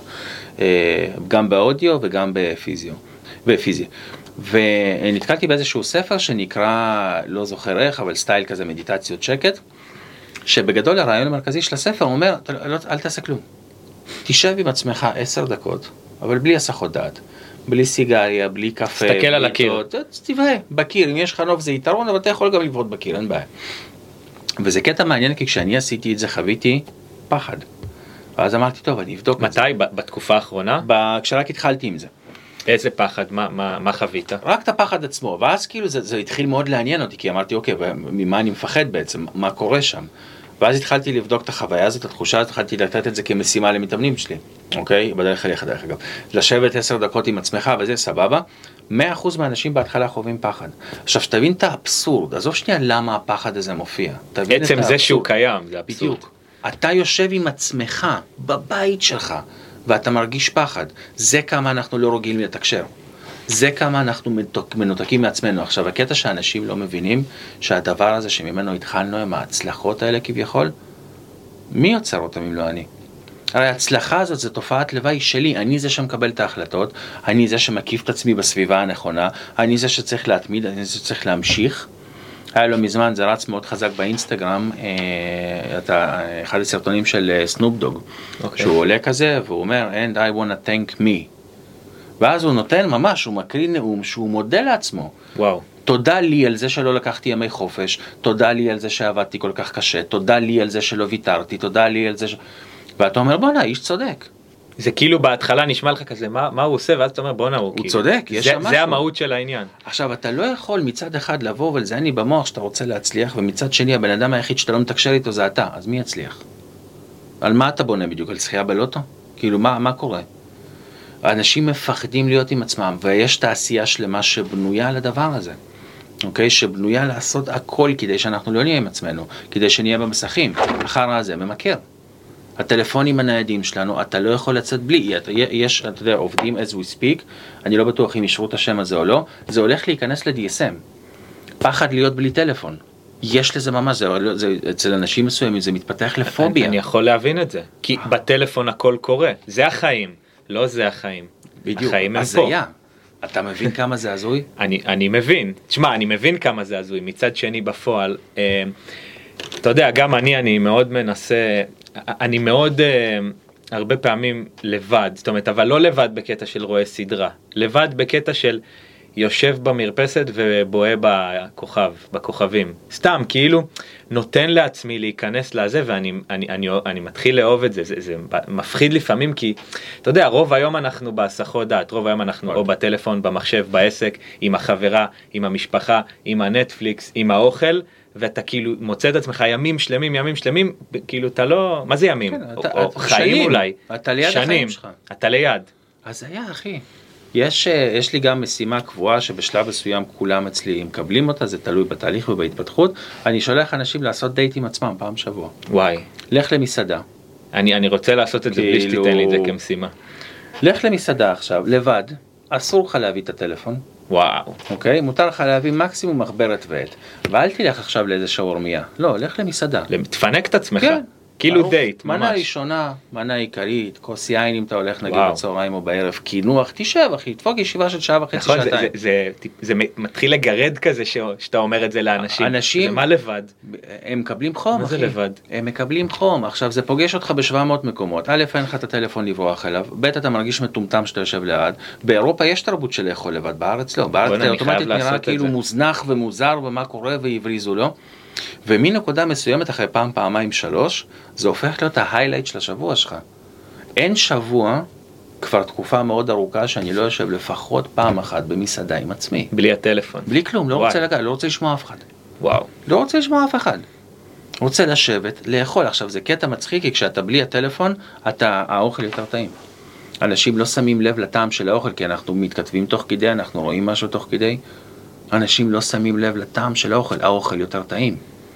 Speaker 3: גם באודיו וגם בפיזיו, בפיזי. ונתקלתי באיזשהו ספר שנקרא, לא זוכר איך, אבל סטייל כזה, מדיטציות שקט, שבגדול הרעיון המרכזי של הספר אומר, אל תעשה כלום. תשב עם עצמך עשר דקות, אבל בלי הסחות דעת. בלי סיגריה, בלי קפה.
Speaker 2: תסתכל על הקיר.
Speaker 3: תבהה, בקיר, אם יש לך נוף זה יתרון, אבל אתה יכול גם לבעוט בקיר, אין בעיה. וזה קטע מעניין, כי כשאני עשיתי את זה חוויתי פחד. ואז אמרתי, טוב, אני אבדוק את זה.
Speaker 2: מתי? בתקופה האחרונה?
Speaker 3: כשרק התחלתי עם זה.
Speaker 2: איזה פחד? מה, מה, מה חווית?
Speaker 3: רק את הפחד עצמו, ואז כאילו זה, זה התחיל מאוד לעניין אותי, כי אמרתי, אוקיי, ממה אני מפחד בעצם? מה קורה שם? ואז התחלתי לבדוק את החוויה הזאת, התחושה הזאת, התחלתי לתת את זה כמשימה למתאמנים שלי, אוקיי? בדרך אליך דרך אגב. לשבת עשר דקות עם עצמך וזה סבבה, מאה אחוז מהאנשים בהתחלה חווים פחד. עכשיו, שתבין את האבסורד, עזוב שנייה למה הפחד הזה מופיע.
Speaker 2: עצם זה שהוא קיים, זה אבסורד.
Speaker 3: בדיוק. אתה יושב עם עצמך, בבית שלך, ואתה מרגיש פחד. זה כמה אנחנו לא רגילים לתקשר. זה כמה אנחנו מנותקים מעצמנו. עכשיו, הקטע שאנשים לא מבינים שהדבר הזה שממנו התחלנו עם ההצלחות האלה כביכול, מי יוצר אותם אם לא אני? הרי ההצלחה הזאת זה תופעת לוואי שלי, אני זה שמקבל את ההחלטות, אני זה שמקיף את עצמי בסביבה הנכונה, אני זה שצריך להתמיד, אני זה שצריך להמשיך. היה לו מזמן, זה רץ מאוד חזק באינסטגרם, אה, אחד הסרטונים של סנופ דוג, okay. שהוא עולה כזה והוא אומר, and I want to thank me. ואז הוא נותן ממש, הוא מקריא נאום שהוא מודה לעצמו.
Speaker 2: וואו.
Speaker 3: תודה לי על זה שלא לקחתי ימי חופש, תודה לי על זה שעבדתי כל כך קשה, תודה לי על זה שלא ויתרתי, תודה לי על זה ש... ואתה אומר, בונה, איש צודק.
Speaker 2: זה כאילו בהתחלה נשמע לך כזה, מה, מה הוא עושה? ואז אתה אומר, בונה, הוא,
Speaker 3: הוא
Speaker 2: כאילו,
Speaker 3: צודק, יש
Speaker 2: זה,
Speaker 3: שם משהו.
Speaker 2: זה המהות של העניין.
Speaker 3: עכשיו, אתה לא יכול מצד אחד לבוא ולזייני במוח שאתה רוצה להצליח, ומצד שני, הבן אדם היחיד שאתה לא מתקשר איתו זה אתה, אז מי יצליח? על מה אתה בונה בדיוק? על זכייה בלוטו? כאילו, מה, מה קורה? האנשים מפחדים להיות עם עצמם, ויש תעשייה שלמה שבנויה על הדבר הזה. אוקיי? שבנויה לעשות הכל כדי שאנחנו לא נהיה עם עצמנו, כדי שנהיה במסכים. אחר הזה ממכר. הטלפונים הניידים שלנו, אתה לא יכול לצאת בלי, יש, אתה יודע, עובדים as we speak, אני לא בטוח אם ישרו את השם הזה או לא, זה הולך להיכנס ל-די אס אם. פחד להיות בלי טלפון. יש לזה ממש, זה, זה, אצל אנשים מסוימים זה מתפתח לפוביה.
Speaker 2: אני, אני יכול להבין את זה, כי בטלפון הכל קורה, זה החיים, לא זה החיים.
Speaker 3: בדיוק,
Speaker 2: החיים הם
Speaker 3: אז
Speaker 2: פה.
Speaker 3: היה. אתה מבין כמה זה הזוי?
Speaker 2: אני, אני מבין, תשמע, אני מבין כמה זה הזוי, מצד שני בפועל, אה, אתה יודע, גם אני, אני מאוד מנסה, אני מאוד, אה, הרבה פעמים לבד, זאת אומרת, אבל לא לבד בקטע של רואה סדרה, לבד בקטע של יושב במרפסת ובואה בכוכב, בכוכבים, סתם, כאילו, נותן לעצמי להיכנס לזה, ואני אני, אני, אני מתחיל לאהוב את זה, זה, זה מפחיד לפעמים, כי, אתה יודע, רוב היום אנחנו בהסחות דעת, רוב היום אנחנו או בטלפון, במחשב, בעסק, עם החברה, עם המשפחה, עם הנטפליקס, עם האוכל, ואתה כאילו מוצא את עצמך ימים שלמים, ימים שלמים, כאילו אתה לא, מה זה ימים?
Speaker 3: כן,
Speaker 2: או,
Speaker 3: אתה,
Speaker 2: או
Speaker 3: אתה
Speaker 2: חיים
Speaker 3: שנים,
Speaker 2: אולי,
Speaker 3: אתה ליד
Speaker 2: שנים,
Speaker 3: החיים שלך.
Speaker 2: אתה ליד.
Speaker 3: אז היה, אחי. יש, יש לי גם משימה קבועה שבשלב מסוים כולם אצלי מקבלים אותה, זה תלוי בתהליך ובהתפתחות. אני שולח אנשים לעשות דייט עם עצמם פעם שבוע.
Speaker 2: וואי.
Speaker 3: לך למסעדה.
Speaker 2: אני, אני רוצה לעשות את זה בלי
Speaker 3: כאילו...
Speaker 2: שתיתן לי את זה כמשימה.
Speaker 3: לך למסעדה עכשיו, לבד, אסור לך להביא את הטלפון.
Speaker 2: וואו.
Speaker 3: אוקיי? מותר לך להביא מקסימום מחברת ועט. ואל תלך עכשיו לאיזה שווארמיה. לא, לך למסעדה.
Speaker 2: תפנק את עצמך.
Speaker 3: כן.
Speaker 2: כאילו דייט, ממש.
Speaker 3: מנה ראשונה, מנה עיקרית, כוס יין אם אתה הולך נגיד בצהריים או בערב, קינוח, תשב אחי, תפוק ישיבה של שעה וחצי,
Speaker 2: נכון,
Speaker 3: שעתיים.
Speaker 2: זה, זה, זה, זה מתחיל לגרד כזה ש, שאתה אומר את זה לאנשים.
Speaker 3: אנשים,
Speaker 2: זה מה לבד?
Speaker 3: הם מקבלים חום,
Speaker 2: מה
Speaker 3: אחי.
Speaker 2: זה לבד?
Speaker 3: הם מקבלים חום. עכשיו, זה פוגש אותך ב-שבע מאות מקומות. א', אין לך את הטלפון לברוח אליו. ב', אתה מרגיש מטומטם שאתה יושב ליד. באירופה יש תרבות של לאכול לבד, בארץ לא. בארץ אתה אוטומטית נראה כאילו מוזנח ומוזר ומה קורה והבריזו לו. ומנקודה מסוימת אחרי פעם, פעמיים, שלוש, זה הופך להיות ההיילייט של השבוע שלך. אין שבוע, כבר תקופה מאוד ארוכה, שאני לא יושב לפחות פעם אחת במסעדה עם עצמי.
Speaker 2: בלי הטלפון.
Speaker 3: בלי כלום, לא רוצה לגעת, לא רוצה לשמוע אף אחד.
Speaker 2: וואו.
Speaker 3: לא רוצה לשמוע אף אחד. רוצה לשבת, לאכול. עכשיו, זה קטע מצחיק, כי כשאתה בלי הטלפון, אתה, האוכל יותר טעים. אנשים לא שמים לב לטעם של האוכל, כי אנחנו מתכתבים תוך כדי, אנחנו רואים משהו תוך כדי. אנשים לא שמים לב לטעם של האוכל, האוכל יותר טעים.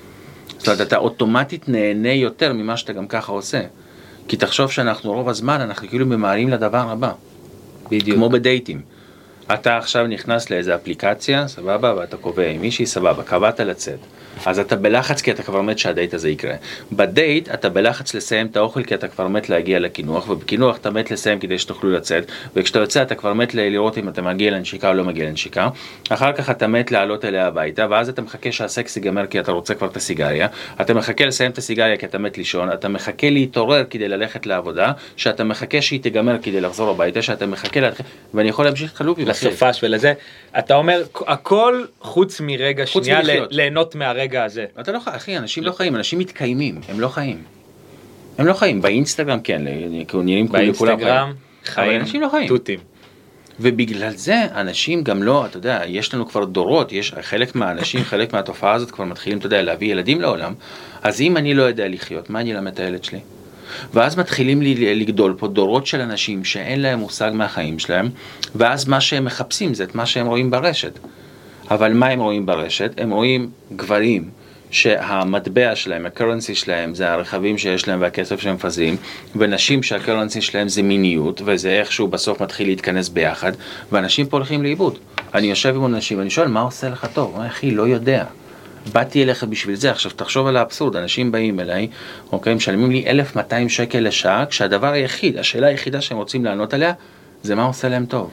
Speaker 3: זאת אומרת, אתה אוטומטית נהנה יותר ממה שאתה גם ככה עושה. כי תחשוב שאנחנו רוב הזמן, אנחנו כאילו ממהרים לדבר הבא.
Speaker 2: בדיוק.
Speaker 3: כמו בדייטים. אתה עכשיו נכנס לאיזה אפליקציה, סבבה, ואתה קובע עם מישהי, סבבה, קבעת לצאת. אז אתה בלחץ כי אתה כבר מת שהדייט הזה יקרה. בדייט אתה בלחץ לסיים את האוכל כי אתה כבר מת להגיע לקינוח, ובקינוח אתה מת לסיים כדי שתוכלו לצאת, וכשאתה יוצא אתה כבר מת לראות אם אתה מגיע לנשיקה או לא מגיע לנשיקה. אחר כך אתה מת לעלות אליה הביתה, ואז אתה מחכה שהסקס ייגמר כי אתה רוצה כבר את הסיגריה, אתה מחכה לסיים את הסיגריה כי אתה מת לישון, אתה מחכה להתעורר כדי ללכת לעבודה, שאתה מחכה שהיא תיגמר כדי לחזור הביתה, שאתה מחכה להתחיל, ואני יכול להמשיך את הלופים.
Speaker 2: לסופש ולזה, אתה אומר, הכל חוץ מרגע שנייה ליהנות מהרגע הזה.
Speaker 3: אתה לא חי, אחי, אנשים לא חיים, אנשים מתקיימים, הם לא חיים. הם לא חיים, באינסטגרם כן, נראים
Speaker 2: באינסטגרם חיים,
Speaker 3: אנשים לא חיים.
Speaker 2: תותים.
Speaker 3: ובגלל זה אנשים גם לא, אתה יודע, יש לנו כבר דורות, יש חלק מהאנשים, חלק מהתופעה הזאת כבר מתחילים, אתה יודע, להביא ילדים לעולם, אז אם אני לא יודע לחיות, מה אני אלמד את הילד שלי? ואז מתחילים לי לגדול פה דורות של אנשים שאין להם מושג מהחיים שלהם, ואז מה שהם מחפשים זה את מה שהם רואים ברשת. אבל מה הם רואים ברשת? הם רואים גברים שהמטבע שלהם, הקרנסי שלהם, זה הרכבים שיש להם והכסף שהם מפזרים, ונשים שהקרנסי שלהם זה מיניות, וזה איכשהו בסוף מתחיל להתכנס ביחד, ואנשים פה הולכים לאיבוד. אני יושב עם אנשים ואני שואל, מה עושה לך טוב? אחי, לא יודע. באתי אליך בשביל זה. עכשיו תחשוב על האבסורד, אנשים באים אליי, אוקיי, משלמים לי אלף ומאתיים שקל לשעה, כשהדבר היחיד, השאלה היחידה שהם רוצים לענות עליה, זה מה עושה להם טוב.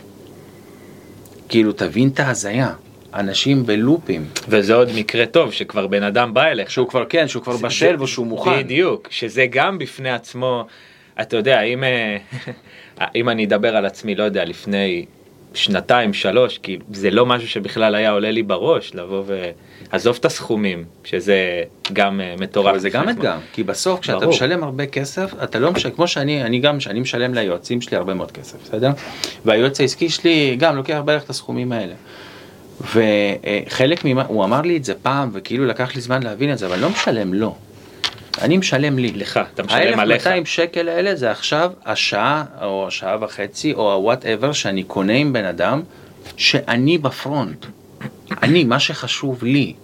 Speaker 3: כאילו, תבין את ההזיה. אנשים בלופים.
Speaker 2: וזה עוד מקרה טוב, שכבר בן אדם בא אליך.
Speaker 3: שהוא כבר, כן, שהוא כבר בשל ושהוא מוכן.
Speaker 2: בדיוק, שזה גם בפני עצמו, אתה יודע, אם, אם אני אדבר על עצמי, לא יודע, לפני שנתיים, שלוש, כי זה לא משהו שבכלל היה עולה לי בראש, לבוא ועזוב את הסכומים, שזה גם מטורף.
Speaker 3: זה גם אתגר, כי בסוף כשאתה ברור. משלם הרבה כסף, אתה לא משלם, כמו שאני, אני גם, שאני משלם ליועצים שלי הרבה מאוד כסף, בסדר? והיועץ העסקי שלי גם לוקח בערך את הסכומים האלה. וחלק ממה, הוא אמר לי את זה פעם, וכאילו לקח לי זמן להבין את זה, אבל לא משלם לו. אני משלם לי.
Speaker 2: לך, אתה משלם עליך.
Speaker 3: ה-אלף ומאתיים שקל האלה זה עכשיו השעה, או השעה וחצי, או ה-whatever שאני קונה עם בן אדם, שאני בפרונט. אני, מה שחשוב לי,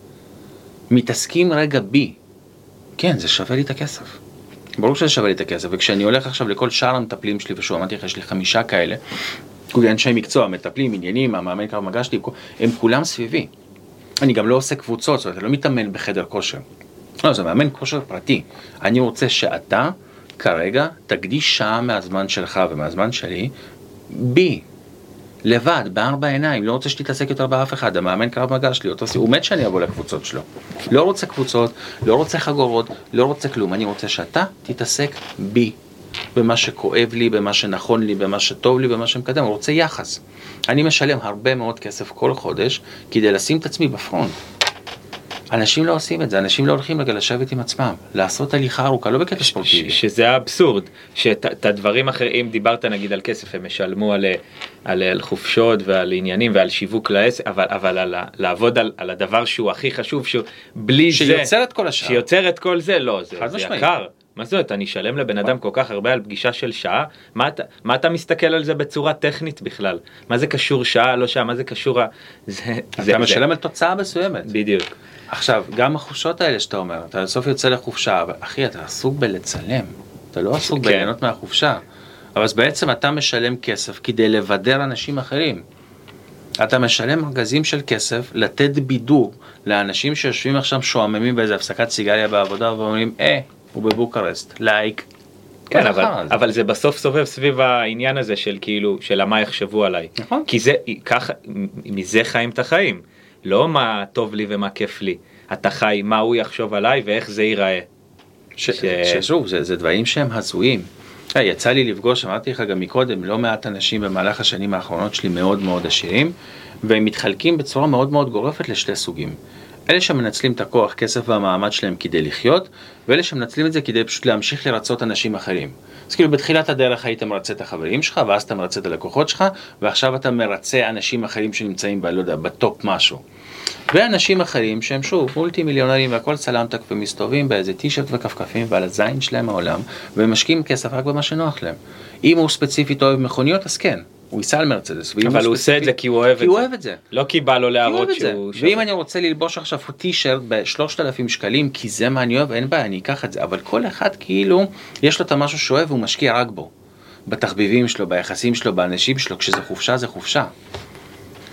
Speaker 3: מתעסקים רגע בי. כן, זה שווה לי את הכסף. ברור שזה שווה לי את הכסף, וכשאני הולך עכשיו לכל שאר המטפלים שלי, ושוב, אמרתי לך, יש לי חמישה כאלה, כולי אנשי מקצוע, מטפלים, עניינים, המאמן קרב מגע שלי, הם כולם סביבי. אני גם לא עושה קבוצות, זאת אומרת, אני לא מתאמן בחדר כושר. לא, זה מאמן כושר פרטי. אני רוצה שאתה, כרגע, תקדיש שעה מהזמן שלך ומהזמן שלי, בי, לבד, בארבע עיניים, לא רוצה שתתעסק יותר באף אחד, המאמן קרב מגע שלי, אותו, הוא מת שאני אבוא לקבוצות שלו. לא רוצה קבוצות, לא רוצה חגורות, לא רוצה כלום, אני רוצה שאתה תתעסק בי. במה שכואב לי, במה שנכון לי, במה שטוב לי, במה שמקדם, הוא רוצה יחס. אני משלם הרבה מאוד כסף כל חודש, כדי לשים את עצמי בפרונט. אנשים לא עושים את זה, אנשים לא הולכים רגע לשבת עם עצמם, לעשות הליכה ארוכה, לא בקטע ספורטיבי.
Speaker 2: שזה האבסורד, שאת הדברים אחרים, דיברת נגיד על כסף, הם משלמו על, על, על חופשות ועל עניינים ועל שיווק לעסק, אבל, אבל על, לעבוד על, על הדבר שהוא הכי חשוב, שהוא בלי זה,
Speaker 3: שיוצר את כל השאר.
Speaker 2: שיוצר את כל זה, לא, זה, זה יקר. מה זאת? אני אשלם לבן אדם כל כך הרבה על פגישה של שעה? מה אתה, מה אתה מסתכל על זה בצורה טכנית בכלל? מה זה קשור שעה, לא שעה? מה זה קשור? זה,
Speaker 3: אתה
Speaker 2: זה,
Speaker 3: משלם
Speaker 2: זה.
Speaker 3: על תוצאה מסוימת.
Speaker 2: בדיוק.
Speaker 3: עכשיו, גם החופשות האלה שאתה אומר, אתה בסוף יוצא לחופשה, אבל אחי, אתה עסוק בלצלם. אתה לא עסוק כן. בליהנות מהחופשה. אבל אז בעצם אתה משלם כסף כדי לבדר אנשים אחרים. אתה משלם ארגזים של כסף לתת בידור לאנשים שיושבים עכשיו שועממים באיזה הפסקת סיגריה בעבודה ואומרים, אה, הוא בבוקרסט, לייק.
Speaker 2: כן, אבל, אבל זה בסוף סובב סביב העניין הזה של כאילו, של מה יחשבו עליי. נכון. כי זה, ככה, מזה חיים את החיים. לא מה טוב לי ומה כיף לי. אתה חי, מה הוא יחשוב עליי ואיך זה ייראה.
Speaker 3: ש... ש... ששוב, זה, זה דברים שהם הזויים. יצא לי לפגוש, אמרתי לך גם מקודם, לא מעט אנשים במהלך השנים האחרונות שלי מאוד מאוד עשירים, והם מתחלקים בצורה מאוד מאוד גורפת לשתי סוגים. אלה שמנצלים את הכוח, כסף והמעמד שלהם כדי לחיות, ואלה שמנצלים את זה כדי פשוט להמשיך לרצות אנשים אחרים. אז כאילו בתחילת הדרך היית מרצה את החברים שלך, ואז אתה מרצה את הלקוחות שלך, ועכשיו אתה מרצה אנשים אחרים שנמצאים ב, לא יודע, בטופ משהו. ואנשים אחרים שהם שוב מולטי מיליונרים והכל סלמתק ומסתובבים באיזה טישרט וכפכפים ועל הזין שלהם העולם, והם משקיעים כסף רק במה שנוח להם. אם הוא ספציפית אוהב מכוניות, אז כן. הוא ייסע על מרצדס.
Speaker 2: אבל הוא עושה את זה כי הוא אוהב את זה.
Speaker 3: כי הוא אוהב את זה.
Speaker 2: לא כי בא לו להראות שהוא...
Speaker 3: ואם אני רוצה ללבוש עכשיו טישרט ב-שלושת אלפים שקלים, כי זה מה אני אוהב, אין בעיה, אני אקח את זה. אבל כל אחד כאילו, יש לו את המשהו שהוא אוהב, והוא משקיע רק בו. בתחביבים שלו, ביחסים שלו, באנשים שלו, כשזה חופשה, זה חופשה.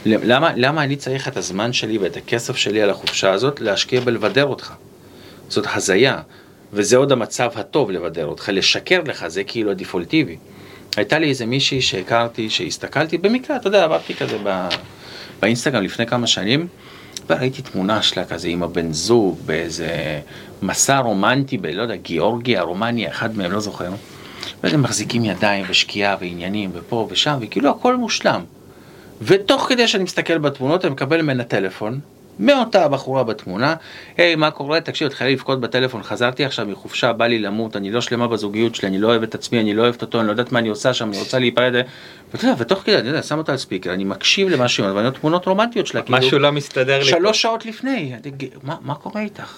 Speaker 3: למה, למה אני צריך את הזמן שלי ואת הכסף שלי על החופשה הזאת להשקיע בלבדר אותך? זאת הזיה, וזה עוד המצב הטוב לבדר אותך, לשקר לך, זה כאילו הדיפולטיבי. הייתה לי איזה מישהי שהכרתי, שהסתכלתי, במקרה, אתה יודע, עברתי כזה בא, באינסטגרם לפני כמה שנים, וראיתי תמונה שלה כזה עם הבן זוג, באיזה מסע רומנטי, ב, לא יודע, גיאורגיה, רומניה, אחד מהם, לא זוכר. והם מחזיקים ידיים ושקיעה ועניינים ופה ושם, וכאילו הכל מושלם. ותוך כדי שאני מסתכל בתמונות, אני מקבל ממנה טלפון, מאותה הבחורה בתמונה, היי, מה קורה? תקשיב, התחילה לבכות בטלפון, חזרתי עכשיו מחופשה, בא לי למות, אני לא שלמה בזוגיות שלי, אני לא אוהב את עצמי, אני לא אוהבת אותו, אני לא יודעת מה אני עושה שם, אני רוצה להיפרד. ואתה יודע, ותוך כדי, אני יודע, שם אותה על ספיקר, אני מקשיב למשהו, ואני יודע, תמונות רומנטיות שלה,
Speaker 2: משהו כאילו, לא מסתדר לי.
Speaker 3: שלוש שעות לפני, מה, מה קורה איתך?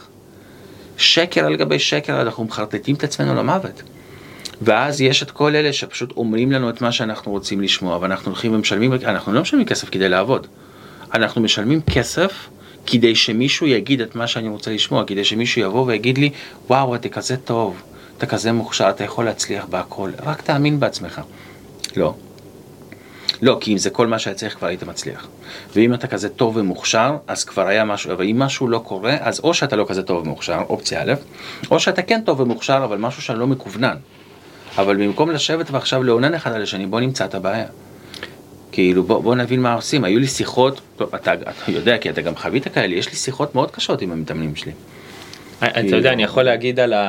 Speaker 3: שקר על גבי שקר, אנחנו מחרטטים את עצמנו למוות. ואז יש את כל אלה שפשוט אומרים לנו את מה שאנחנו רוצים לשמוע, ואנחנו הולכים ומשלמים, אנחנו לא משלמים כסף כדי לעבוד. אנחנו משלמים כסף כדי שמישהו יגיד את מה שאני רוצה לשמוע, כדי שמישהו יבוא ויגיד לי, וואו, אתה כזה טוב, אתה כזה מוכשר, אתה יכול להצליח בהכל, רק תאמין בעצמך. לא. לא, כי אם זה כל מה שהיה צריך, כבר היית מצליח. ואם אתה כזה טוב ומוכשר, אז כבר היה משהו, אבל אם משהו לא קורה, אז או שאתה לא כזה טוב ומוכשר, אופציה א', או שאתה כן טוב ומוכשר, אבל משהו שאני לא מקוונן. אבל במקום לשבת ועכשיו לעונן אחד על השני, בוא נמצא את הבעיה. כאילו, בוא, בוא נבין מה עושים. היו לי שיחות, טוב, אתה, אתה יודע, כי אתה גם חווית כאלה, יש לי שיחות מאוד קשות עם המתאמנים שלי.
Speaker 2: אתה יודע, אני יכול להגיד על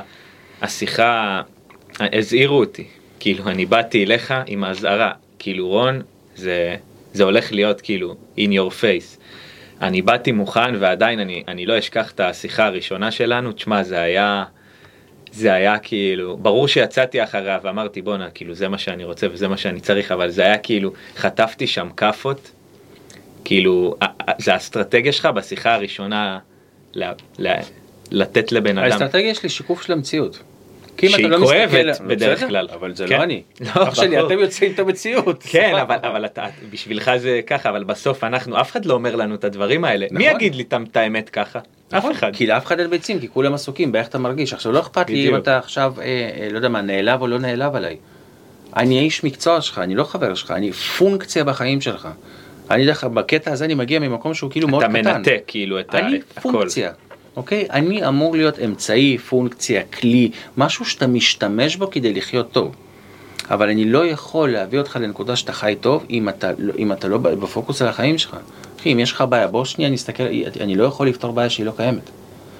Speaker 2: השיחה, הזהירו אותי. כאילו, אני באתי אליך עם ההזהרה. כאילו, רון, זה, זה הולך להיות כאילו, in your face. אני באתי מוכן, ועדיין אני, אני לא אשכח את השיחה הראשונה שלנו. תשמע, זה היה... זה היה כאילו, ברור שיצאתי אחריה ואמרתי בונה, כאילו זה מה שאני רוצה וזה מה שאני צריך, אבל זה היה כאילו, חטפתי שם כפות, כאילו, זה האסטרטגיה שלך בשיחה הראשונה, ל, ל, לתת לבן אדם.
Speaker 3: האסטרטגיה יש לי שיקוף של המציאות.
Speaker 2: שהיא כואבת בדרך כלל.
Speaker 3: אבל זה לא אני. אח שלי, אתם יוצאים את המציאות.
Speaker 2: כן, אבל בשבילך זה ככה, אבל בסוף אנחנו, אף אחד לא אומר לנו את הדברים האלה. מי יגיד לי את האמת ככה? אף אחד.
Speaker 3: כי לאף אחד אין ביצים, כי כולם עסוקים, באיך אתה מרגיש. עכשיו לא אכפת לי אם אתה עכשיו, לא יודע מה, נעלב או לא נעלב עליי. אני איש מקצוע שלך, אני לא חבר שלך, אני פונקציה בחיים שלך. אני דרך, בקטע הזה אני מגיע ממקום שהוא כאילו מאוד קטן.
Speaker 2: אתה מנתק כאילו את הכל.
Speaker 3: אני פונקציה. אוקיי? אני אמור להיות אמצעי, פונקציה, כלי, משהו שאתה משתמש בו כדי לחיות טוב. אבל אני לא יכול להביא אותך לנקודה שאתה חי טוב אם אתה, אם אתה לא בפוקוס על החיים שלך. אחי, אם יש לך בעיה, בוא שנייה נסתכל, אני לא יכול לפתור בעיה שהיא לא קיימת.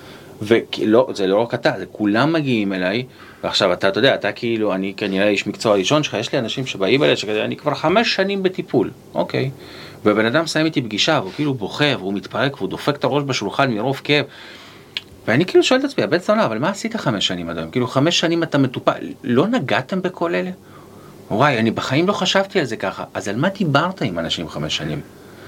Speaker 3: ולא, זה לא רק אתה, זה כולם מגיעים אליי, ועכשיו אתה, אתה יודע, אתה כאילו, אני כנראה איש מקצוע ראשון שלך, יש לי אנשים שבאים אליי, שכזה, אני כבר חמש שנים בטיפול, אוקיי. ובן אדם סיים איתי פגישה, והוא כאילו בוכה, והוא מתפרק, והוא דופק את הראש בשולחן מרוב כאב. ואני כאילו שואל את עצמי, הבן זונה, אבל מה עשית חמש שנים עד היום? כאילו חמש שנים אתה מטופל, לא נגעתם בכל אלה? וואי, אני בחיים לא חשבתי על זה ככה, אז על מה דיברת עם אנשים חמש שנים?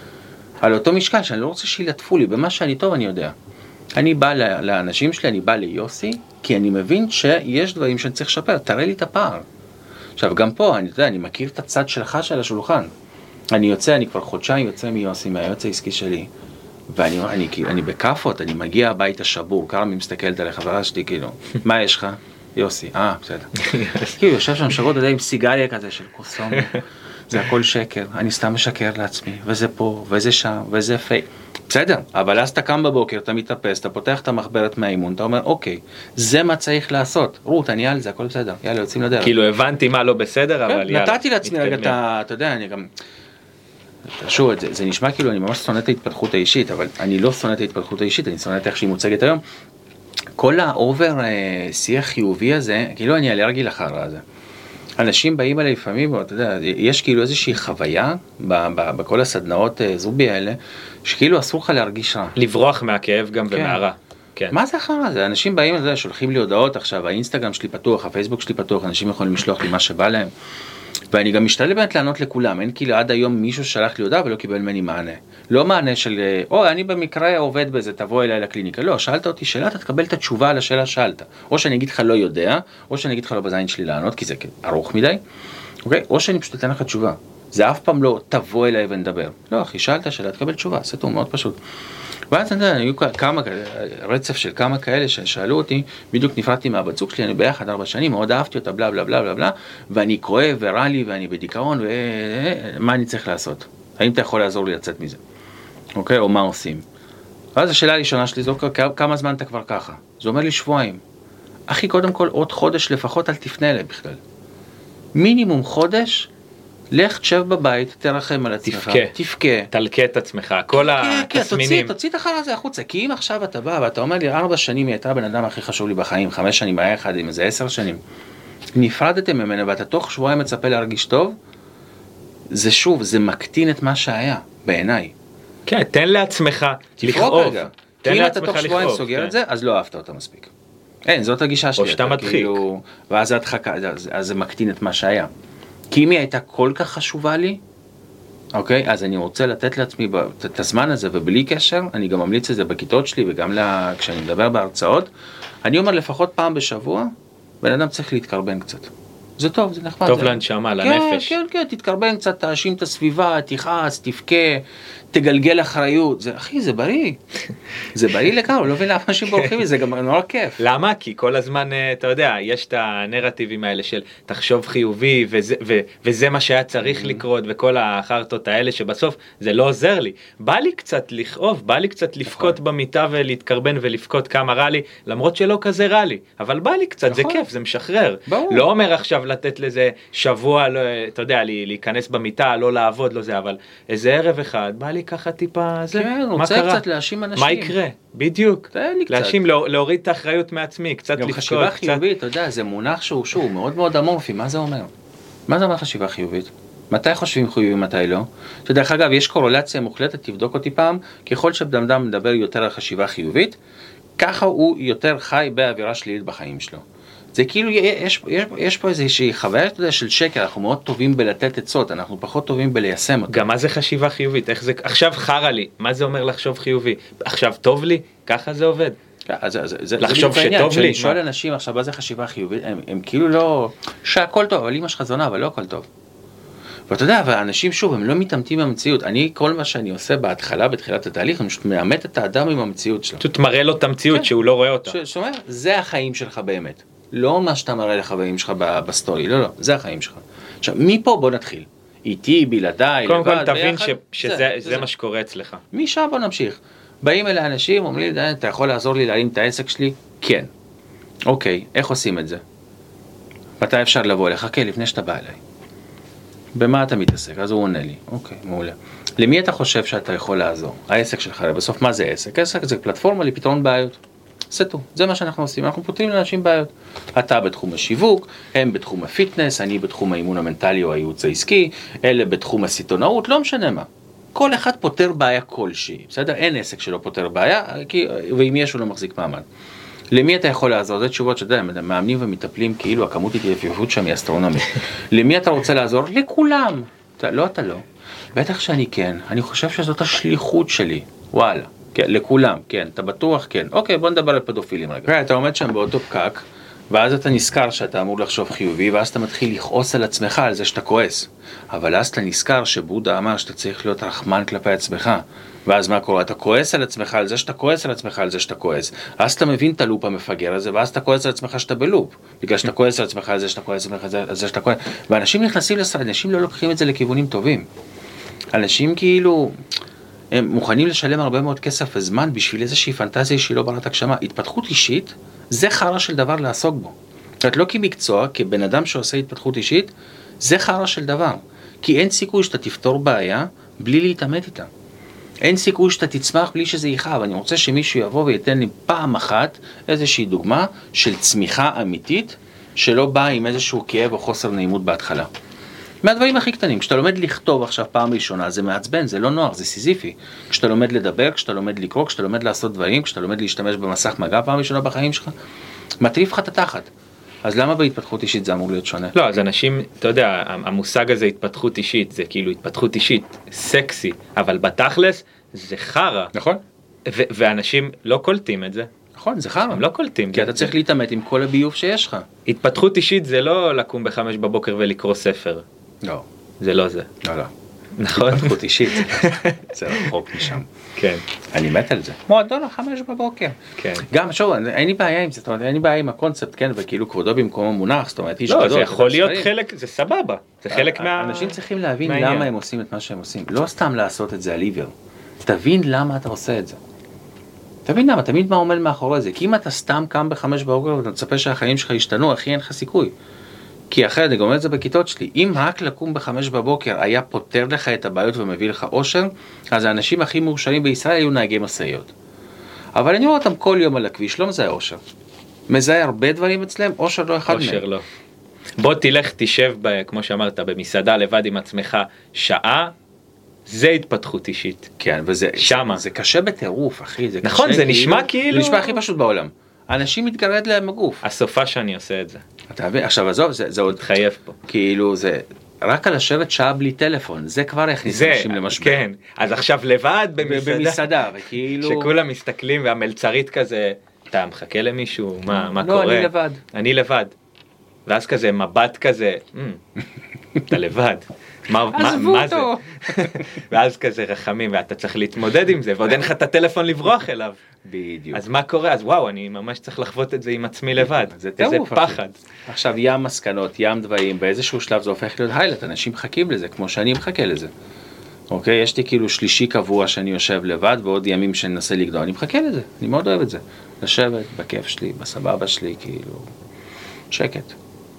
Speaker 3: על אותו משקל שאני לא רוצה שילטפו לי, במה שאני טוב אני יודע. אני בא לאנשים שלי, אני בא ליוסי, כי אני מבין שיש דברים שאני צריך לשפר, תראה לי את הפער. עכשיו גם פה, אני יודע, אני מכיר את הצד שלך של השולחן. אני יוצא, אני כבר חודשיים יוצא מיוסי, מהיועץ העסקי שלי, ואני אני, אני, אני בקפות, אני מגיע הביתה שבור, כרמי מסתכלת על החברה שלי, כאילו, מה יש לך? יוסי, אה, בסדר. כאילו, יושב שם שרות, אתה יודע, עם סיגליה כזה של קוסום, זה הכל שקר, אני סתם משקר לעצמי, וזה פה, וזה שם, וזה פייק. בסדר, אבל אז אתה קם בבוקר, אתה מתאפס, אתה פותח את המחברת מהאימון, אתה אומר, אוקיי, זה מה צריך לעשות. רות, אני על זה, הכל בסדר, יאללה, יוצאים לדרך.
Speaker 2: כאילו, הבנתי מה לא בסדר, אבל יאללה.
Speaker 3: נתתי לעצמי רגע, אתה יודע, אני גם... שוב, זה, זה נשמע כאילו אני ממש שונא את ההתפתחות האישית, אבל אני לא שונא את ההתפתחות האישית, אני שונא את איך שהיא מוצגת היום. כל האובר שיח חיובי הזה, כאילו אני אלרגי לחרא הזה. אנשים באים אליי לפעמים, אתה יודע, יש כאילו איזושהי חוויה ב, ב, בכל הסדנאות זובי האלה, שכאילו אסור לך להרגיש רע.
Speaker 2: לברוח מהכאב גם כן. ומהרע. כן.
Speaker 3: מה זה החרא הזה? אנשים באים, אתה יודע, שולחים לי הודעות עכשיו, האינסטגרם שלי פתוח, הפייסבוק שלי פתוח, אנשים יכולים לשלוח לי מה שבא להם. ואני גם משתדל באמת לענות לכולם, אין כאילו עד היום מישהו שלח לי הודעה ולא קיבל ממני מענה. לא מענה של, או אני במקרה עובד בזה, תבוא אליי לקליניקה. לא, שאלת אותי שאלה, אתה תקבל את התשובה על השאלה שאלת. או שאני אגיד לך לא יודע, או שאני אגיד לך לא בזין שלי לענות, כי זה ארוך מדי, אוקיי? או שאני פשוט אתן לך תשובה. זה אף פעם לא תבוא אליי ונדבר. לא, אחי, שאלת שאלה, תקבל תשובה, זה טוב, מאוד פשוט. ואז אתה יודע, היו כמה, רצף של כמה כאלה ששאלו אותי, בדיוק נפרדתי מהבת זוג שלי, אני ביחד ארבע שנים, מאוד אהבתי אותה, בלה בלה בלה בלה בלה, ואני כואב ורע לי ואני בדיכאון, ומה אני צריך לעשות? האם אתה יכול לעזור לי לצאת מזה? אוקיי? או מה עושים? ואז השאלה הראשונה שלי זו, כמה זמן אתה כבר ככה? זה אומר לי שבועיים. אחי, קודם כל, עוד חודש לפחות אל תפנה אליי בכלל. מינימום חודש, לך תשב בבית, תרחם על עצמך.
Speaker 2: תפקה.
Speaker 3: תפקה.
Speaker 2: תלקה את עצמך, כל התסמינים.
Speaker 3: תוציא את החלל הזה החוצה, כי אם עכשיו אתה בא ואתה אומר לי, ארבע שנים היא הייתה הבן אדם הכי חשוב לי בחיים, חמש שנים היה אחד עם איזה עשר שנים. נפרדתם ממנו ואתה תוך שבועיים מצפה להרגיש טוב, זה שוב, זה מקטין את מה שהיה, בעיניי.
Speaker 2: כן, תן לעצמך לכאוב.
Speaker 3: כי אם אתה תוך שבועיים סוגר את זה, אז לא אהבת אותה מספיק. אין, זאת הגישה שלי.
Speaker 2: או שאתה מדחיק.
Speaker 3: ואז זה הדחקה, אז זה מקטין את מה שהיה. כי אם היא הייתה כל כך חשובה לי, אוקיי, אז אני רוצה לתת לעצמי את הזמן הזה, ובלי קשר, אני גם ממליץ את זה בכיתות שלי, וגם כשאני מדבר בהרצאות, אני אומר לפחות פעם בשבוע, בן אדם צריך להתקרבן קצת. זה טוב, זה נחמד.
Speaker 2: טוב להנשמה, לנפש.
Speaker 3: כן, כן, כן, תתקרבן קצת, תאשים את הסביבה, תכעס, תבכה, תגלגל אחריות. זה, אחי, זה בריא. זה בריא לגמרי, לא מבין למה אנשים בורחים מזה, גם נורא כיף.
Speaker 2: למה? כי כל הזמן, אתה יודע, יש את הנרטיבים האלה של תחשוב חיובי, וזה, ו, וזה מה שהיה צריך לקרות, וכל החרטות האלה שבסוף זה לא עוזר לי. בא לי קצת לכאוב, בא לי קצת לפקות במיטה ולהתקרבן ולפקות כמה רע לי, למרות שלא כזה רע לי. אבל בא לי קצת, זה כיף, זה משחרר. לא אומר עכשיו לתת לזה שבוע, לא, אתה יודע, להיכנס במיטה, לא לעבוד, לא זה, אבל איזה ערב אחד, בא לי ככה טיפה, זה,
Speaker 3: כן,
Speaker 2: מה
Speaker 3: רוצה
Speaker 2: קרה?
Speaker 3: קצת להאשים אנשים.
Speaker 2: מה יקרה? בדיוק. להאשים, לא, להוריד את האחריות מעצמי, קצת לפקוד.
Speaker 3: גם חשיבה
Speaker 2: קצת...
Speaker 3: חיובית, אתה יודע, זה מונח שהוא שהוא מאוד מאוד אמורפי, מה זה אומר? מה זה אומר חשיבה חיובית? מתי חושבים חיובים, מתי לא? שדרך אגב, יש קורולציה מוחלטת, תבדוק אותי פעם, ככל שבן אדם מדבר יותר על חשיבה חיובית, ככה הוא יותר חי באווירה שלילית בחיים שלו. זה כאילו, יש, יש, יש פה איזושהי חוויה, אתה יודע, של שקר, אנחנו מאוד טובים בלתת עצות, אנחנו פחות טובים בליישם אותה.
Speaker 2: גם מה זה חשיבה חיובית? איך זה, עכשיו חרה לי, מה זה אומר לחשוב חיובי? עכשיו טוב לי? ככה זה עובד?
Speaker 3: אז, אז, זה,
Speaker 2: לחשוב
Speaker 3: זה
Speaker 2: שטוב לי?
Speaker 3: כשאני שואל אנשים, עכשיו, מה זה חשיבה חיובית? הם, הם כאילו לא, שהכל טוב, אבל אמא שלך זונה, אבל לא הכל טוב. ואתה יודע, והאנשים שוב, הם לא מתאמתים במציאות. אני, כל מה שאני עושה בהתחלה, בתחילת התהליך, אני פשוט מאמת את האדם עם המציאות שלו.
Speaker 2: פשוט מראה לו את המציאות כן. שהוא לא רואה אותה.
Speaker 3: שומע, זה החיים שלך באמת. לא מה שאתה מראה לחברים שלך בסטורי, לא, לא, זה החיים שלך. עכשיו, מפה בוא נתחיל. איתי, בלעדיי, לבד,
Speaker 2: קודם כל תבין
Speaker 3: ביחד,
Speaker 2: ש, שזה זה, זה, זה מה שקורה אצלך.
Speaker 3: משם בוא נמשיך. באים אלה אנשים, אומרים לי, אתה יכול לעזור לי להרים את העסק שלי? כן. אוקיי, איך עושים את זה? מתי אפשר לבוא אליך? כן, לפני שאתה בא אליי. במה אתה מתעסק? אז הוא עונה לי. אוקיי, מעולה. למי אתה חושב שאתה יכול לעזור? העסק שלך, בסוף מה זה עסק? עסק זה פלטפורמה לפתרון בעיות. סטו, זה מה שאנחנו עושים, אנחנו פותרים לאנשים בעיות. אתה בתחום השיווק, הם בתחום הפיטנס, אני בתחום האימון המנטלי או הייעוץ העסקי, אלה בתחום הסיטונאות, לא משנה מה. כל אחד פותר בעיה כלשהי, בסדר? אין עסק שלא פותר בעיה, כי, ואם יש הוא לא מחזיק מעמד. למי אתה יכול לעזור? זה תשובות שאתה יודע, מאמנים ומטפלים כאילו הכמות התייפייפות שם היא אסטרונומית. למי אתה רוצה לעזור? לכולם. אתה, לא, אתה לא. בטח שאני כן, אני חושב שזאת השליחות שלי. וואלה. כן, לכולם, כן, אתה בטוח, כן. אוקיי, בוא נדבר על פדופילים רגע. אתה עומד שם באותו פקק, ואז אתה נזכר שאתה אמור לחשוב חיובי, ואז אתה מתחיל לכעוס על עצמך על זה שאתה כועס. אבל אז אתה נזכר שבודה אמר שאתה צריך להיות רחמן כלפי עצמך. ואז מה קורה? אתה כועס על עצמך על זה שאתה כועס על עצמך על זה שאתה כועס. אז אתה מבין את הלופ המפגר הזה, ואז אתה כועס על עצמך שאתה בלופ. בגלל שאתה כועס על עצמך על זה שאתה כועס על עצמך על זה שאתה כועס. ואנשים נכנסים לסרט, אנשים לא לוקחים את זה לכיוונים טובים. אנשים כאילו... הם מוכנים לשלם הרבה מאוד כסף וזמן בשביל איזושהי פנטזיה שהיא לא ברת הגשמה. התפתחות אישית, זה חרא של דבר לעסוק בו. זאת אומרת, לא כמקצוע, כבן אדם שעושה התפתחות אישית, זה חרא של דבר. כי אין סיכוי שאתה תפתור בעיה בלי להתאמת איתה. אין סיכוי שאתה תצמח בלי שזה יכאב. אני רוצה שמישהו יבוא וייתן לי פעם אחת איזושהי דוגמה של צמיחה אמיתית, שלא באה עם איזשהו כאב או חוסר נעימות בהתחלה. מהדברים הכי קטנים, כשאתה לומד לכתוב עכשיו פעם ראשונה, זה מעצבן, זה לא נוח, זה סיזיפי. כשאתה לומד לדבר, כשאתה לומד לקרוא, כשאתה לומד לעשות דברים, כשאתה לומד להשתמש במסך מגע פעם ראשונה בחיים שלך, מטריף לך את התחת. אז למה בהתפתחות אישית זה אמור להיות שונה?
Speaker 2: לא, אז אנשים, אתה יודע, המושג הזה התפתחות אישית, זה כאילו התפתחות אישית, סקסי, אבל בתכלס זה חרה.
Speaker 3: נכון.
Speaker 2: ו- ואנשים לא קולטים את זה.
Speaker 3: נכון, זה חרה.
Speaker 2: הם לא קולטים.
Speaker 3: כי אתה צריך להתאמת עם כל הביוב שיש לך.
Speaker 2: התפתחות אישית זה לא לקום בחמש בבוקר ולקרוא ספר.
Speaker 3: לא.
Speaker 2: זה לא זה.
Speaker 3: לא, לא.
Speaker 2: נכון.
Speaker 3: התפתחות אישית, זה רחוק משם.
Speaker 2: כן.
Speaker 3: אני מת על זה. מועדון החמש בבוקר.
Speaker 2: כן.
Speaker 3: גם, שוב, אין לי בעיה עם זה, זאת אומרת, אין לי בעיה עם הקונספט, כן, וכאילו כבודו במקום המונח, זאת אומרת, איש גדול.
Speaker 2: לא, זה יכול להיות חלק, זה סבבה. זה חלק מה...
Speaker 3: אנשים צריכים להבין למה הם עושים את מה שהם עושים. לא סתם לעשות את זה על עיוור. תבין למה אתה עושה את זה. תבין למה, תמיד מה עומד מאחורי זה. כי אם אתה סתם קם בחמש בבוקר ואתה מצפה שהחיים שלך ישתנו, אחי, אין לך סיכוי. כי אחרת, אני אומר את זה בכיתות שלי, אם רק לקום בחמש בבוקר היה פותר לך את הבעיות ומביא לך אושר, אז האנשים הכי מאושרים בישראל היו נהגי משאיות. אבל אני רואה אותם כל יום על הכביש, לא מזהה אושר. מזהה הרבה דברים אצלם, אושר לא אחד מהם.
Speaker 2: אושר לא. בוא תלך, תשב, ב, כמו שאמרת, במסעדה לבד עם עצמך שעה, זה התפתחות אישית.
Speaker 3: כן, וזה
Speaker 2: שמה.
Speaker 3: זה, זה קשה בטירוף, אחי. זה
Speaker 2: נכון,
Speaker 3: קשה,
Speaker 2: זה
Speaker 3: כאילו,
Speaker 2: נשמע כאילו...
Speaker 3: זה נשמע הכי פשוט בעולם. אנשים מתגרד להם הגוף.
Speaker 2: הסופה שאני עושה את זה.
Speaker 3: אתה מבין? עכשיו עזוב, זה, זה עוד...
Speaker 2: תחייב פה.
Speaker 3: כאילו זה... רק על לשבת שעה בלי טלפון, זה כבר יכניס אנשים למשבר.
Speaker 2: כן, אז עכשיו לבד במסעדה.
Speaker 3: במסעדה, וכאילו...
Speaker 2: שכולם מסתכלים והמלצרית כזה, אתה מחכה למישהו, מה, מה
Speaker 3: לא,
Speaker 2: קורה?
Speaker 3: לא, אני לבד.
Speaker 2: אני לבד. ואז כזה מבט כזה, אתה לבד. מה, מה, מה זה? ואז כזה רחמים, ואתה צריך להתמודד עם זה, ועוד אין לך את הטלפון לברוח אליו.
Speaker 3: בדיוק.
Speaker 2: אז מה קורה? אז וואו, אני ממש צריך לחוות את זה עם עצמי לבד.
Speaker 3: זה
Speaker 2: איזה
Speaker 3: טירוף,
Speaker 2: פחד.
Speaker 3: עכשיו, ים מסקנות, ים דברים, באיזשהו שלב זה הופך להיות היילט, אנשים מחכים לזה, כמו שאני מחכה לזה. אוקיי? יש לי כאילו שלישי קבוע שאני יושב לבד, ועוד ימים שאני אנסה לגדול, אני מחכה לזה, אני מאוד אוהב את זה. לשבת, בכיף שלי, בסבבה שלי, כאילו, שקט.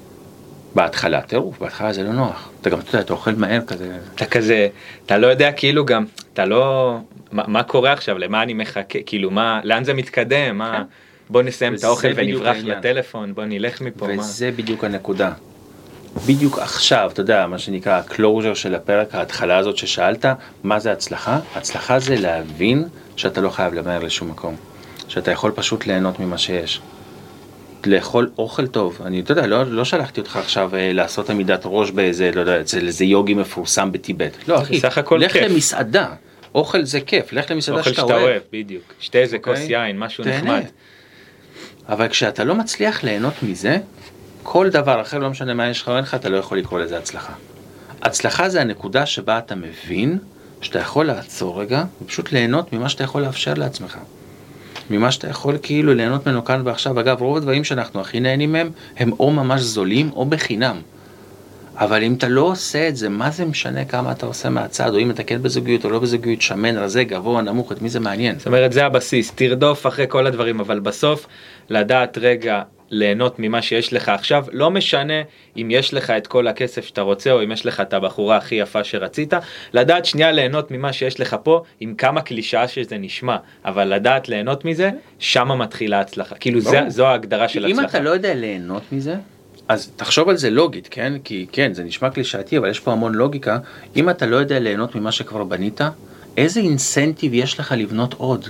Speaker 3: בהתחלה, טירוף, בהתחלה זה לא נוח. אתה גם, אתה יודע, אתה אוכל מהר כזה.
Speaker 2: אתה כזה, אתה לא יודע כאילו גם, אתה לא, מה, מה קורה עכשיו, למה אני מחכה, כאילו מה, לאן זה מתקדם, מה, בוא נסיים את האוכל ונברח לטלפון, בוא נלך מפה, מה.
Speaker 3: וזה בדיוק הנקודה. בדיוק עכשיו, אתה יודע, מה שנקרא, הקלוז'ר של הפרק, ההתחלה הזאת ששאלת, מה זה הצלחה? הצלחה זה להבין שאתה לא חייב למהר לשום מקום. שאתה יכול פשוט ליהנות ממה שיש. לאכול אוכל טוב. אני, אתה יודע, לא, לא שלחתי אותך עכשיו אה, לעשות עמידת ראש באיזה, לא יודע, אצל איזה יוגי מפורסם בטיבט. לא, אחי, לך כיף. למסעדה. אוכל זה כיף, לך למסעדה שאתה אוהב.
Speaker 2: אוכל שאתה אוהב, בדיוק. שתה איזה כוס יין, משהו נחמד.
Speaker 3: אבל כשאתה לא מצליח ליהנות מזה, כל דבר אחר, לא משנה מה יש לך או אין לך, אתה לא יכול לקרוא לזה הצלחה. הצלחה זה הנקודה שבה אתה מבין שאתה יכול לעצור רגע, ופשוט ליהנות ממה שאתה יכול לאפשר לעצמך. ממה שאתה יכול כאילו ליהנות ממנו כאן ועכשיו. אגב, רוב הדברים שאנחנו הכי נהנים מהם, הם או ממש זולים או בחינם. אבל אם אתה לא עושה את זה, מה זה משנה כמה אתה עושה מהצד, או אם אתה כן בזוגיות או לא בזוגיות, שמן, רזה, גבוה, נמוך, את מי זה מעניין?
Speaker 2: זאת אומרת, זה הבסיס, תרדוף אחרי כל הדברים, אבל בסוף, לדעת רגע, ליהנות ממה שיש לך עכשיו, לא משנה אם יש לך את כל הכסף שאתה רוצה, או אם יש לך את הבחורה הכי יפה שרצית, לדעת שנייה ליהנות ממה שיש לך פה, עם כמה קלישאה שזה נשמע, אבל לדעת ליהנות מזה, שמה מתחילה הצלחה. כאילו זה, זו ההגדרה של הצלחה.
Speaker 3: אם אתה לא יודע ליהנות מזה, אז תחשוב על זה לוגית, כן? כי כן, זה נשמע קלישאתי, אבל יש פה המון לוגיקה. אם אתה לא יודע ליהנות ממה שכבר בנית, איזה אינסנטיב יש לך לבנות עוד?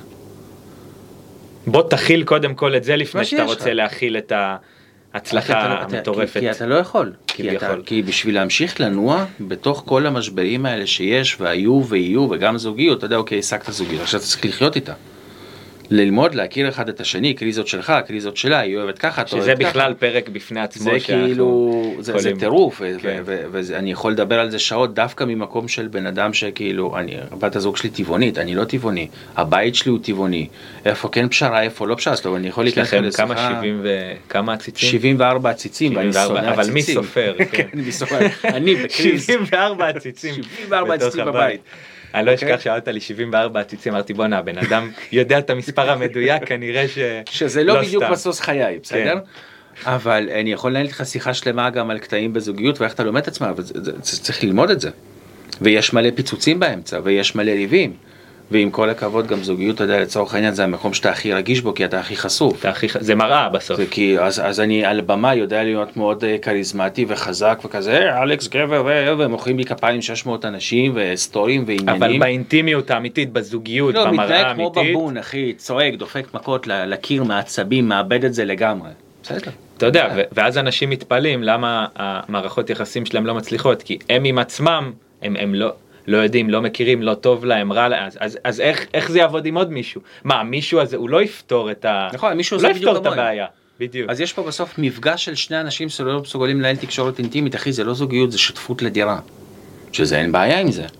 Speaker 2: בוא תכיל קודם כל את זה לפני שאתה רוצה להכיל את ההצלחה המטורפת.
Speaker 3: כי אתה לא יכול. כי בשביל להמשיך לנוע בתוך כל המשברים האלה שיש והיו ויהיו וגם זוגיות, אתה יודע, אוקיי, עסקת זוגיות, עכשיו אתה צריך לחיות איתה. ללמוד, להכיר אחד את השני, קריזות שלך, קריזות שלה, היא אוהבת ככה, אתה אוהבת ככה.
Speaker 2: שזה בכלל פרק בפני עצמו.
Speaker 3: זה כאילו, זה טירוף, ואני יכול לדבר על זה שעות דווקא ממקום של בן אדם שכאילו, בת הזוג שלי טבעונית, אני לא טבעוני, הבית שלי הוא טבעוני, איפה כן פשרה, איפה לא פשרה, אני יכול להיכנס לשיחה.
Speaker 2: כמה שבעים וכמה עציצים?
Speaker 3: שבעים וארבע עציצים, ואני שונא עציצים.
Speaker 2: אבל מי סופר?
Speaker 3: אני בקריז.
Speaker 2: שבעים וארבע עציצים.
Speaker 3: שבעים וארבע עציצים בבית.
Speaker 2: אני לא אשכח שאלת לי שבעים וארבע עציצים, אמרתי בוא נה, בן אדם יודע את המספר המדויק, כנראה ש...
Speaker 3: שזה לא בדיוק בסוס חיי, בסדר? אבל אני יכול לנהל לך שיחה שלמה גם על קטעים בזוגיות, ואיך אתה לומד את עצמה, אבל צריך ללמוד את זה. ויש מלא פיצוצים באמצע, ויש מלא ריבים. ועם כל הכבוד גם זוגיות, אתה יודע, לצורך העניין, זה המקום שאתה הכי רגיש בו, כי אתה הכי חשוף.
Speaker 2: זה מראה בסוף.
Speaker 3: זה כי, אז, אז אני על במה יודע להיות מאוד כריזמטי וחזק וכזה, אלכס גבר, ומוכרים לי כפיים שש מאות אנשים, וסטורים ועניינים.
Speaker 2: אבל באינטימיות האמיתית, בזוגיות,
Speaker 3: לא,
Speaker 2: במראה האמיתית.
Speaker 3: לא, מתנהג כמו בבון, אחי, צועק, דופק מכות לקיר מעצבים, מאבד את זה לגמרי. בסדר.
Speaker 2: אתה יודע, ואז אנשים מתפלים, למה המערכות יחסים שלהם לא מצליחות, כי הם עם עצמם, הם, הם לא... לא יודעים, לא מכירים, לא טוב להם, רע להם, אז, אז, אז איך, איך זה יעבוד עם עוד מישהו? מה, מישהו הזה, הוא לא יפתור את ה...
Speaker 3: נכון, מישהו
Speaker 2: לא יפתור את הבעיה. בדיוק.
Speaker 3: אז יש פה בסוף מפגש של שני אנשים שלא מסוגלים לנהל תקשורת אינטימית, אחי, זה לא זוגיות, זה שותפות לדירה. שזה אין בעיה עם זה.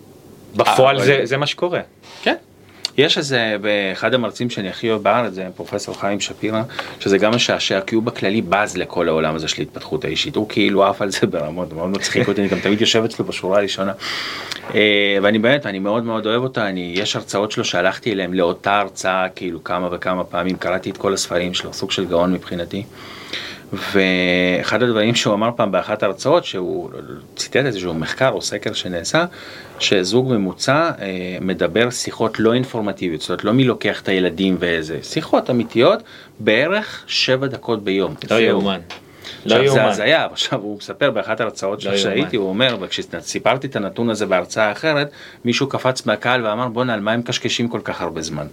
Speaker 2: בפועל זה, זה מה שקורה.
Speaker 3: כן. יש איזה, באחד המרצים שאני הכי אוהב בארץ, זה פרופסור חיים שפירא, שזה גם משעשע, כי הוא בכללי בז לכל העולם הזה של התפתחות האישית, הוא כאילו עף על זה ברמות, מאוד מצחיק אותי, אני גם תמיד יושב אצלו בשורה הראשונה, ואני באמת, אני מאוד מאוד אוהב אותה, אני, יש הרצאות שלו שהלכתי אליהם לאותה הרצאה, כאילו כמה וכמה פעמים, קראתי את כל הספרים שלו, סוג של גאון מבחינתי, ואחד הדברים שהוא אמר פעם באחת ההרצאות, שהוא ציטט איזשהו מחקר או סקר שנעשה, שזוג ממוצע אה, מדבר שיחות לא אינפורמטיביות, זאת אומרת לא מי לוקח את הילדים ואיזה, שיחות אמיתיות בערך שבע דקות ביום.
Speaker 2: לא יאומן. לא
Speaker 3: עכשיו
Speaker 2: יאומן.
Speaker 3: זה הזיה, עכשיו הוא מספר באחת ההרצאות
Speaker 2: לא
Speaker 3: שהייתי, הוא אומר, וכשסיפרתי את הנתון הזה בהרצאה אחרת, מישהו קפץ מהקהל ואמר, בוא, על מה הם קשקשים כל כך הרבה זמן?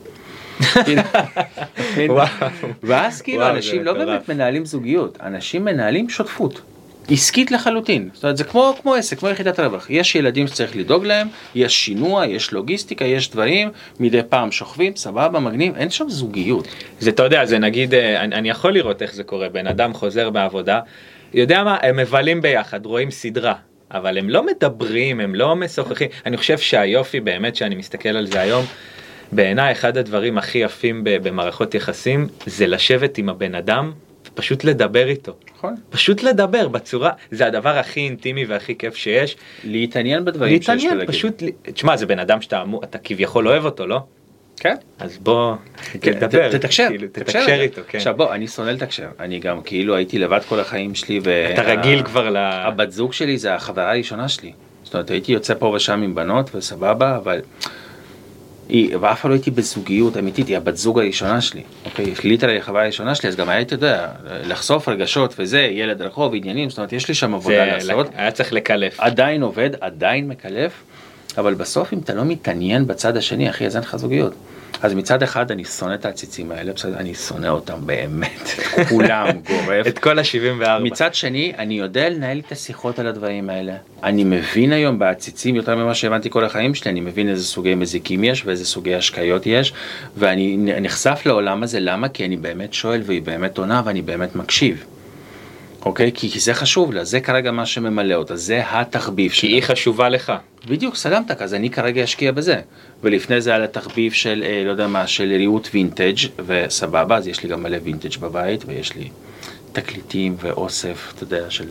Speaker 3: ואז כאילו אנשים לא באמת מנהלים זוגיות, אנשים מנהלים שותפות, עסקית לחלוטין, זאת אומרת זה כמו, כמו עסק, כמו יחידת רווח, יש ילדים שצריך לדאוג להם, יש שינוע, יש לוגיסטיקה, יש דברים, מדי פעם שוכבים, סבבה, מגניב, אין שם זוגיות.
Speaker 2: זה אתה יודע, זה נגיד, אני, אני יכול לראות איך זה קורה, בן אדם חוזר בעבודה, יודע מה, הם מבלים ביחד, רואים סדרה, אבל הם לא מדברים, הם לא משוחחים, אני חושב שהיופי באמת שאני מסתכל על זה היום, בעיניי אחד הדברים הכי יפים במערכות יחסים זה לשבת עם הבן אדם ופשוט לדבר איתו.
Speaker 3: נכון.
Speaker 2: פשוט לדבר בצורה, זה הדבר הכי אינטימי והכי כיף שיש.
Speaker 3: להתעניין בדברים שיש
Speaker 2: להתעניין, פשוט, תשמע, זה בן אדם שאתה אתה כביכול אוהב אותו, לא?
Speaker 3: כן.
Speaker 2: אז בוא תדבר.
Speaker 3: תתקשר.
Speaker 2: כאילו, תתקשר איתו, כן.
Speaker 3: עכשיו בוא, אני שונא לתקשר. אני גם כאילו הייתי לבד כל החיים שלי.
Speaker 2: אתה רגיל כבר ל...
Speaker 3: הבת זוג שלי זה החברה הראשונה שלי. זאת אומרת, הייתי יוצא פה ושם עם בנות וסבבה, אבל... היא, ואף פעם לא הייתי בזוגיות אמיתית, היא הבת זוג הראשונה שלי, אוקיי? החליטה לי החברה הראשונה שלי, אז גם הייתי יודע, לחשוף רגשות וזה, ילד רחוב, עניינים, זאת אומרת, יש לי שם עבודה לעשות.
Speaker 2: היה צריך לקלף.
Speaker 3: עדיין עובד, עדיין מקלף, אבל בסוף אם אתה לא מתעניין בצד השני, אחי, אז אין לך זוגיות. אז מצד אחד אני שונא את הציצים האלה, בסדר, אני שונא אותם באמת, כולם גורף.
Speaker 2: את כל ה-שבעים וארבע.
Speaker 3: מצד שני, אני יודע לנהל את השיחות על הדברים האלה. אני מבין היום בהציצים יותר ממה שהבנתי כל החיים שלי, אני מבין איזה סוגי מזיקים יש ואיזה סוגי השקיות יש, ואני נחשף לעולם הזה, למה? כי אני באמת שואל והיא באמת עונה ואני באמת מקשיב. אוקיי? כי, כי זה חשוב לה, זה כרגע מה שממלא אותה, זה התחביב שלה.
Speaker 2: כי היא חשובה לך.
Speaker 3: בדיוק, סלמת, אז אני כרגע אשקיע בזה. ולפני זה היה לתחביב של, אה, לא יודע מה, של ריהוט וינטג' וסבבה, אז יש לי גם מלא וינטג' בבית, ויש לי תקליטים ואוסף, אתה יודע, של...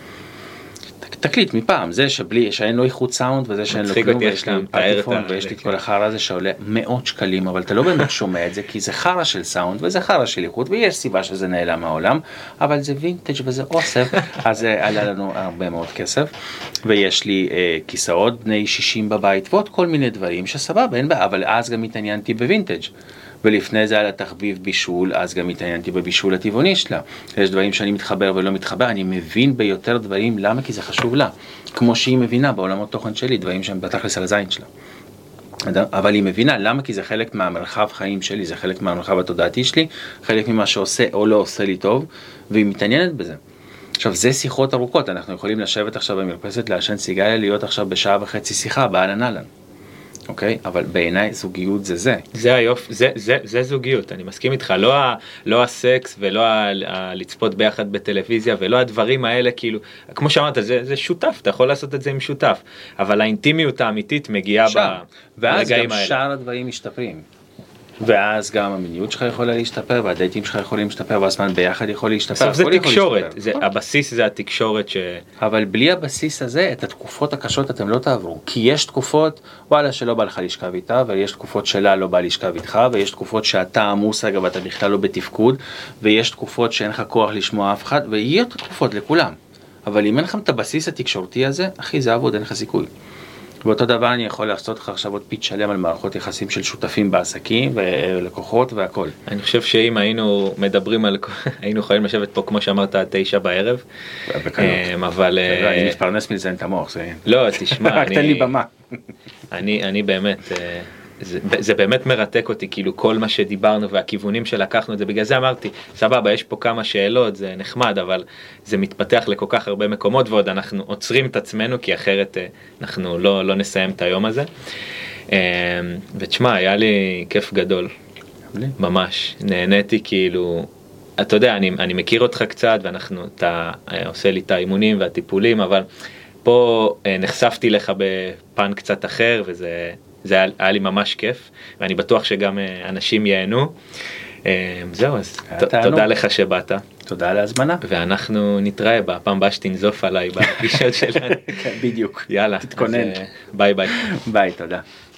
Speaker 3: תקליט מפעם, זה שבלי, שאין לו איכות סאונד, וזה שאין לו כלום, ויש לי פטיפון, ויש לי את כל החרא הזה שעולה מאות שקלים, אבל אתה לא באמת שומע את זה, כי זה חרא של סאונד, וזה חרא של איכות, ויש סיבה שזה נעלם מהעולם, אבל זה וינטג' וזה אוסף, אז זה עלה לנו הרבה מאוד כסף, ויש לי אה, כיסאות בני שישים בבית, ועוד כל מיני דברים שסבבה, אין בה, אבל אז גם התעניינתי בווינטג'. ולפני זה היה לה תחביב בישול, אז גם התעניינתי בבישול הטבעוני שלה. יש דברים שאני מתחבר ולא מתחבר, אני מבין ביותר דברים, למה? כי זה חשוב לה. כמו שהיא מבינה בעולמות תוכן שלי, דברים שהם בתכלס על הזין שלה. אבל היא מבינה, למה? כי זה חלק מהמרחב חיים שלי, זה חלק מהמרחב התודעתי שלי, חלק ממה שעושה או לא עושה לי טוב, והיא מתעניינת בזה. עכשיו, זה שיחות ארוכות, אנחנו יכולים לשבת עכשיו במרפסת, לעשן סיגריה, להיות עכשיו בשעה וחצי שיחה, באהלן אהלן. אוקיי? אבל בעיניי זוגיות זה זה.
Speaker 2: זה היופ, זה, זה, זה זוגיות, אני מסכים איתך, לא, ה, לא הסקס ולא ה, ה, לצפות ביחד בטלוויזיה ולא הדברים האלה, כאילו, כמו שאמרת, זה, זה שותף, אתה יכול לעשות את זה עם שותף, אבל האינטימיות האמיתית מגיעה ברגעים האלה.
Speaker 3: ואז גם שאר הדברים משתפרים. ואז גם המיניות שלך יכולה להשתפר, והדייטים שלך יכולים להשתפר, והזמן ביחד יכול להשתפר.
Speaker 2: בסוף זה תקשורת, זה, הבסיס זה התקשורת ש... אבל
Speaker 3: בלי הבסיס הזה, את התקופות הקשות אתם לא תעברו. כי יש תקופות, וואלה, שלא בא לך לשכב איתה, ויש תקופות שלה לא בא לשכב איתך, ויש תקופות שאתה עמוס רגע, ואתה בכלל לא בתפקוד, ויש תקופות שאין לך כוח לשמוע אף אחד, ויהיו תקופות לכולם. אבל אם אין לכם את הבסיס התקשורתי הזה, אחי, זה עבוד, אין לך סיכוי. ואותו דבר אני יכול לעשות לך עכשיו עוד פיץ שלם על מערכות יחסים של שותפים בעסקים ולקוחות והכל.
Speaker 2: אני חושב שאם היינו מדברים על, היינו יכולים לשבת פה כמו שאמרת תשע בערב. אבל...
Speaker 3: אני מתפרנס מזה את המוח.
Speaker 2: לא, תשמע,
Speaker 3: תן לי במה.
Speaker 2: אני באמת... זה, זה באמת מרתק אותי, כאילו כל מה שדיברנו והכיוונים שלקחנו את זה, בגלל זה אמרתי, סבבה, יש פה כמה שאלות, זה נחמד, אבל זה מתפתח לכל כך הרבה מקומות, ועוד אנחנו עוצרים את עצמנו, כי אחרת אנחנו לא, לא נסיים את היום הזה. ותשמע, היה לי כיף גדול, ממש, נהניתי כאילו, אתה יודע, אני, אני מכיר אותך קצת, ואנחנו, אתה עושה לי את האימונים והטיפולים, אבל פה נחשפתי לך בפן קצת אחר, וזה זה היה, היה לי ממש כיף, ואני בטוח שגם אנשים ייהנו. זהו, אז ת, תודה לך שבאת.
Speaker 3: תודה על ההזמנה.
Speaker 2: ואנחנו נתראה בפעם הבאה שתנזוף עליי בפגישות שלנו.
Speaker 3: בדיוק.
Speaker 2: יאללה.
Speaker 3: תתכונן.
Speaker 2: אז, ביי ביי.
Speaker 3: ביי, תודה.